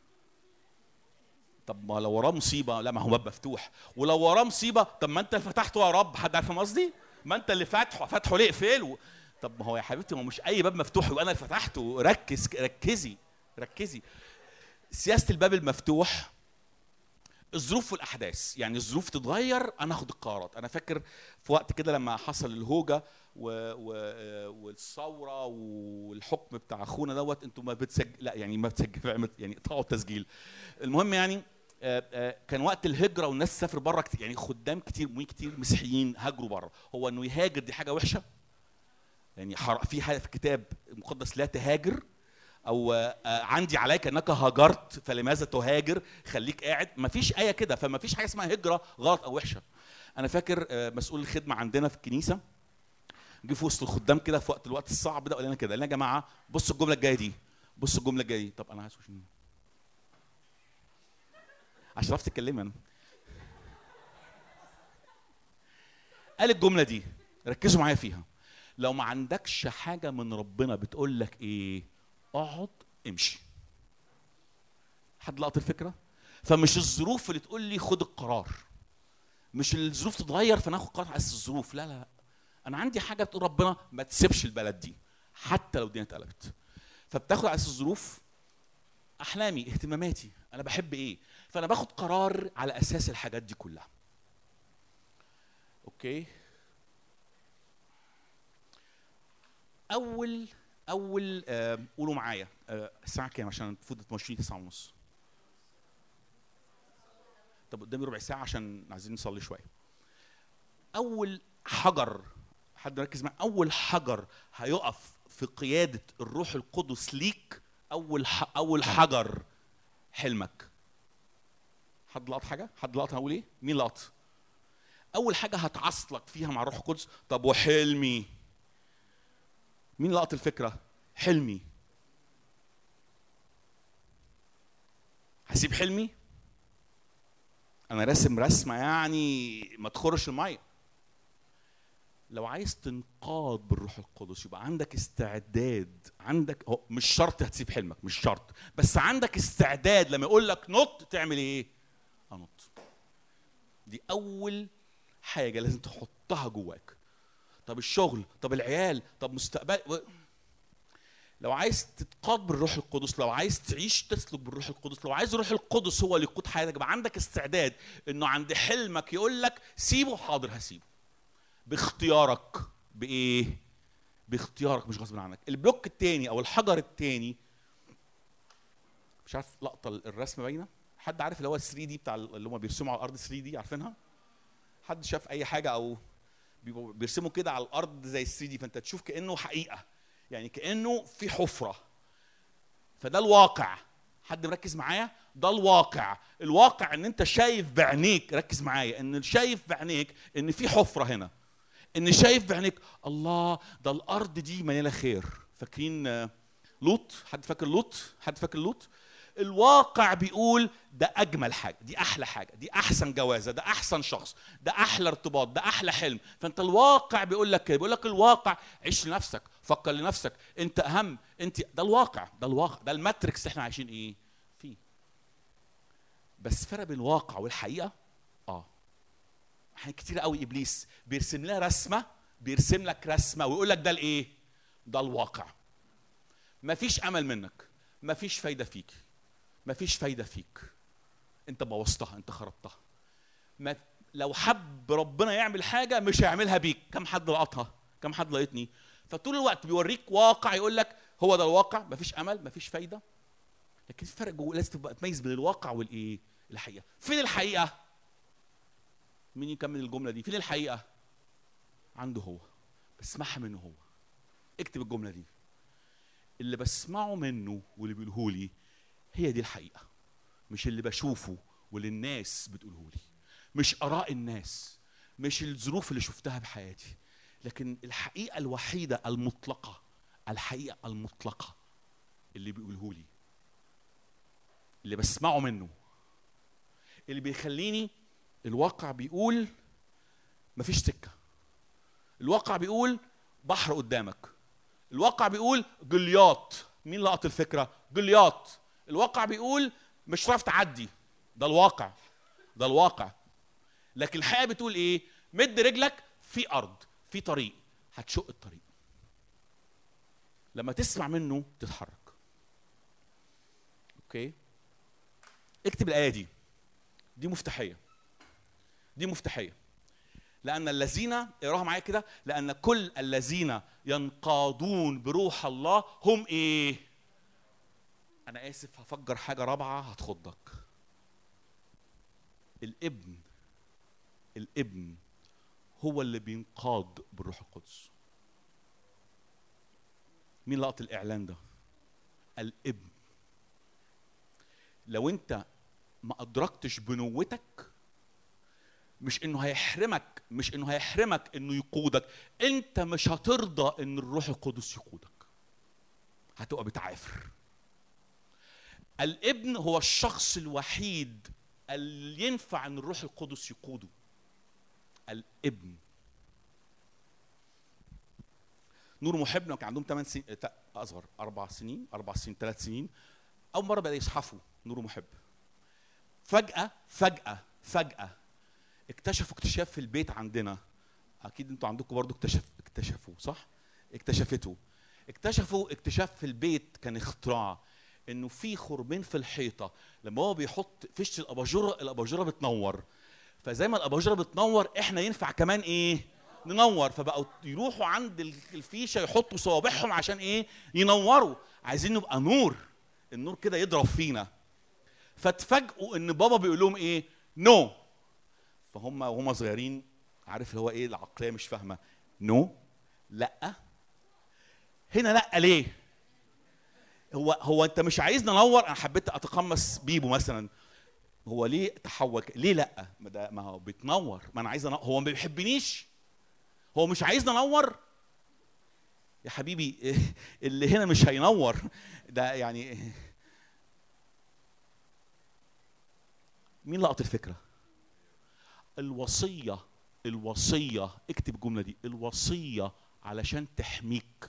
[SPEAKER 3] طب ما لو وراه مصيبه، لا ما هو باب مفتوح. ولو وراه مصيبه، طب ما انت اللي فتحته يا رب. حد عارف قصدي؟ ما انت اللي فاتحه ليه اقفله؟ طب ما هو يا حبيبتي ما مش اي باب مفتوح وانا اللي فتحته. ركزي. سياسه الباب المفتوح الظروف والاحداث، يعني الظروف تتغير انا اخد القرارات. انا فاكر في وقت كده لما حصل الهوجه والثوره والحكم بتاع اخونا دوت، انتوا ما بتسجل، لا يعني ما بتسجل، يعني اقطعوا التسجيل. المهم يعني كان وقت الهجره والناس تسافر بره كتير، يعني خدام كتير كتير مسيحيين هاجروا بره. هو انه يهاجر دي حاجه وحشه؟ يعني في حاجه في الكتاب المقدس لا تهاجر، او عندي عليك انك هاجرت فلماذا تهاجر، خليك قاعد. مفيش ايه كده، فمفيش حاجه اسمها هجره غلط او وحشه. انا فاكر مسؤول الخدمه عندنا في الكنيسه جه في وسط الخدام كده في الوقت الصعب ده، قال لنا كده، قال لنا يا جماعه بصوا الجمله الجايه دي، بصوا الجمله الجايه دي. طب انا عايز عشان عرفت تتكلمي انا. قال الجمله دي، ركزوا معايا فيها، لو ما عندكش حاجه من ربنا بتقول لك ايه، اقعد امشي. حد لقط الفكره؟ فمش الظروف اللي تقول لي خد القرار، مش الظروف تتغير فناخد قرار على الظروف، لا لا لا. انا عندي حاجه بتقول ربنا ما تسيبش البلد دي حتى لو الدنيا اتقلبت. فبتاخد على الظروف احلامي، اهتماماتي، انا بحب ايه، فانا باخد قرار على اساس الحاجات دي كلها. اوكي. اول قولوا معايا الساعه كام عشان المفروض 9:30. طب قدامي ربع ساعه عشان عايزين نصلي شويه. اول حجر، حد مركز معايا، اول حجر هيقف في قياده الروح القدس ليك، اول حجر حلمك. حد لقط حاجه؟ حد لقط هقول ايه؟ مين لقط؟ اول حاجه هتعصلك فيها مع الروح القدس. طب وحلمي؟ مين لقط الفكره؟ حلمي، هسيب حلمي؟ انا راسم رسمه يعني ما تخرش الميه. لو عايز تنقاد بالروح القدس يبقى عندك استعداد، عندك هو مش شرط هتسيب حلمك، مش شرط، بس عندك استعداد لما يقول لك نط تعمل ايه؟ انط. دي اول حاجه لازم تحطها جواك. طب الشغل، طب العيال، طب مستقبل. لو عايز تتقاد بالروح القدس، لو عايز تعيش تسلك بالروح القدس، لو عايز الروح القدس هو اللي يقود حياتك، يبقى عندك استعداد انه عند حلمك يقول لك سيبه، حاضر هسيبه باختيارك. بايه؟ باختيارك مش غصب عنك. البلوك الثاني او الحجر الثاني، مش عارف لقطه الرسم باينه؟ حد عارف اللي هو 3 دي بتاع اللي هم بيرسموا على الارض 3 دي، عارفينها؟ حد شاف اي حاجه او بيرسموا كده على الارض زي 3 دي، فانت تشوف كانه حقيقه، يعني كانه في حفره. فده الواقع. حد مركز معايا؟ ده الواقع. الواقع ان انت شايف بعينيك، ركز معايا، ان شايف بعينيك ان في حفره هنا، ان شايف بعينيك الله ده الارض دي مليانه خير. فاكرين لوط؟ حد فاكر لوط؟ حد فاكر لوط؟ الواقع بيقول ده اجمل حاجه، دي احلى حاجه، دي احسن جوازه، ده احسن شخص، ده احلى ارتباط، ده احلى حلم. فانت الواقع بيقول لك كده، بيقول لك الواقع عيش لنفسك، فكر لنفسك، انت اهم، انت ده الواقع، ده الواقع، ده الماتريكس احنا عايشين ايه فيه. بس فرق بين الواقع والحقيقه احنا كتير قوي ابليس بيرسم لنا رسمه، بيرسم لك رسمه ويقول لك ده الايه؟ ده الواقع. مفيش امل منك، مفيش فايده فيك، مفيش فايده فيك، انت بوظتها، انت خربتها. لو حب ربنا يعمل حاجه مش هيعملها بيك. كم حد لقطها؟ كم حد لقيتني؟ فطول الوقت بيوريك واقع يقول لك هو ده الواقع، مفيش امل، مفيش فايده. لكن في فرق جوه، لازم تبقى تميز بين الواقع والايه؟ الحقيقه. فين الحقيقه؟ مين يكمل الجمله دي؟ فين الحقيقه؟ عنده هو، بسمعها منه هو. اكتب الجمله دي، اللي بسمعه منه واللي بيقوله لي هي دي الحقيقه، مش اللي بشوفه واللي الناس بتقوله لي، مش اراء الناس، مش الظروف اللي شفتها بحياتي، لكن الحقيقه الوحيده المطلقه، الحقيقه المطلقه اللي بيقوله لي، اللي بسمعه منه، اللي بيخليني. الواقع بيقول مفيش سكه، الواقع بيقول بحر قدامك، الواقع بيقول جلياط. مين لقط الفكره؟ جلياط. الواقع بيقول مش هتعرف تعدي، ده الواقع، ده الواقع. لكن الحقيقه بتقول ايه؟ مد رجلك في ارض، في طريق، هتشق الطريق. لما تسمع منه تتحرك. اوكي، اكتب الايه دي، دي مفتاحيه، دي مفتاحيه. لان الذين، اقراها معايا كده، لان كل الذين ينقادون بروح الله هم ايه؟ انا اسف هفجر حاجه رابعه هتخضك. الابن هو اللي بينقاد بالروح القدس. مين لقط الاعلان ده؟ الابن. لو انت ما ادركتش بنوتك، مش انه هيحرمك انه يقودك، انت مش هترضى ان الروح القدس يقودك، هتبقى بتعافر. الابن هو الشخص الوحيد اللي ينفع ان الروح القدس يقوده. الابن. نور محبنا كان عندهم 8 سنين، اصغر 4 سنين 3 سنين، اول مره بدا يزحفوا نور محب. فجأة اكتشفوا اكتشاف في البيت عندنا، اكيد انتوا عندكم برضو اكتشفوا صح؟ اكتشفوا اكتشاف في البيت كان اختراع، انه في خرمين في الحيطه لما هو بيحط فيشه الاباجوره بتنور، فزي ما الاباجوره بتنور احنا ينفع كمان ايه؟ ننور. فبقوا يروحوا عند الفيشه يحطوا صوابعهم عشان ايه؟ ينوروا. عايزين نبقى نور، النور كده يضرب فينا. فتفاجئوا ان بابا بيقول لهم ايه؟ نو. فهم وهم صغيرين، عارف اللي هو ايه العقليه مش فاهمه. نو، لا. هنا لا ليه؟ هو انت مش عايزنا ننور؟ انا حبيت اتقمص بيبو مثلا. هو ليه تحول ليه لا؟ ما هو بتنور، ما انا عايز هو ما بيحبنيش، هو مش عايزنا ننور يا حبيبي. اللي هنا مش هينور ده يعني. مين لقط الفكره؟ الوصيه، اكتب الجمله دي، الوصيه علشان تحميك.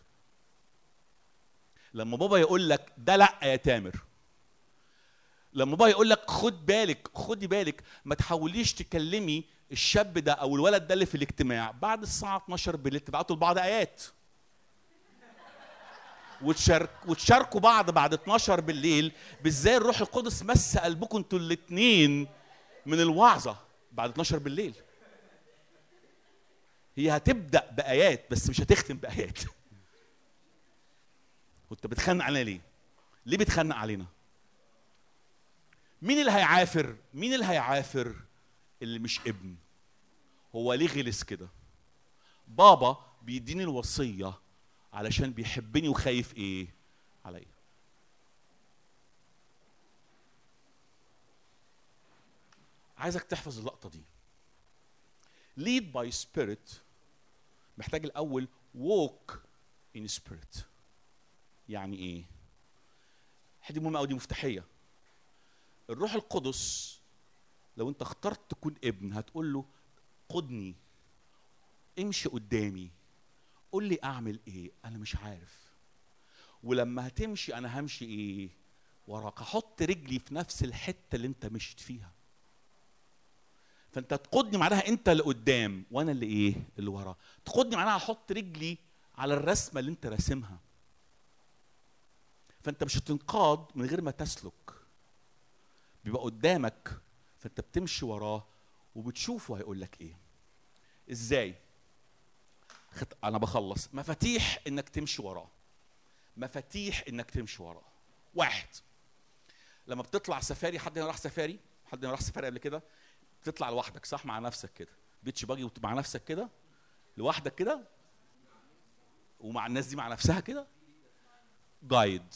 [SPEAKER 3] لما بابا يقول لك ده لا يا تامر، لما بابا يقول لك خدي بالك ما تحاوليش تكلمي الشاب ده او الولد ده اللي في الاجتماع بعد الساعه 12 بالليل، تبعتوا لبعض ايات وتشاركوا بعد 12 بالليل بازاي الروح القدس مس قلبكم انتوا الاثنين من الوعظه بعد 12 بالليل. هي هتبدا بايات بس مش هتختم بايات. وانت بتخنق علينا ليه؟ ليه بتخنق علينا؟ مين اللي هيعافر؟ اللي مش ابن. هو ليه غلس كده؟ بابا بيديني الوصيه علشان بيحبني وخايف ايه عليا. عايزك تحفظ اللقطه دي. lead by spirit محتاج الاول walk in spirit. يعني ايه؟ حاجه مهمه قوي، دي مفتاحيه. الروح القدس لو انت اخترت تكون ابن هتقول له قدني، امشي قدامي، قول لي اعمل ايه، انا مش عارف. ولما هتمشي انا همشي ايه؟ وراك، هحط رجلي في نفس الحته اللي انت مشيت فيها. فانت تقودني معناها انت اللي قدام وانا اللي ايه؟ اللي ورا. تقودني معناها احط رجلي على الرسمه اللي انت راسمها. فانت مش هتنقاد من غير ما تسلك، بيبقى قدامك فانت بتمشي وراه وبتشوفه هيقول لك ايه. ازاي؟ انا بخلص. مفاتيح انك تمشي وراه، مفاتيح انك تمشي وراه. واحد، لما بتطلع سفاري، حد هنا راح سفاري؟ حد هنا راح سفاري قبل كده؟ بتطلع لوحدك صح؟ مع نفسك كده، بيتش باجي مع نفسك كده، لوحدك كده، ومع الناس دي مع نفسها كده. جايد.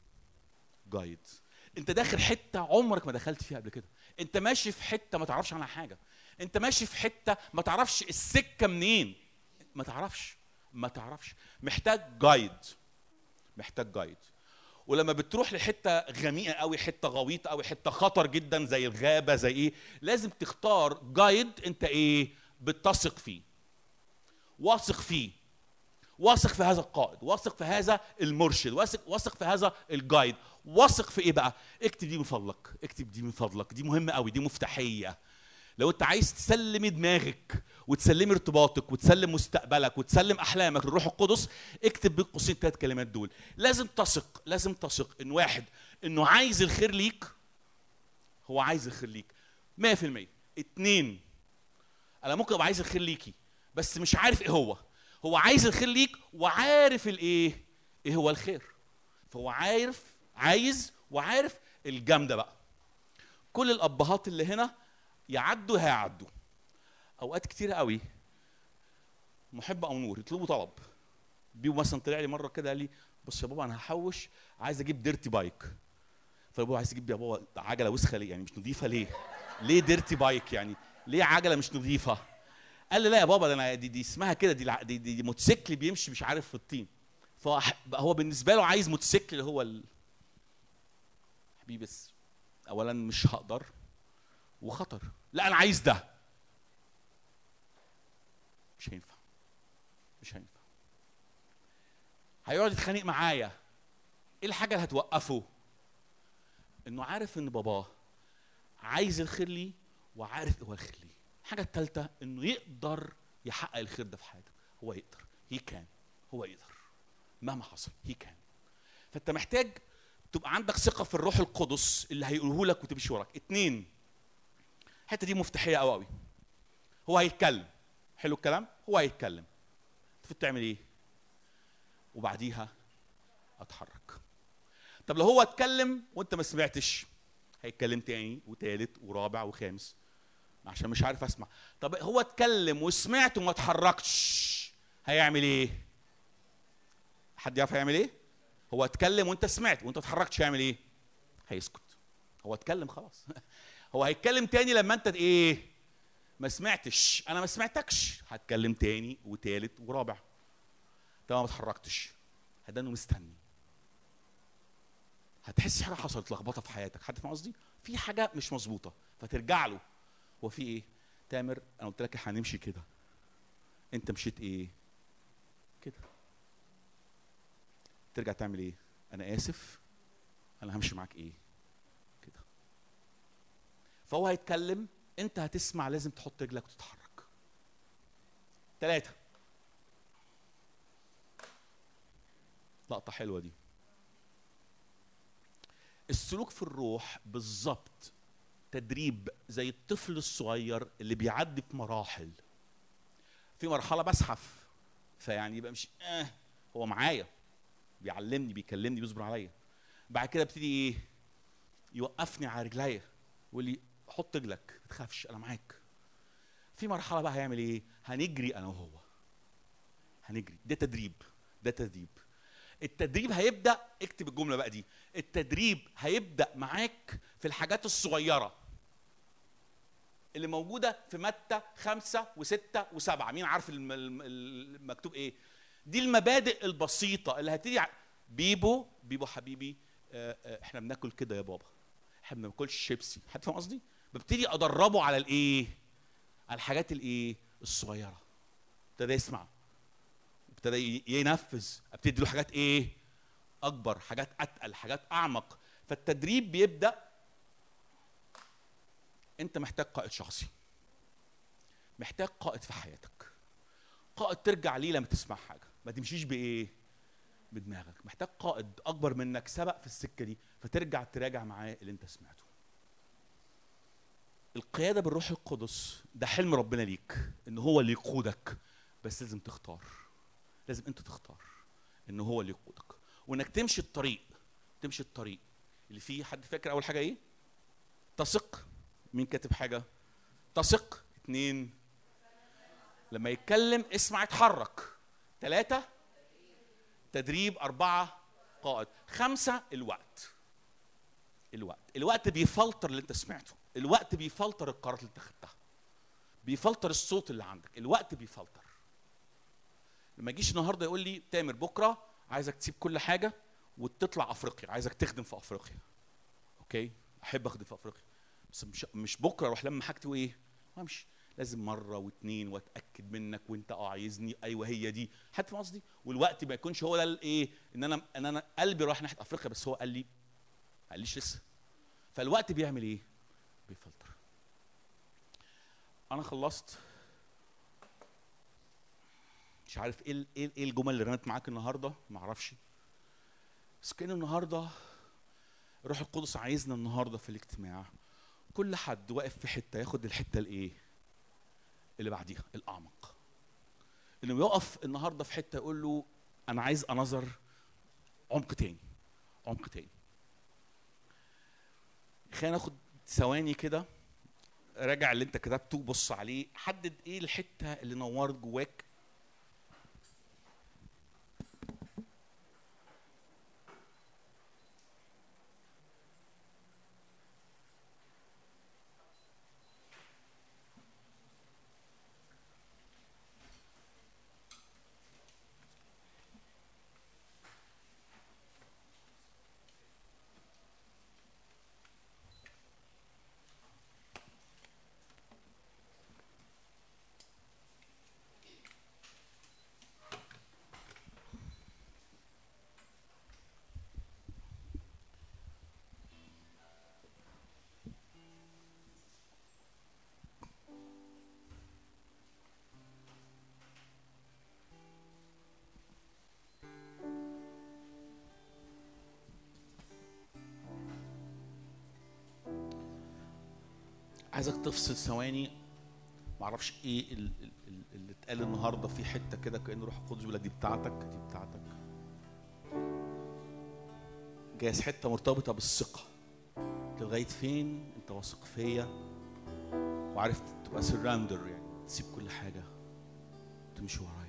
[SPEAKER 3] انت داخل حته عمرك ما دخلت فيها قبل كده، انت ماشي في حته ما تعرفش عنها حاجه، انت ماشي في حته ما تعرفش السكه منين، ما تعرفش. محتاج جايد. ولما بتروح لحته غميقه قوي، حته غويطه قوي، حته خطر جدا زي الغابه، زي ايه، لازم تختار جايد انت ايه؟ بتثق فيه، واثق في هذا القائد، واثق في هذا المرشد، واثق في هذا الجايد. واثق في ايه بقى؟ اكتب دي من فضلك، دي مهمه قوي، دي مفتاحيه. لو انت عايز تسلم دماغك وتسلم ارتباطك وتسلم مستقبلك وتسلم احلامك للروح القدس، اكتب بين قوسين 3 كلمات دول. لازم تثق ان واحد، انه عايز الخير ليك، هو عايز الخير ليك. 100%. 2 انا ممكن ابقى عايز الخير ليكي بس مش عارف ايه هو عايز الخير ليك وعارف ايه هو الخير، فهو عايز وعارف الجامده بقى. كل الابهات اللي هنا يعدوا هيعدوا. اوقات كتير قوي محب او نور يطلبوا طلب، بيبو مثلا طلع لي مره كده قال لي بص يا بابا انا هحوش عايز اجيب ديرتي بايك. فبابا عايز تجيب يا بابا عجله وسخه ليه؟ يعني مش نظيفه ليه ديرتي بايك؟ يعني ليه عجله مش نظيفه؟ قال لي لا يا بابا ده انا دي اسمها كده، دي موتوسيكل بيمشي مش عارف في الطين. فهو بالنسبه له عايز موتوسيكل اللي هو حبيبي بس اولا مش هقدر وخطر، لا انا عايز ده. مش هينفع هيقعد يتخانق معايا. ايه الحاجه اللي هتوقفه؟ انه عارف ان باباه عايز الخير لي وعارف هو الخير لي. الحاجه الثالثه انه يقدر يحقق الخير ده في حياتك. هو يقدر، هو يقدر مهما حصل كان. فانت محتاج تبقى عندك ثقه في الروح القدس اللي هيقوله لك وتمشي وراك. 2 الحته دي مفتاحيه قوي. هو هيتكلم، حلو الكلام، هو هيتكلم، المفروض تعمل ايه؟ وبعديها اتحرك. طب لو هو اتكلم وانت ما سمعتش، هيتكلم تاني وتالت ورابع وخامس عشان مش عارف اسمع. طب هو اتكلم وسمعت وما اتحركتش، هيعمل ايه؟ حد يعرف هيعمل ايه؟ هو اتكلم وانت سمعت وانت ما اتحركتش، هيعمل ايه؟ هيسكت. هو اتكلم خلاص. هو هيتكلم تاني لما انت ايه؟ ما سمعتش. انا ما سمعتكش، هتكلم تاني وتالت ورابع. طب ما اتحركتش، هدانه مستني. هتحس حاجه حصلت لخبطه في حياتك، حد فاهم قصدي؟ في حاجه مش مظبوطه، فترجع له. هو في ايه؟ تامر انا قلت لك هنمشي كده، انت مشيت ايه؟ كده. ترجع تعمل ايه؟ انا اسف، انا همشي معاك ايه؟ كده. فهو هيتكلم، انت هتسمع، لازم تحط رجلك وتتحرك. 3 لقطه حلوه دي. السلوك في الروح بالظبط تدريب زي الطفل الصغير اللي بيعدي في مراحل. في مرحله بزحف، فيعني يبقى مش هو معايا بيعلمني بيكلمني بيصبر عليا. بعد كده ابتدي ايه؟ يوقفني على رجليا ويقول لي حط رجلك ما تخافش انا معاك. في مرحله بقى هيعمل ايه؟ هنجري انا وهو، هنجري. ده تدريب. التدريب هيبدا، اكتب الجمله بقى دي، التدريب هيبدا معاك في الحاجات الصغيره اللي موجوده في متى 5 و6 و7. مين عارف المكتوب ايه؟ دي المبادئ البسيطه اللي هتيجي. بيبو حبيبي، احنا بناكل كده يا بابا، احنا ما بناكلش شيبسي. حد فاهم قصدي؟ ببتدي ادربه على الايه؟ على الحاجات الايه؟ الصغيره. ابتدى يسمع، ابتدى ينفذ، ابتدي له حاجات ايه؟ اكبر، حاجات اتقل، حاجات اعمق. فالتدريب بيبدا. انت محتاج قائد شخصي، محتاج قائد في حياتك، قائد ترجع ليه لما تسمع حاجه، ما تمشيش بايه؟ بدماغك. محتاج قائد اكبر منك سبق في السكه دي، فترجع تراجع معاه اللي انت سمعته. القياده بالروح القدس ده حلم ربنا ليك، ان هو اللي يقودك، بس لازم تختار. لازم انت تختار ان هو اللي يقودك، وانك تمشي الطريق اللي فيه. حد فاكر اول حاجه ايه؟ تثق. مين كاتب حاجه؟ تثق. 2 لما يتكلم اسمع اتحرك. 3 تدريب. 4 قائد. 5 الوقت بيفلتر اللي انت سمعته، الوقت بيفلتر القرارات اللي انت خدتها، بيفلتر الصوت اللي عندك، الوقت بيفلتر. لما يجيش النهارده يقول لي تامر بكره عايزك تسيب كل حاجه وتطلع افريقيا، عايزك تخدم في افريقيا. اوكي، احب اخدم في افريقيا، بس مش بكره اروح لما حاجتي وايه وامشي. لازم مره واثنين واتاكد منك وانت عايزني. ايوه هي دي. حد فاهم قصدي؟ والوقت ما يكونش هو ده الايه، ان انا قلبي رايح ناحيه افريقيا بس هو قال لي ما قاليش لسه. فالوقت بيعمل ايه؟ بيفلتر. انا خلصت. مش عارف ايه الجمل اللي رنت معاك النهارده، ما اعرفش، بس كان النهارده الروح القدس عايزنا النهارده في الاجتماع كل حد واقف في حته ياخد الحته الايه اللي بعديها الاعمق، انه يقف النهارده في حته يقول له انا عايز انظر عمق تاني، عمق تاني. خلينا ناخد ثواني كده، راجع اللي انت كتبته، بص عليه، حدد ايه الحته اللي نورت جواك. عايزك تفصل ثواني، معرفش ايه اللي اتقال النهارده، في حته كده كأن روح القدس بيقول لك دي بتاعتك، دي بتاعتك. جايز حته مرتبطه بالثقه، لغايه فين انت واثق فيا وعارف تبقى سراندر، يعني تسيب كل حاجه وتمشي ورايا.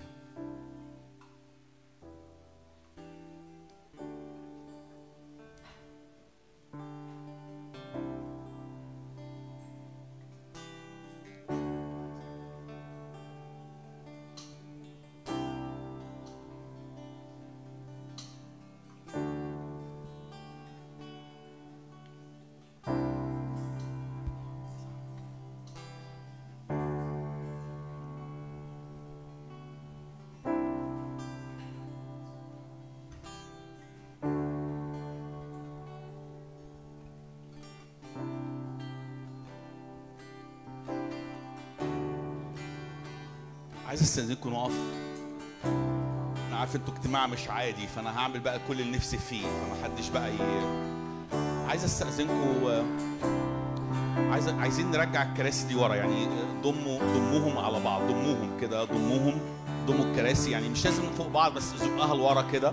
[SPEAKER 3] عايز استاذنكم نقف. انا عارف انتوا اجتماع مش عادي، فانا هعمل بقى كل اللي نفسي فيه، فما حدش بقى عايز استاذنكم، عايزين نرجع الكراسي دي ورا، يعني ضموهم على بعض، ضموهم كده، ضموا الكراسي، يعني مش لازم فوق بعض بس زقها لورا كده.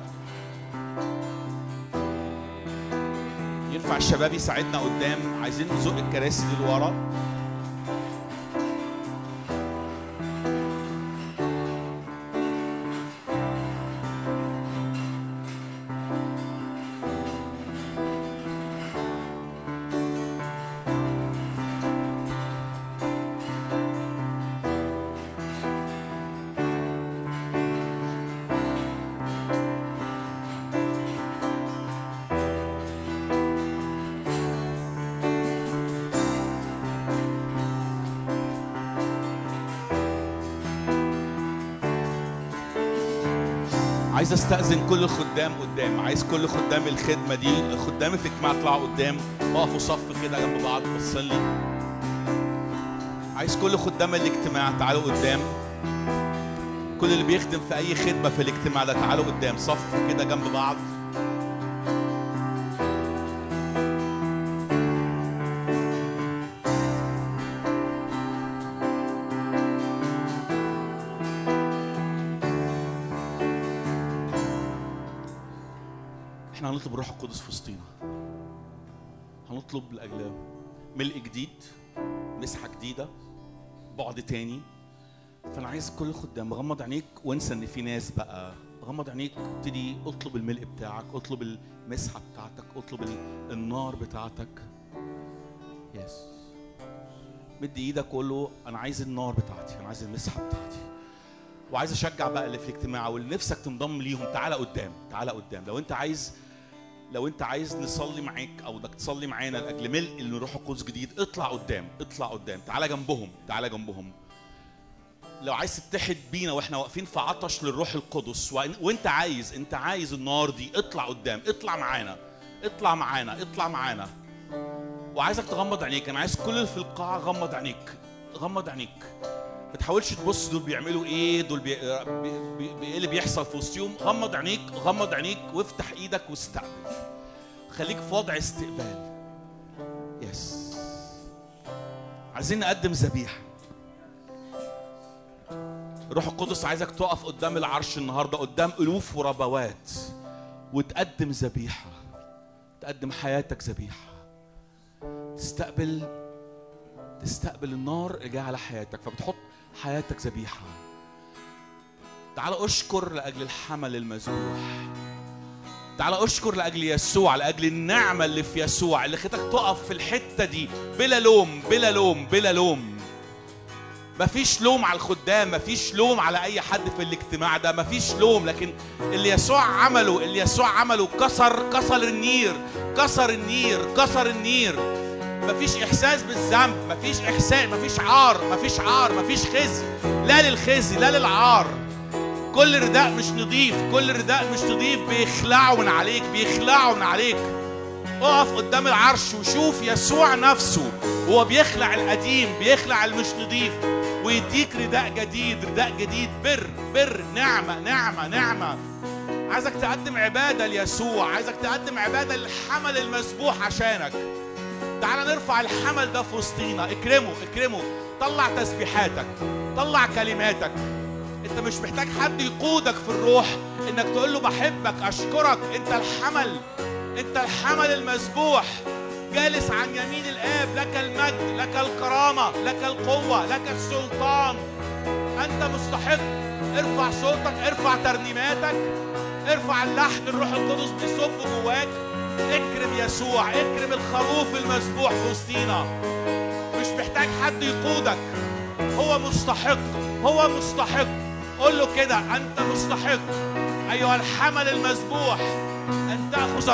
[SPEAKER 3] ينفع الشباب يساعدنا قدام؟ عايزين نزق الكراسي دي لورا. عايز استأذن كل الخدام قدام، عايز كل خدام الخدمة دي، خدام في الاجتماع اطلعوا قدام، اقفوا صف كده جنب بعض بصلي. عايز كل خدام الاجتماع تعالوا قدام، كل اللي بيخدم في أي خدمة في الاجتماع ده تعالوا قدام، صف كده جنب بعض. احنا هنطلب الروح القدس في وسطينا، هنطلب لاجل ملء جديد، مسحه جديده، بعد تاني. فانا عايز كل الخدام غمض عينيك وانسى ان في ناس بقى، غمض عينيك ابتدي اطلب الملء بتاعك، اطلب المسحه بتاعتك، اطلب النار بتاعتك. يس، مد ايدك وقول له انا عايز النار بتاعتي، انا عايز المسحه بتاعتي. وعايز اشجع بقى اللي في الاجتماع واللي نفسك تنضم ليهم، تعالى قدام، تعالى قدام. لو انت عايز نصلي معاك او بدك تصلي معانا لاجل ملء الروح القدس جديد، اطلع قدام، اطلع قدام، تعالى جنبهم، تعالى جنبهم. لو عايز تتحد بينا واحنا واقفين في عطش للروح القدس، وانت عايز النار دي، اطلع قدام، اطلع معانا، اطلع معانا، اطلع معانا. وعايزك تغمض عينيك، انا عايز كل اللي في القاعه غمض عينيك، غمض عينيك. ما تحاولش تبص دول بيعملوا ايه، دول ايه اللي بيحصل في وسطهم. غمض عينيك، غمض عينيك وافتح ايدك واستقبل، خليك في وضع استقبال. يس عايزين نقدم ذبيحة. روح القدس عايزك تقف قدام العرش النهاردة، قدام ألوف وربوات، وتقدم ذبيحة، تقدم حياتك ذبيحة، تستقبل النار اللي جايه على حياتك، فبتحط حياتك ذبيحة. تعال أشكر لأجل الحمل المذبوح. تعال أشكر لأجل يسوع، لأجل النعمة اللي في يسوع اللي خلتك تقف في الحتة دي بلا لوم بلا لوم بلا لوم. مفيش لوم على الخدام، مفيش لوم على أي حد في الاجتماع ده، مفيش لوم. لكن اللي يسوع عمله كسر النير. مفيش إحساس بالذنب، مفيش إحساس، مفيش خزي، لا للخزي لا للعار. كل رداء مش نضيف بيخلعوا من عليك. اقف قدام العرش وشوف يسوع نفسه هو بيخلع القديم، بيخلع المش نضيف، ويديك رداء جديد، بر نعمة. عايزك تقدم عبادة ليسوع، عايزك تقدم عبادة للحمل المذبوح عشانك. تعال نرفع الحمل ده في وسطينا، اكرمه، طلع تسبيحاتك، طلع كلماتك. انت مش محتاج حد يقودك في الروح انك تقول له بحبك، اشكرك. انت الحمل المذبوح جالس عن يمين الآب، لك المجد، لك الكرامة، لك القوة، لك السلطان. انت مستحق. ارفع صوتك، ارفع ترنيماتك، ارفع اللحن الروح القدس بيصب جواك. اكرم يسوع، اكرم الخروف المذبوح في وسطينا. مش محتاج حد يقودك، هو مستحق. قول له كده، انت مستحق ايها الحمل المذبوح ان تاخذ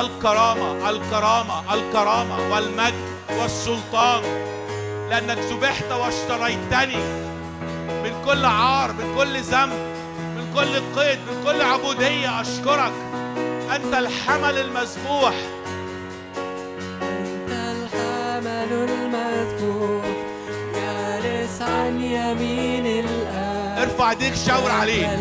[SPEAKER 3] الكرامه والمجد والسلطان، لانك ذبحت واشتريتني من كل عار، من كل ذنب، من كل قيد، من كل عبوديه. اشكرك، انت الحمل المذبوح.
[SPEAKER 1] أنت الحمل المذبوح جالس عن يمين الآب.
[SPEAKER 3] ارفع ايديك، شاور عليه.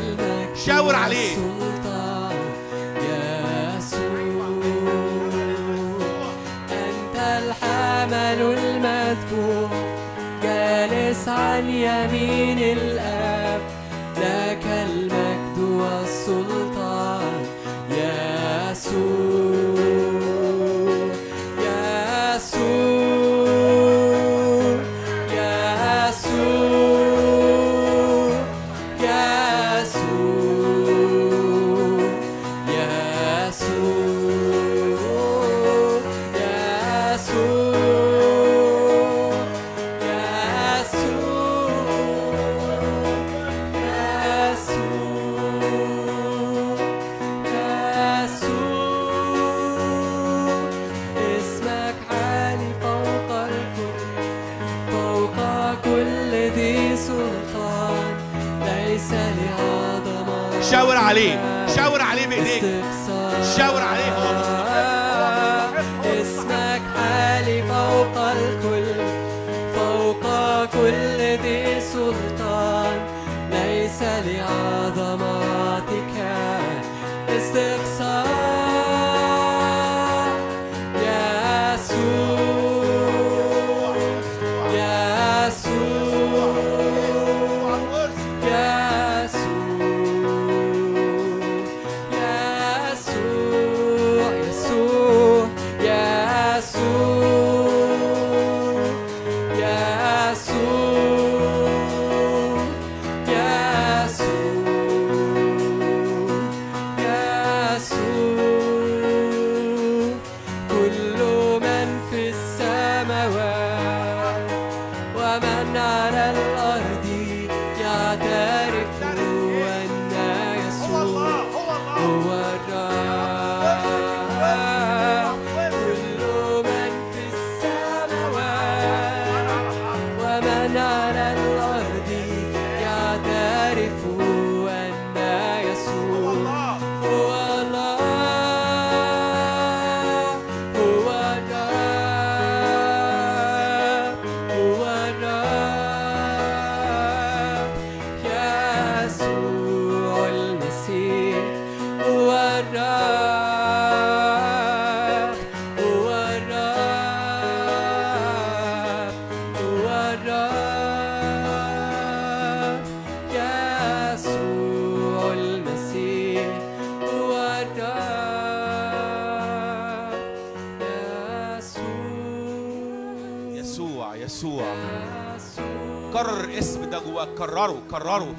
[SPEAKER 1] أنت الحمل المذبوح جالس عن يمين الآب، لك المجد والسلطان يسوع.
[SPEAKER 3] شاور عليه بايديك، شاور عليه. هو
[SPEAKER 1] اسمك عالي فوق الكل، فوق كل ذي سلطان، ليس لعظمتك استقصاء.
[SPEAKER 3] كرر الاسم ده جواك، كرره كرره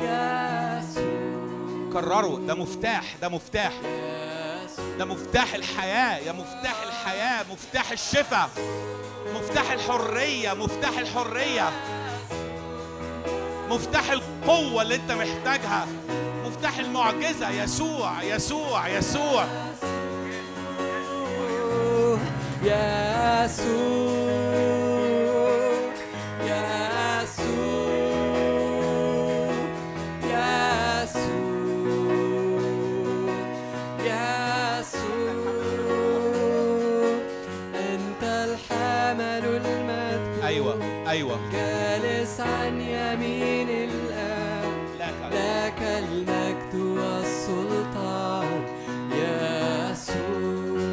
[SPEAKER 3] كرره. ده مفتاح، ده مفتاح، ده مفتاح الحياة، يا مفتاح الحياة، مفتاح الشفاء، مفتاح الحرية، مفتاح الحرية، مفتاح القوة اللي انت محتاجها، مفتاح المعجزة. يسوع يسوع يسوع أيوة
[SPEAKER 1] جالس عن يمين الآب، لك المجد والسلطان يسوع.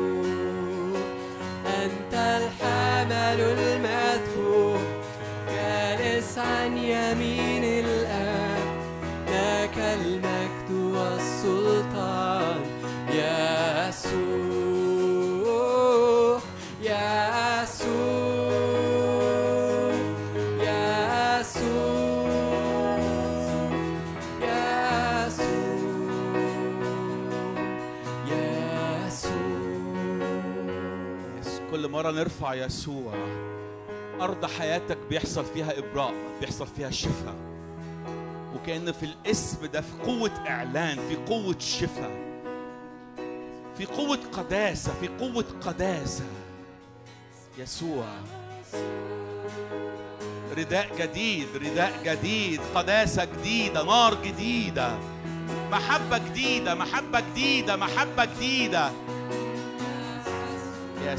[SPEAKER 1] أنت الحمل المذبوح جالس عن يمين الآب، لك المجد والسلطان يسوع يسوع.
[SPEAKER 3] كل مرة نرفع يسوع، أرض حياتك بيحصل فيها إبراء، بيحصل فيها شفاء، وكأن في الاسم ده في قوة إعلان، في قوة شفاء، في قوة قداسة، في قوة قداسة. يسوع رداء جديد، رداء جديد، قداسة جديدة، نار جديدة، محبة جديدة، محبة جديدة، محبة جديدة. يس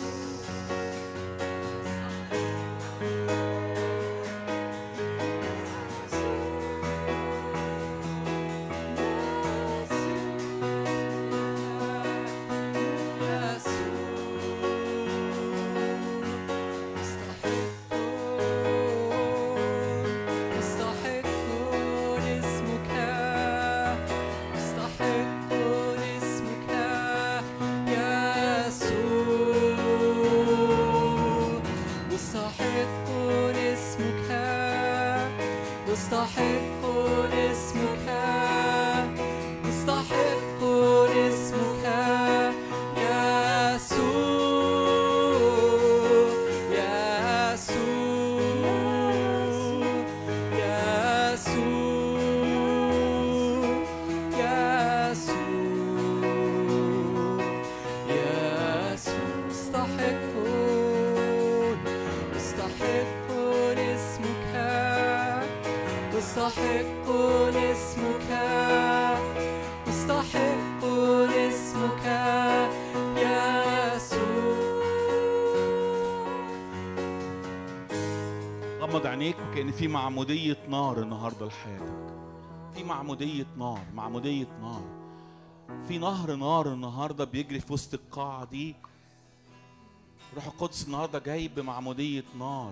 [SPEAKER 3] كأن في معمودية نار النهاردة لحياتك، في معمودية نار، معمودية نار، في نهر نار النهاردة بيجري في وسط القاعة دي. روح القدس النهاردة جاي بمعمودية نار.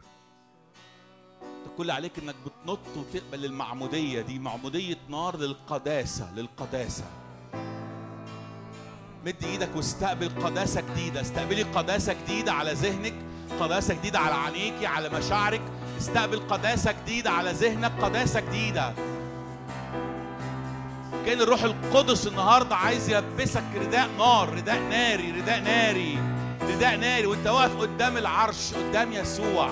[SPEAKER 3] كل عليك انك بتنط وتقبل المعمودية دي، معمودية نار للقداسة، للقداسة. مد ايدك واستقبل قداسة جديدة، استقبلي قداسة جديدة على ذهنك، قداسة جديدة على عينيكي، على مشاعرك. استقبل قداسة جديدة على ذهنك، قداسة جديدة. كان الروح القدس النهاردة عايز يلبسك رداء نار، رداء ناري، رداء ناري، رداء ناري، وانت واقف قدام العرش، قدام يسوع.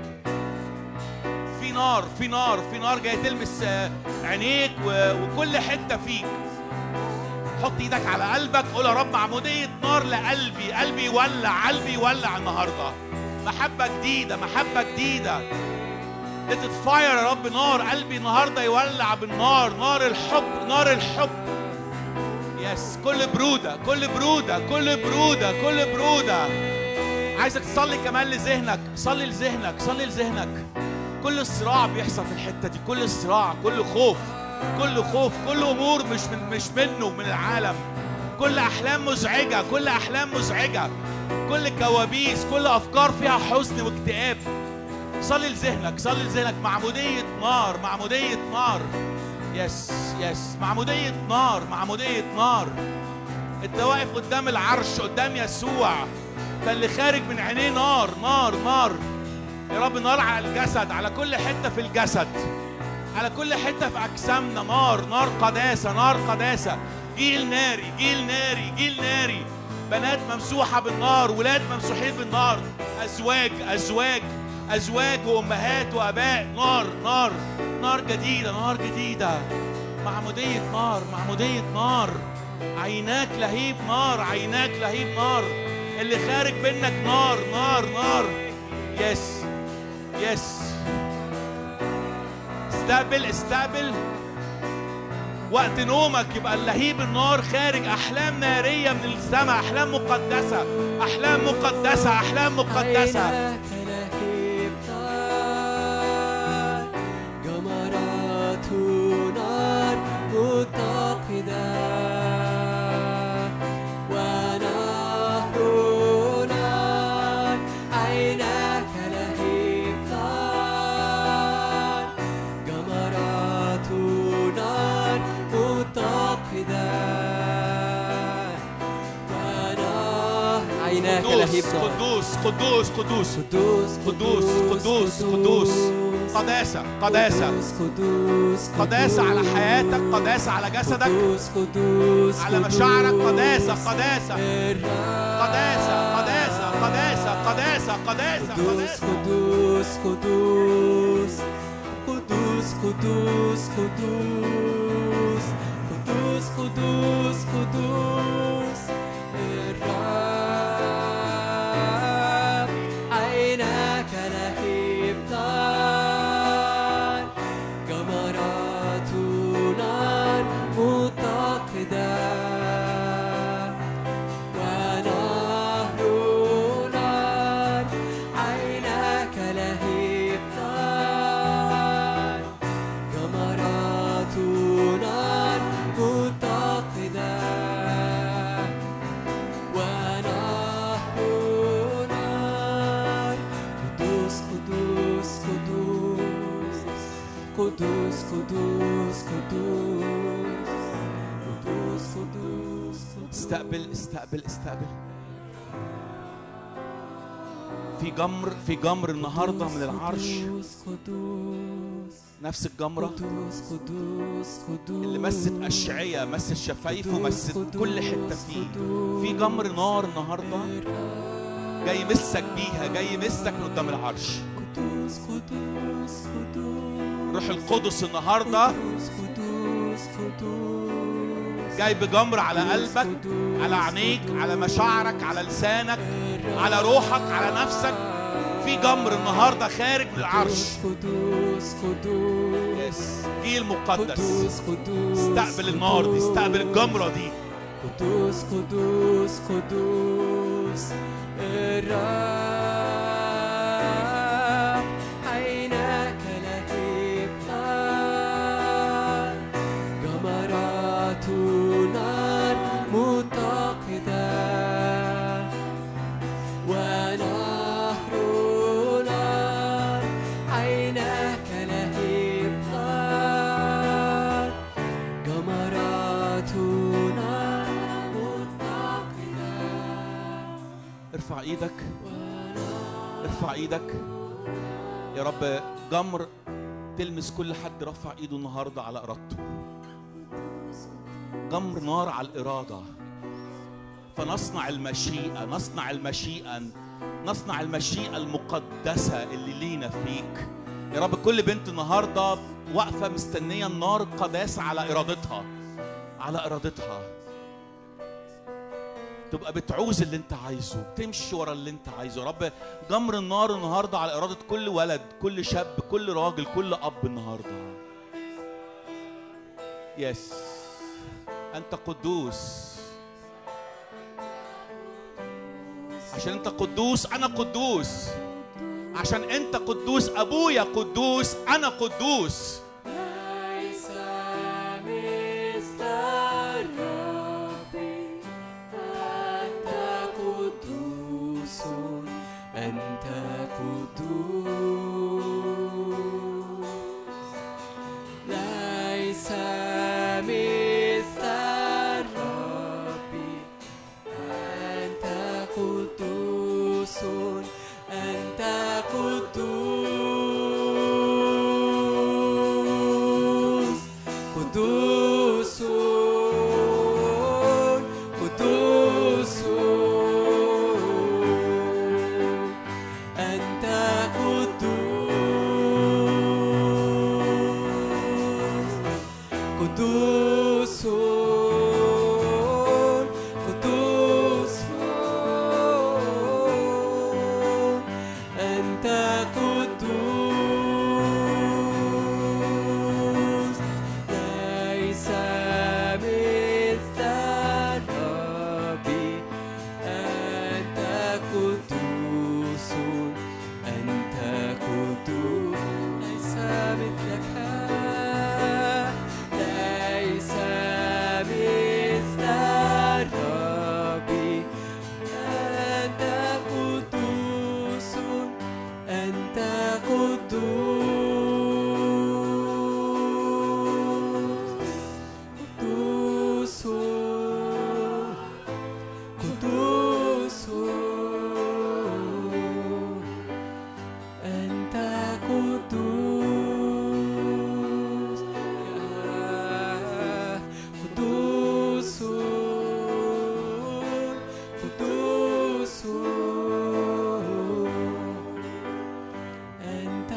[SPEAKER 3] في نار، في نار، في نار جاي تلمس عينيك وكل حتة فيك. حط ايدك على قلبك، قول يا رب عمودية نار لقلبي، قلبي يولع، قلبي يولع النهاردة. محبة جديدة، محبة جديدة. Let it fire يا رب، نار قلبي النهاردة يولع بالنار، نار الحب، نار الحب. يس، كل برودة، كل برودة، كل برودة، كل برودة. عايزك تصلي كمان لذهنك، صلي لذهنك، صلي لذهنك. كل صراع بيحصل في الحتة دي، كل صراع، كل خوف، كل خوف، كل أمور مش منه، من العالم. كل أحلام مزعجة، كل أحلام مزعجة، كل كوابيس، كل أفكار فيها حزن واكتئاب. صلي لذهنك، صلي لذهنك. معمودية نار، معمودية نار. يس يس، معمودية نار، معمودية نار. انت واقف قدام العرش، قدام يسوع، فاللي خارج من عينيه نار، نار، نار. يا رب نار على الجسد، على كل حتة في الجسد، على كل حتة في أجسامنا. نار، نار قداسة، نار قداسة. جيل ناري، جيل ناري، جيل ناري. بنات ممسوحة بالنار، ولاد ممسوحين بالنار، أزواج أزواج أزواج وأمهات وأباء. نار نار نار جديدة، نار جديدة. معمودية نار، معمودية نار. عيناك لهيب نار، عيناك لهيب نار. اللي خارج منك نار نار نار. يس يس. استقبل استقبل. وقت نومك يبقى اللهيب النار خارج. أحلام نارية من السماء، أحلام مقدسة، أحلام مقدسة، أحلام مقدسة.
[SPEAKER 1] جمرات نار متقدة ونهر نار. عيناك لهيب نار. جمرات نار متقدة ونهر. عيناك لهيب نار.
[SPEAKER 3] قدوس قدوس قدوس
[SPEAKER 1] قدوس
[SPEAKER 3] قدوس قدوس قدوس. قداسة قداسة قداسة على حياتك، قداسة على جسدك، على مشاعرك. قداسة قداسة قداسة قداسة قداسة قداسة قداسة.
[SPEAKER 1] قدوس قدوس قدوس قدوس قدوس قدوس قدوس قدوس الرب. عيناك لهيب نار. جمرات نار متقدة ونهر نار. عيناك لهيب نار. جمرات نار متقدة ونهر نار. قدوس قدوس قدوس قدوس قدوس قدوس قدوس.
[SPEAKER 3] استقبل استقبل استقبل. في جمر النهارده من العرش. نفس الجمرة اللي مست أشعية، مست شفايفه، مست كل حتة فيه. في جمر نار النهارده جاي يمسك بيها، جاي يمسك من قدام العرش. روح القدس النهارده جاي بجمر على قلبك، على عينيك، على مشاعرك، على لسانك، على روحك، على نفسك. في جمر النهارده خارج من العرش. جيل مقدس. استقبل النار دي، استقبل الجمرة دي.
[SPEAKER 1] قدوس قدوس قدوس الرب. عيناك لهيب نار. جمرات نار متقدة ونهر نار. عيناك لهيب نار. جمرات نار متقدة.
[SPEAKER 3] ارفع ايدك، ارفع ايدك يا رب. جمر تلمس كل حد رفع ايده النهارده على ارادته. جمر نار على الإرادة. فنصنع المشيئة، نصنع المشيئة، نصنع المشيئة المقدسة اللي لينا فيك يا رب. كل بنت النهاردة واقفة مستنية النار القداسة على إرادتها، على إرادتها. تبقى بتعوز اللي انت عايزه، بتمشي ورا اللي انت عايزه يا رب. جمر النار النهاردة على إرادة كل ولد، كل شاب، كل راجل، كل أب النهاردة. يس، أنت قدوس. عشان أنت قدوس أنا قدوس. عشان أنت قدوس أبويا قدوس أنا قدوس.
[SPEAKER 1] ليس مثل الرب. أنت قدوس، أنت قدوس. ليس مثل الرب. أنت قدوس، أنت قدوس. قدوس قدوس أنت قدوس قدوس قدوس أنت قدوس ليس مثل الرب أنت قدوس أنت قدوس ليس مثلك ليس مثل الرب أنت قدوس أنت قدوس قدوس أنت قدوس قدوس قدوس أنت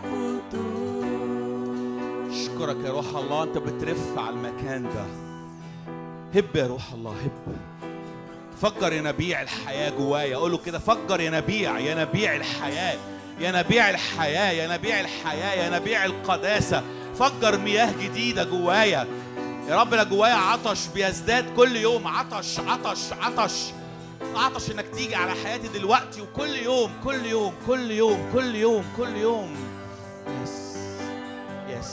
[SPEAKER 1] قدوس.
[SPEAKER 3] اشكرك يا روح الله، انت بترف على المكان ده. هب يا روح الله، هب. فجر ينابيع الحياة جوايا. قوله كده، فجر ينابيع الحياة، ينابيع الحياة، ينابيع الحياة، ينابيع القداسة. فجر مياه جديدة جوايا يا رب. انا جوايا عطش بيزداد كل يوم، عطش عطش عطش عطش انك تيجي على حياتي دلوقتي وكل يوم كل يوم كل يوم كل يوم كل يوم. يس يس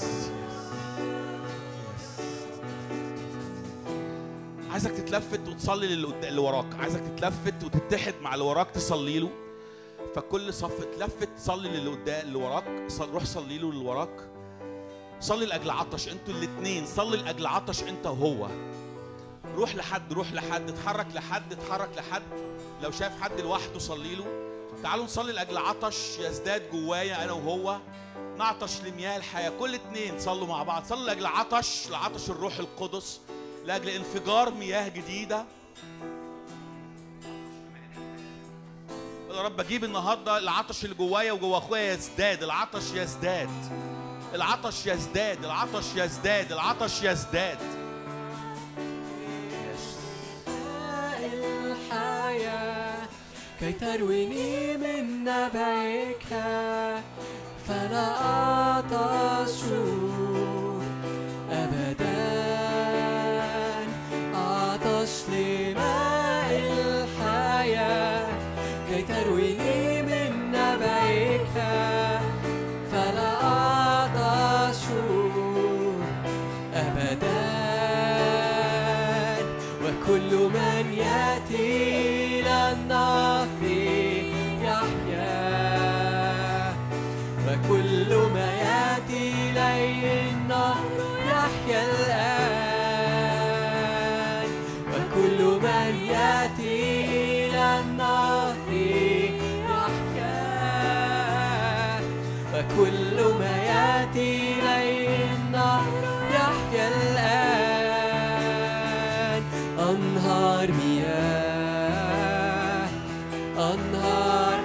[SPEAKER 3] عايزك تتلفت وتصلي اللي وراك، عايزك تتلفت وتتحد مع اللي وراك تصلي له. فكل صف تلفت تصلي للي قدام اللي وراك، روح صلي له اللي وراك. صلي لاجل عطش انتوا الاثنين، صلي لاجل عطش انت وهو. روح لحد اتحرك لحد. لو شايف حد لوحده صلي له. تعالوا نصلي لاجل عطش يزداد جوايا انا وهو. نعطش لمياه الحياه. كل اثنين صلوا مع بعض. صلوا لاجل لعطش الروح القدس، لاجل انفجار مياه جديده. يا رب اجيب النهارده العطش اللي جوايا وجوا اخويا يزداد. العطش يزداد، العطش يزداد، العطش يزداد، العطش يزداد.
[SPEAKER 1] الحياة كي ترويني من نبعك، فلا أعطش أبدا. أعطش لماء الحياة كي ترويني من نبعك، فلا أعطش أبدا. وكل من يأتي إلى النهر يحيا، وكل ما يأتي إليه النهر يحيا الآن. وكل من يأتي إلى النهر يحيا، وكل ما يأتي إليه النهر يحيا الآن. أنهار مياه، أنهار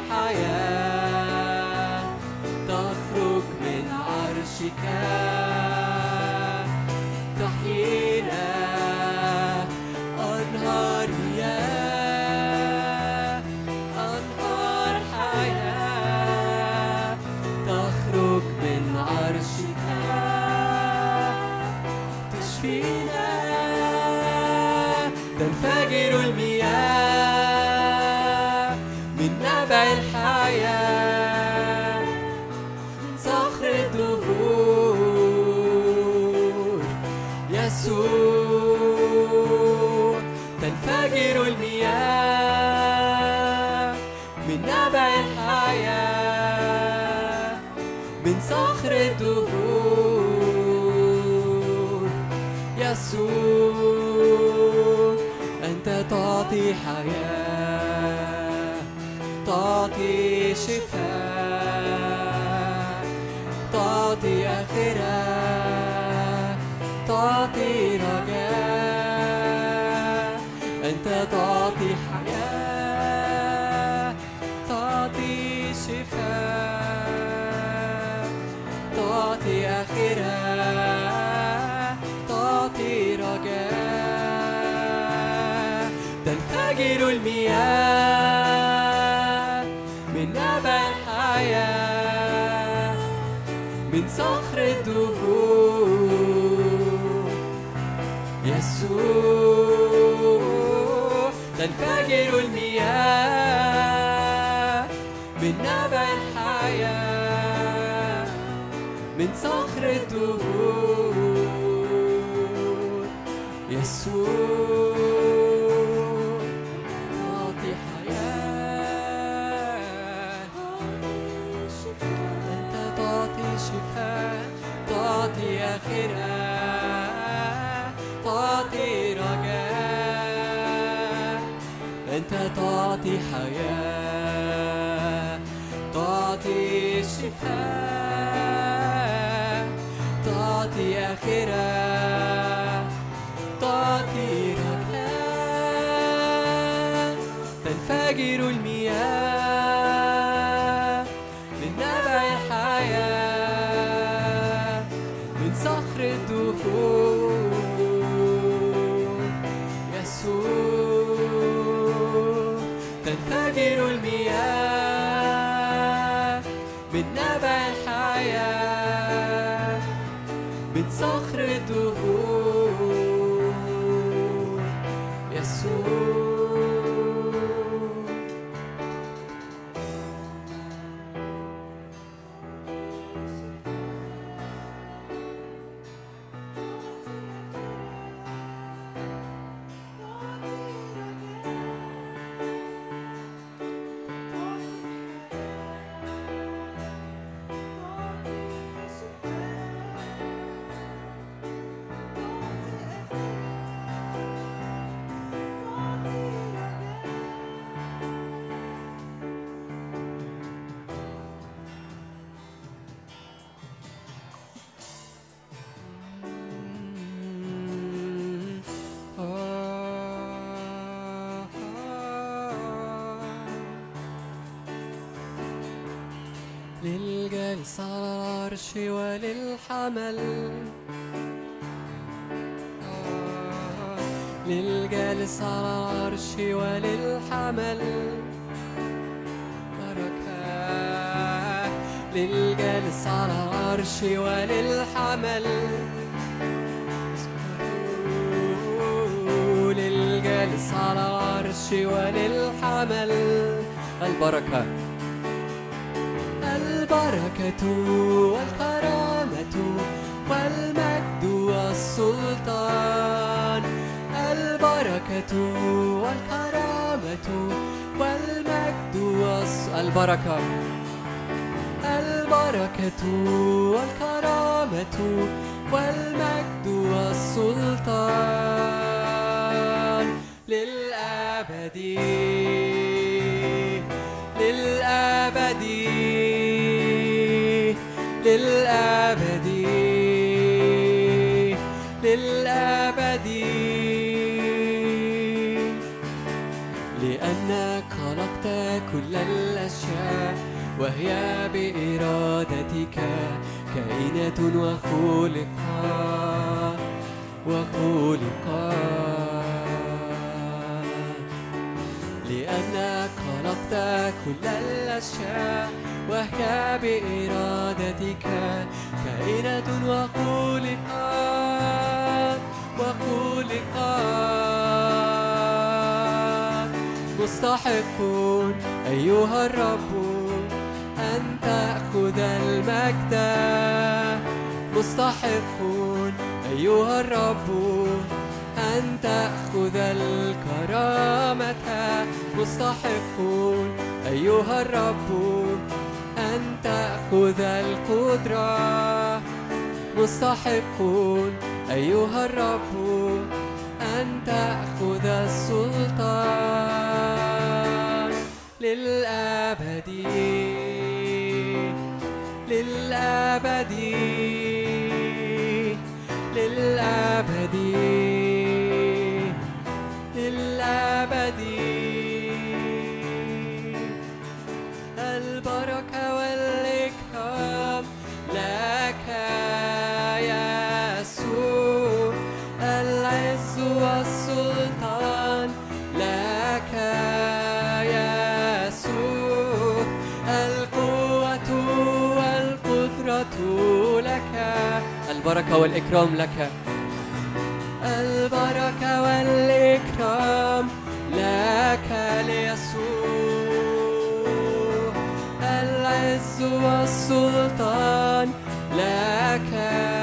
[SPEAKER 1] حياة تخرج من عرشك تحيينا. أنهار مياه، أنهار حياة تخرج من عرشك تشفينا. تنفجر المياه من نبع الحياة، من صخر الدهور يسوع. تنفجر المياه من نبع الحياة، من صخر الدهور يسوع. أنت تعطي حياة، تعطي شفاء، تعطي آخرة، تعطي تعطي رجاء، أنت تعطي حياة، تعطي شفاء، تعطي آخرة، تعطي رجاء. تنفجر المياه من نبع الحياة، من صخر الدهور يسوع. تنفجر المياه من نبع الحياة، من صخر الدهور يسوع. تعطي حياة، أنت تعطي شفاء، تعطي آخرة، تعطي رجاء، أنت تعطي حياة، تعطي شفاء، تعطي آخرة، تعطي رجاء. تنفجر المياه من نبع الحياة، من صخر الدهور يسوع. تنفجر المياه من نبع الحياة، من صخر الدهور يسوع. للجالس على العرش وللحمل، للجالس على العرش وللحمل بركة، للجالس على العرش وللحمل، للجالس على العرش وللحمل البركة، البركة والكرامة والمجد والسلطان، البركة والكرامة والمجد البركة، البركة والكرامة والمجد والسلطان للأبد للأبد للأبد للأبد، لأنك خلقت كل الأشياء وهي بإرادتك كائنة وخلقا لأنك خلقت كل الأشياء وهي بإرادتك كائنة وخلقا مستحق أيها الرب أن تأخذ المجد، مستحق أيها الرب أن تأخذ الكرامة، مستحق أيها الرب أن تأخذ القدرة، مستحق أيها الرب أن تأخذ السلطان للأبد للأبد للأبد البركة والإكرام لك، البركة والإكرام لك ليسوع، العز والسلطان لك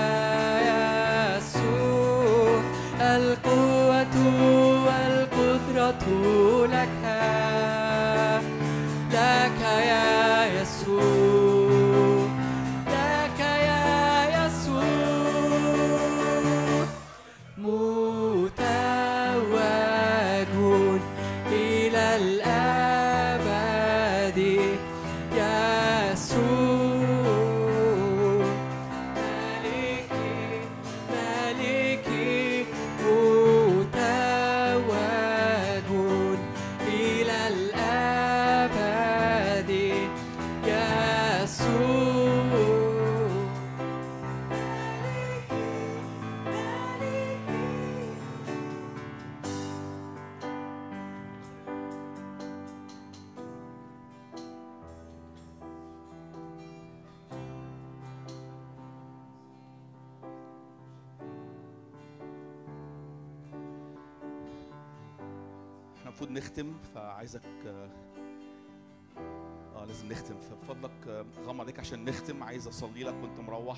[SPEAKER 1] يسوع، القوة والقدرة لك يا يسوع، لك يا يسوع، متوج إلى الأبد يسوع، ملكي ملكي، متوج إلى الأبد يسوع.
[SPEAKER 3] احنا المفروض نختم، فعايزك لازم نختم، فبفضلك غمض عليك عشان نختم. عايز اصلي لك وانت مروح.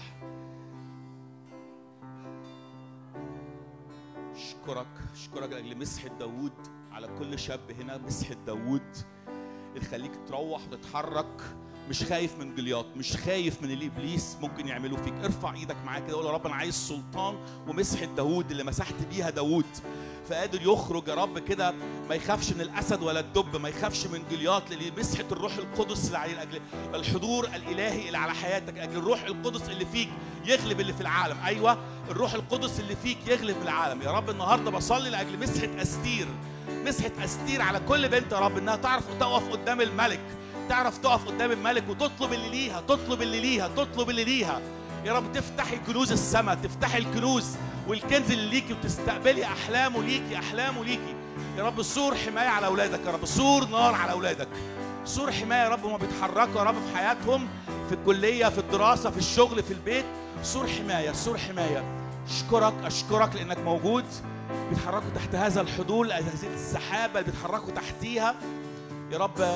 [SPEAKER 3] اشكرك لاجل مسحة داوود على كل شاب هنا، مسحة داوود اللي يخليك تروح وتتحرك مش خايف من جليات، مش خايف من اللي ابليس ممكن يعمله فيك. ارفع ايدك معاك كده، قول يا رب انا عايز سلطان ومسحة داوود اللي مسحت بيها داوود، فقادر يخرج يا رب كده ما يخافش من الاسد ولا الدب، ما يخافش من جليات، لان مسحة الروح القدس اللي عليه، لاجل الحضور الالهي اللي على حياتك، لاجل الروح القدس اللي فيك يغلب اللي في العالم. ايوه، الروح القدس اللي فيك يغلب العالم. يا رب النهارده بصلي لاجل مسحة استير، مسحة استير على كل بنت يا رب، انها تعرف تقف قدام الملك، تعرف تقف قدام الملك وتطلب اللي ليها، تطلب اللي ليها، تطلب اللي ليها. يا رب تفتحي كنوز السماء، تفتحي الكنوز والكنز اللي ليكي، وتستقبلي احلامه ليكي، احلامه ليكي. يا رب سور حمايه على اولادك، يا رب سور نار على اولادك، سور حمايه يا رب. هما بيتحركوا يا رب في حياتهم، في الكليه، في الدراسه، في الشغل، في البيت، سور حمايه، سور حمايه. اشكرك لانك موجود. بيتحركوا تحت هذا الحضور، هذه السحابه اللي بيتحركوا تحتيها. يا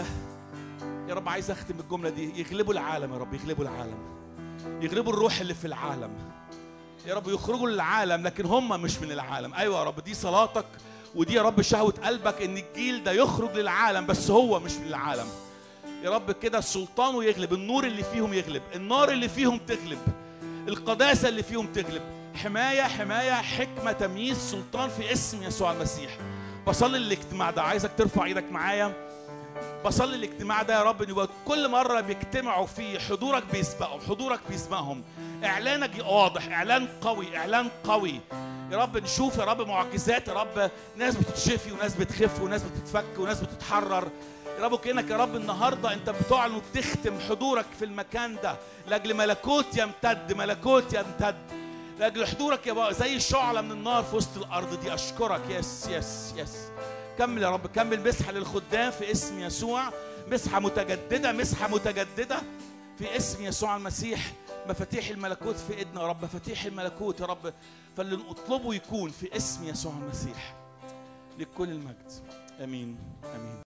[SPEAKER 3] رب عايز اختم الجمله دي، يغلبوا العالم يا رب، يغلبوا العالم، يغلبوا الروح اللي في العالم يا رب، يخرجوا للعالم لكن هم مش من العالم. ايوه يا رب، دي صلاتك ودي يا رب شهوة قلبك، ان الجيل ده يخرج للعالم بس هو مش من العالم. يا رب كده سلطانه يغلب، النور اللي فيهم يغلب، النار اللي فيهم تغلب، القداسة اللي فيهم تغلب. حماية، حكمة، تمييز، سلطان في اسم يسوع المسيح. بصلي الاجتماع ده، عايزك ترفع ايدك معايا. بصلي الاجتماع ده يا رب ان يبقى كل مرة بيجتمعوا فيه حضورك بيسبقهم، حضورك بيسبقهم، اعلانك واضح، اعلان قوي، اعلان قوي. يا رب نشوف يا رب معجزات، يا رب ناس بتتشفي وناس بتخف وناس بتتفك وناس بتتحرر. يا رب كأنك يا رب النهارده انت بتعلن وبتختم حضورك في المكان ده لاجل ملكوت يمتد، ملكوت يمتد، لاجل حضورك يبقى زي الشعلة من النار في وسط الارض دي. اشكرك. يس يس يس. كمل يا رب، كمل مسحة للخدام في اسم يسوع، مسحة متجددة، مسحة متجددة في اسم يسوع المسيح. مفاتيح الملكوت في ايدنا يا رب، مفاتيح الملكوت يا رب، فاللي نطلبه يكون في اسم يسوع المسيح. لكل المجد. امين امين.